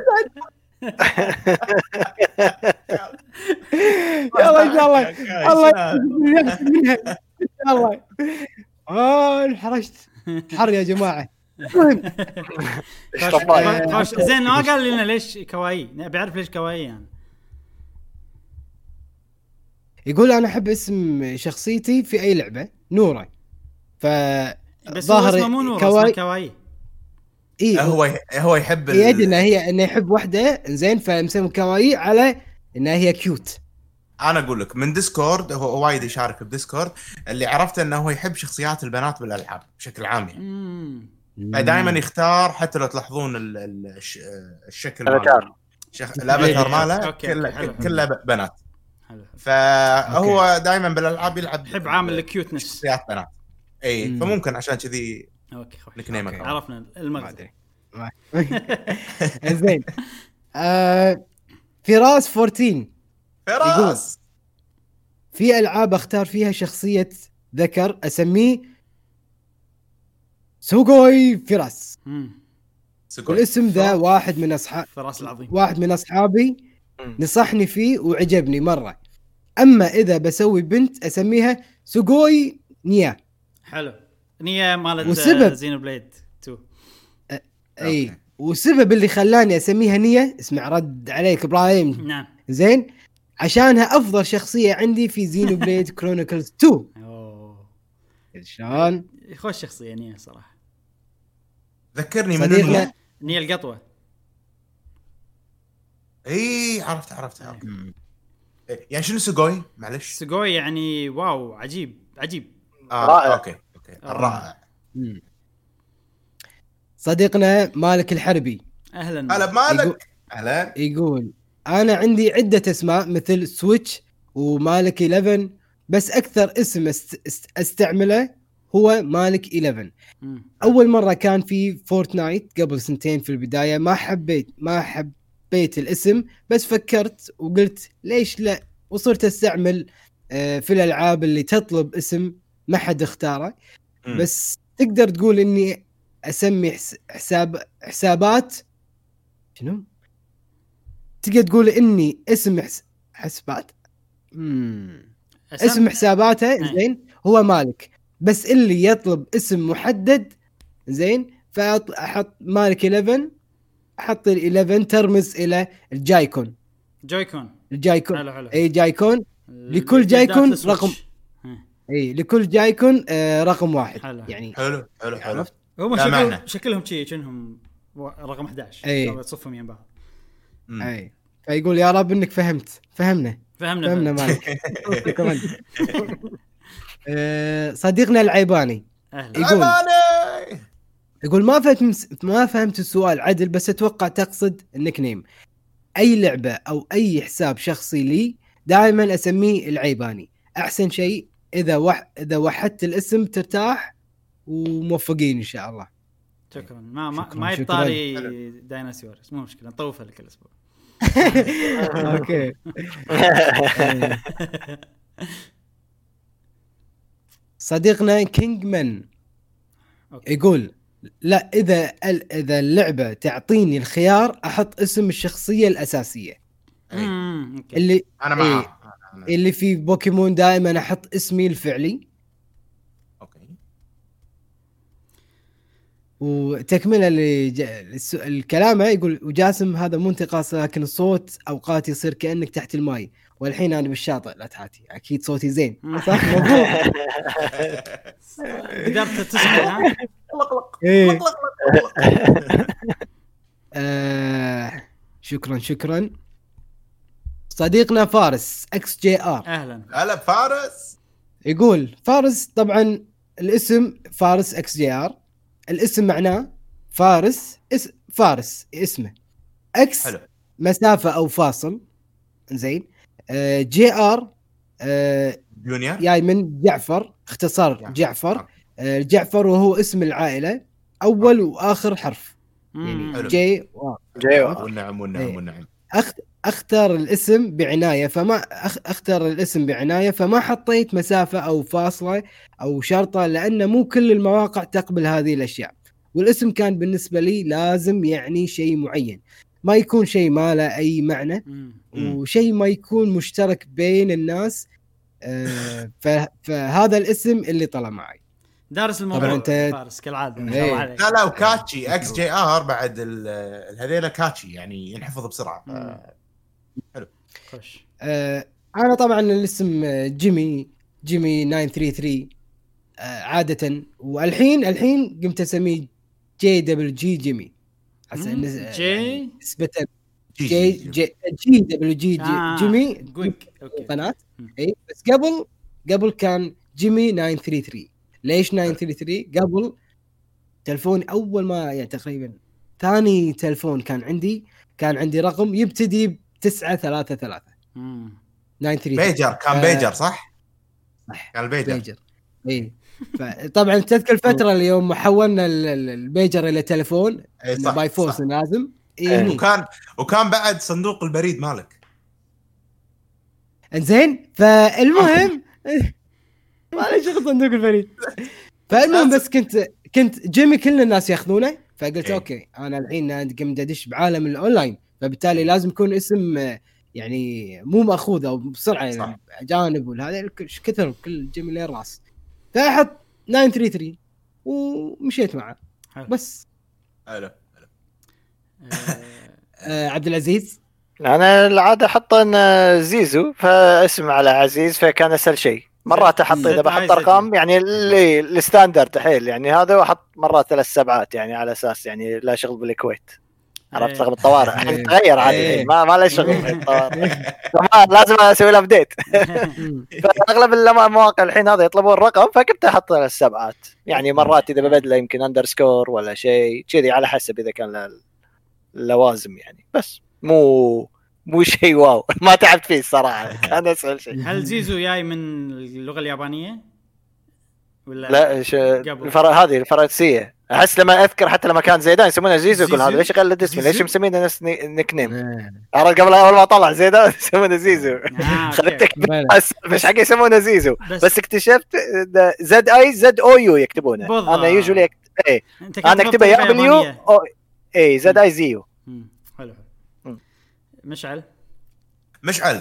يلا ان شاء الله الله يحسن منها ان شاء الله. اه انحرجت حر يا جماعه. المهم خوش زين ما قال لنا ليش كواي، بيعرف ليش كواي يعني. يقول انا احب اسم شخصيتي في اي لعبه نوره، ف بس هو اسمه مو نور اسمه كواي. اي هو هو يحب ال- يد انها هي انه يحب وحده زين فمسمى كواي على انها هي كيوت. انا اقول لك من ديسكورد، هو وايد يشارك بديسكورد، اللي عرفته انه هو يحب شخصيات البنات بالالعاب بشكل عام يعني. امم فدائما يختار، حتى لو تلاحظون ال- ال- الش- الشكل الأفاتار. شخ... الافاتار ماله أوكي، كله أوكي، حلو. كله ب- بنات. حلو. فهو دائما بالالعاب يلعب يحب عامل الكيوتنس. شخصيات بنات. اي مم. فممكن عشان كذي اوكي خوش. نيك نيم أوكي. أكاونت. عرفنا ما المغزى. ادري زين. آه فراس أربعة عشر فراس. في العاب اختار فيها شخصيه ذكر اسميه سوغوي فراس، امم سكوي. والاسم ذا واحد من اصحاب فراس العظيم. واحد من اصحابي مم. نصحني فيه وعجبني مره. اما اذا بسوي بنت اسميها سوغوي نيا. حلو. نية مالت وسبب- زينو بليد اثنين. اي أوكي. وسبب اللي خلاني اسميها نيا، اسمع رد عليك ابراهيم نعم. زين، عشانها افضل شخصيه عندي في زينو بليد كرونيكلز اثنين. اوه شلون خوش شخصية نية صراحة. ذكرني من صديقنا نية. نية القطوة. اي عرفت عرفتها. أوكي. إيه، يعني شنو سوغوي معلش؟ سوغوي يعني واو عجيب عجيب. آه رائع. اوكي اوكي الرائع. مم. صديقنا مالك الحربي اهلا. هلا يقول- بمالك. اهلا. يقول انا عندي عده اسماء مثل سويتش ومالك إحدى عشر، بس اكثر اسم است... است... استعمله هو مالك إحدى عشر. مم. اول مره كان في فورتنايت قبل سنتين في البدايه، ما حبيت ما حبيت الاسم، بس فكرت وقلت ليش لا، وصرت استعمل آه، في الالعاب اللي تطلب اسم ما حد اختاره. مم. بس تقدر تقول اني اسمي حس... حساب حسابات شنو تقدر تقول اني اسم حس... حسابات امم اسم حساباته زين هو مالك، بس اللي يطلب اسم محدد زين فاحط مالك إحدى عشر، احط ال إحدى عشر ترمز الى الجايكون. جايكون الجايكون حلو حلو. اي جايكون لكل جايكون رقم، اي لكل جايكون آه رقم واحد حلو. يعني حلو حلو حلو. هم شكلهم شكلهم شيء كأنهم رقم إحدى عشر لو تصفهم يم بعض. اي فيقول يا رب انك فهمت فهمنا فهمنا فهمنا مالك. آه صديقنا العيباني يقول يقول ما فهمت ما فهمت السؤال عدل، بس اتوقع تقصد النيك نيم. اي لعبه او اي حساب شخصي لي دائما اسميه العيباني. احسن شيء اذا وح... اذا وحدت الاسم ترتاح، وموفقين ان شاء الله. شكرا. ما ما, ما يبطالي ديناصور، مو مشكله نطوفه لك الاسبوع. اوكي. صديقنا كينج من يقول لا اذا اذا اللعبه تعطيني الخيار احط اسم الشخصيه الاساسيه. امم اللي انا معاه إيه اللي في بوكيمون دائما احط اسمي الفعلي. اوكي. وتكمله للكلام يقول وجاسم هذا مو انتقاص، لكن الصوت اوقات يصير كانك تحت الماي، والحين انا بالشاطئ لا تحاتي. اكيد صوتي زين صح؟ مضبوط. قدرت تسمع ها؟ قلق إيه. قلق آه شكرا شكرا. صديقنا فارس اكس جي ار اهلا هلا فارس. يقول فارس طبعا الاسم فارس اكس جي ار، الاسم معناه فارس اس فارس اسمه، اكس حلو. مسافه او فاصل زين. آه جي ار آه جونيور جاي من جعفر، اختصار جعفر. جعفر آه جعفر وهو اسم العائله اول واخر حرف يعني حلو. جي و جي والنعم والنعم والنعم. أخت... اختار الاسم بعنايه فما أخ... اختار الاسم بعنايه فما حطيت مسافه او فاصله او شرطه، لان مو كل المواقع تقبل هذه الاشياء. والاسم كان بالنسبه لي لازم يعني شيء معين، ما يكون شيء ما له اي معنى، وشيء ما يكون مشترك بين الناس. آه ف... فهذا الاسم اللي طلع معي. دارس الموضوع انت فارس كالعاده ما شاء الله عليك. لا لا وكاتشي اكس جي ار بعد هذيلا كاتشي يعني ينحفظ بسرعه. حلو. خش. آه انا طبعا الاسم جيمي جيمي تسعمية وثلاثة وثلاثين آه عاده، والحين الحين قمت اسميه جي دبليو جي جيمي عشان جي نسبه جي جي جي دبليو جي جيمي قناه. اي بس قبل قبل كان جيمي تسعمية وثلاثة وثلاثين. ليش تسعمية وثلاثة وثلاثين؟ قبل تلفون اول ما يعني تقريبا ثاني تلفون كان عندي كان عندي رقم يبتدي بتسعة ثلاثة ثلاثة. امم تسعمية وثلاثة وثلاثين بيجر كان بيجر صح؟ صح كان البيجر. بيجر اي. فطبعا تذكر الفتره اليوم حولنا البيجر الى تلفون باي فورس لازم. إيه وكان وكان بعد صندوق البريد مالك. انزين فالمهم معليش شغل صندوق البريد. فالمهم بس كنت كنت جيمي كل الناس ياخذونه، فقلت إيه؟ اوكي انا الحين قمت ادش بعالم الاونلاين، فبالتالي لازم يكون اسم يعني مو ماخوذ او بسرعه يعني اجانب وهذا كثر كل جيمي لين راس، فاحط تسعمية وثلاثة وثلاثين ومشيت معه. بس حلو حلو. آه عبد العزيز انا العاده احط زيزو فاسم على عزيز، فكان اسهل شيء. مرات احط اذا بحط ارقام يعني اللي الستاندرد حيل يعني هذا، واحط مرات ثلاث سبعات يعني على اساس يعني لا شغل بالكويت. عرفت رقم الطوارئ الحين تغير عادي ما ما له شغل بالطوارئ لازم اسوي له ابديت. فاغلب المواقع الحين هذا يطلبون الرقم، فكنت احط له السبعات يعني. مرات اذا ببدله يمكن اندرسكور ولا شيء كذي على حسب اذا كان اللوازم يعني. بس مو مو شيء واو ما تعبت فيه الصراحه، كان اسهل شيء. هل زيزو جاي من اللغه اليابانيه ولا لا ش... الفر... هذه الفرنسيه احس. لما اذكر حتى لما كان زيدان يسمونه زيزو يقول هذا ليش قلد اسمه ليش مسمينه نفس نيك نيم. عرفت قبل اول ما طلع زيدان يسمونه زيزو خليتك بس مش حق يسمونه زيزو بس, بس اكتشفت زد اي زد او يو يكتبونه بوضع. انا يوجولي اكت... اي انا اكتبها يا باليو أو... اي زد اي زيو. حلو. مشعل مشعل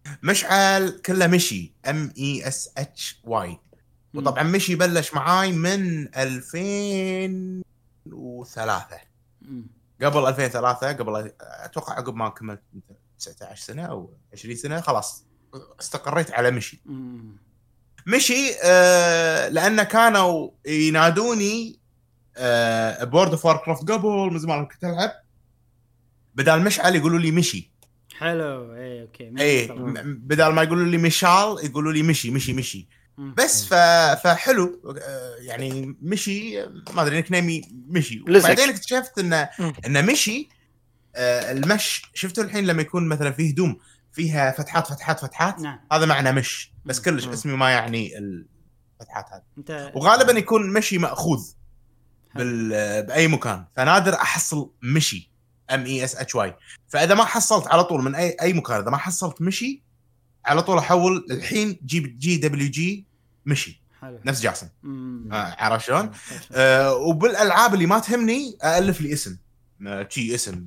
مشعل كله مشي ام اي اس اتش واي. وطبعا مشي بلش معاي من ألفين وثلاثة، مم. قبل ألفين وثلاثة، قبل اتوقع عقب ما كملت تسعة عشر سنه او عشرين سنه خلاص استقريت على مشي. مم. مشي آه لأن كانوا ينادوني آه بورد اوف واركرافت قبل من زمان كنت ألعب، بدال مشعل يقولوا لي مشي. حلو اي اوكي اي بدال ما يقولوا لي مشعل يقولوا لي مشي مشي مشي مم. بس ف... فحلو آه يعني مشي ما ادري انك نيمي مشي. لزق. وبعدين اكتشفت ان ان مشي آه المش شفتوا الحين لما يكون مثلا فيه هدوم فيها فتحات فتحات فتحات نعم. هذا معنى مش بس كلش مم. اسمي ما يعني الفتحات هذه. انت وغالبا يكون مشي مأخوذ بال... باي مكان، فنادر احصل مشي ام اي اس اتش واي. فاذا ما حصلت على طول من اي اي مكان، اذا ما حصلت مشي على طول احول الحين جي جي دبليو جي مشي حلو نفس جاسم. مم. آه عرفت شلون؟ آه وبالالعاب اللي ما تهمني الف لي اسم شي اسم،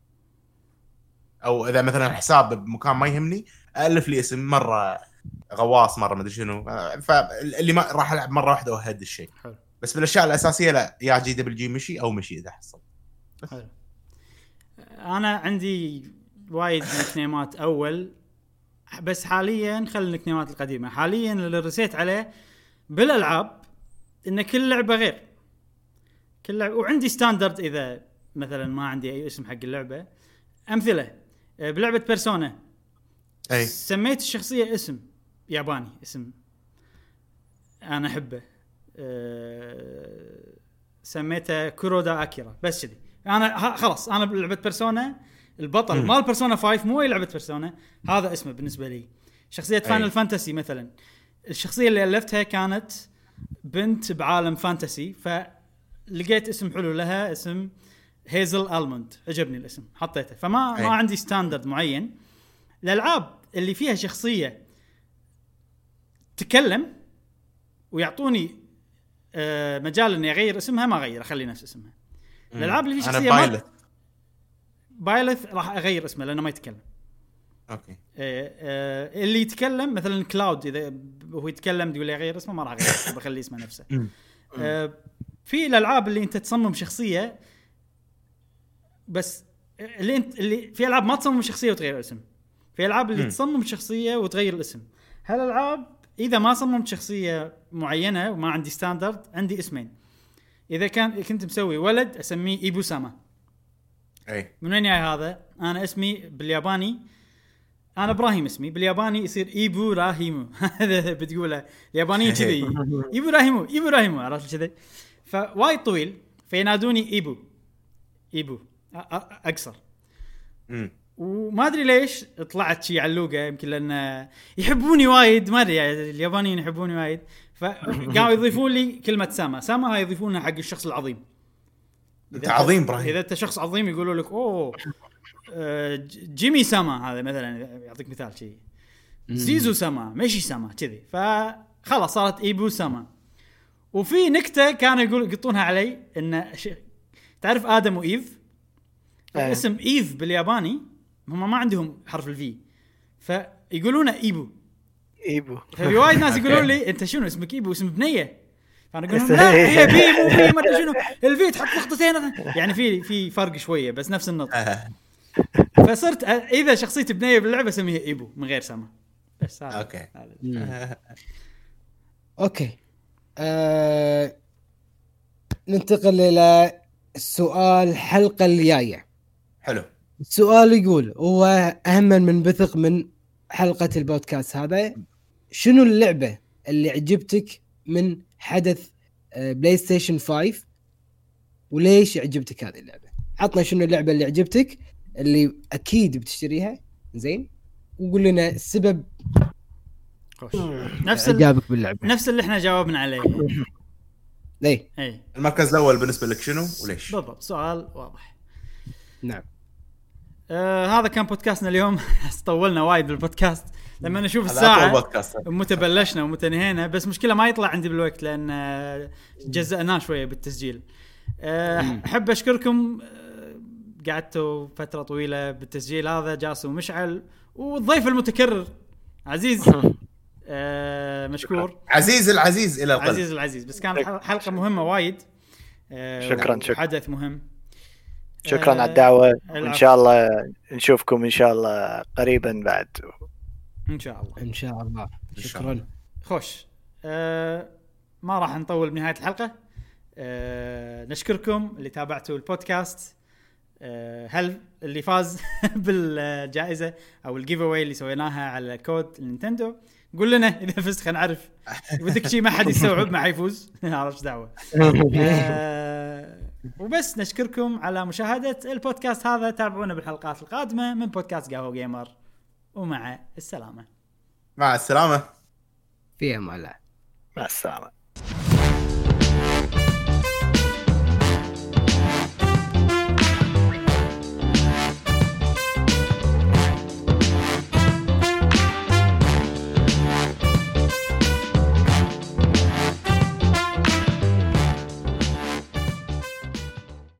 او اذا مثلا حساب بمكان ما يهمني الف لي اسم مره غواص مره ما ادري شنو. فاللي ما راح العب مره واحده وهد الشيء. حلو. بس بالاشياء الاساسيه لا، يا جي دبليو جي مشي او مشي اذا حصل. حلو. انا عندي وايد نكنيمات اول، بس حاليا خل النكنيمات القديمه. حاليا اللي رسيت عليه بالالعاب ان كل لعبه غير، كل لعبة وعندي ستاندرد. اذا مثلا ما عندي اي اسم حق اللعبه، امثله بلعبه بيرسونا اي سميت الشخصيه اسم ياباني، اسم انا احبه، أه سميته كورودا اكيرا بس كذي. انا خلاص انا بلعبه بيرسونا البطل مال بيرسونا خمسة مو اي لعبه بيرسونا هذا اسمه بالنسبه لي. شخصيه فاينل فانتسي مثلا، الشخصيه اللي الفتها كانت بنت بعالم فانتسي، فلقيت اسم حلو لها، اسم هيزل ألموند، عجبني الاسم حطيته. فما أي. ما عندي ستاندرد معين. الالعاب اللي فيها شخصيه تتكلم ويعطوني آه مجال اني اغير اسمها ما اغير، اخلي نفس اسمها. الالعاب اللي فيها شخصيه بايلث بايلث راح اغير اسمه لانه ما يتكلم. اوكي. آه آه اللي يتكلم مثلا كلاود، اذا هو يتكلم تقول لي اغير اسمه ما راح اغير، بخلي اسمه نفسه. آه في الالعاب اللي انت تصمم شخصيه بس، اللي انت اللي في العاب ما تصمم شخصيه وتغير اسم، في العاب اللي م. تصمم شخصيه وتغير الاسم. هالالعاب اذا ما صممت شخصيه معينه وما عندي ستاندرد، عندي اسمين. اذا كان كنت مسوي ولد اسميه ايبو ساما. اي من وين جاي هذا؟ انا اسمي بالياباني، انا ابراهيم اسمي بالياباني يصير ايبو راهيمو. هذا بتقوله الياباني كذي، ايبو راهيمو ايبو راهيمو، عرفت كذي؟ فوايد طويل فينادوني ايبو ايبو اقصر. امم وما ادري ليش طلعت شي علوقه، يمكن لان يحبوني وايد، ما ادري يعني اليابانيين يحبوني وايد، فقاموا يضيفون لي كلمه ساما. ساما هاي يضيفونها حق الشخص العظيم. انت عظيم ابراهيم. اذا انت شخص عظيم يقولوا لك اوه جيمي ساما، هذا مثلا يعطيك مثال شيء، زيزو ساما، ماشي ساما كذي. فخلاص صارت ايبو ساما. وفي نكته كانوا يقولوا يقطونها علي، ان تعرف ادم وايف، أه. اسم ايف بالياباني هم ما عندهم حرف الفي، فيقولونه ايبو ايبو. في وايد ناس يقولون لي انت شنو اسمك ايبو، اسم بنيه. فانا اقول لهم لا هي بي مو بي، ما ادري شنو الفي تحط نقطتين، يعني في في فرق شويه بس نفس النطق. فصرت اذا شخصيتي بنيه باللعبه اسميها ايبو من غير سما بس. هذا اوكي اوكي أه... ننتقل الى السؤال الحلقه الجايه. حلو. السؤال يقول، هو اهم من بثق من حلقه البودكاست هذا، شنو اللعبه اللي عجبتك من حدث بلاي ستيشن خمسة وليش عجبتك هذه اللعبه؟ عطنا شنو اللعبه اللي عجبتك اللي اكيد بتشتريها، زين، وقول لنا السبب نفس اعجابك باللعبه، نفس اللي احنا جاوبنا عليه. اي اي المركز الاول بالنسبه لك شنو وليش؟ بالضبط، سؤال واضح. نعم. آه هذا كان بودكاستنا اليوم. طولنا وايد بالبودكاست لما نشوف الساعه متى بلشنا ومتى نهينا، بس مشكله ما يطلع عندي بالوقت لان جزأناه شويه بالتسجيل. أه احب اشكركم قعدتوا فتره طويله بالتسجيل هذا، جاسو ومشعل والضيف المتكرر عزيز. آه مشكور عزيز العزيز الى القلب. عزيز العزيز. بس كانت حلقه مهمه وايد. آه شكرا شكرا حدث مهم. شكرا آه على الدعوه، العفو. وان شاء الله نشوفكم ان شاء الله قريبا بعد. ان شاء الله ان شاء الله. شكرا. خوش. آه ما راح نطول بنهايه الحلقه. آه نشكركم اللي تابعتوا البودكاست. آه هل اللي فاز بالجائزه او الجيف اواي اللي سويناها على كود النينتندو، قول لنا اذا فزت خلينا نعرف. بدك شيء ما حد يستوعب ما حيفوز. عرفت دعوه. آه وبس نشكركم على مشاهده البودكاست هذا. تابعونا بالحلقات القادمه من بودكاست قهوه جيمر، ومع السلامه. مع السلامه. في امان الله. مع السلامه.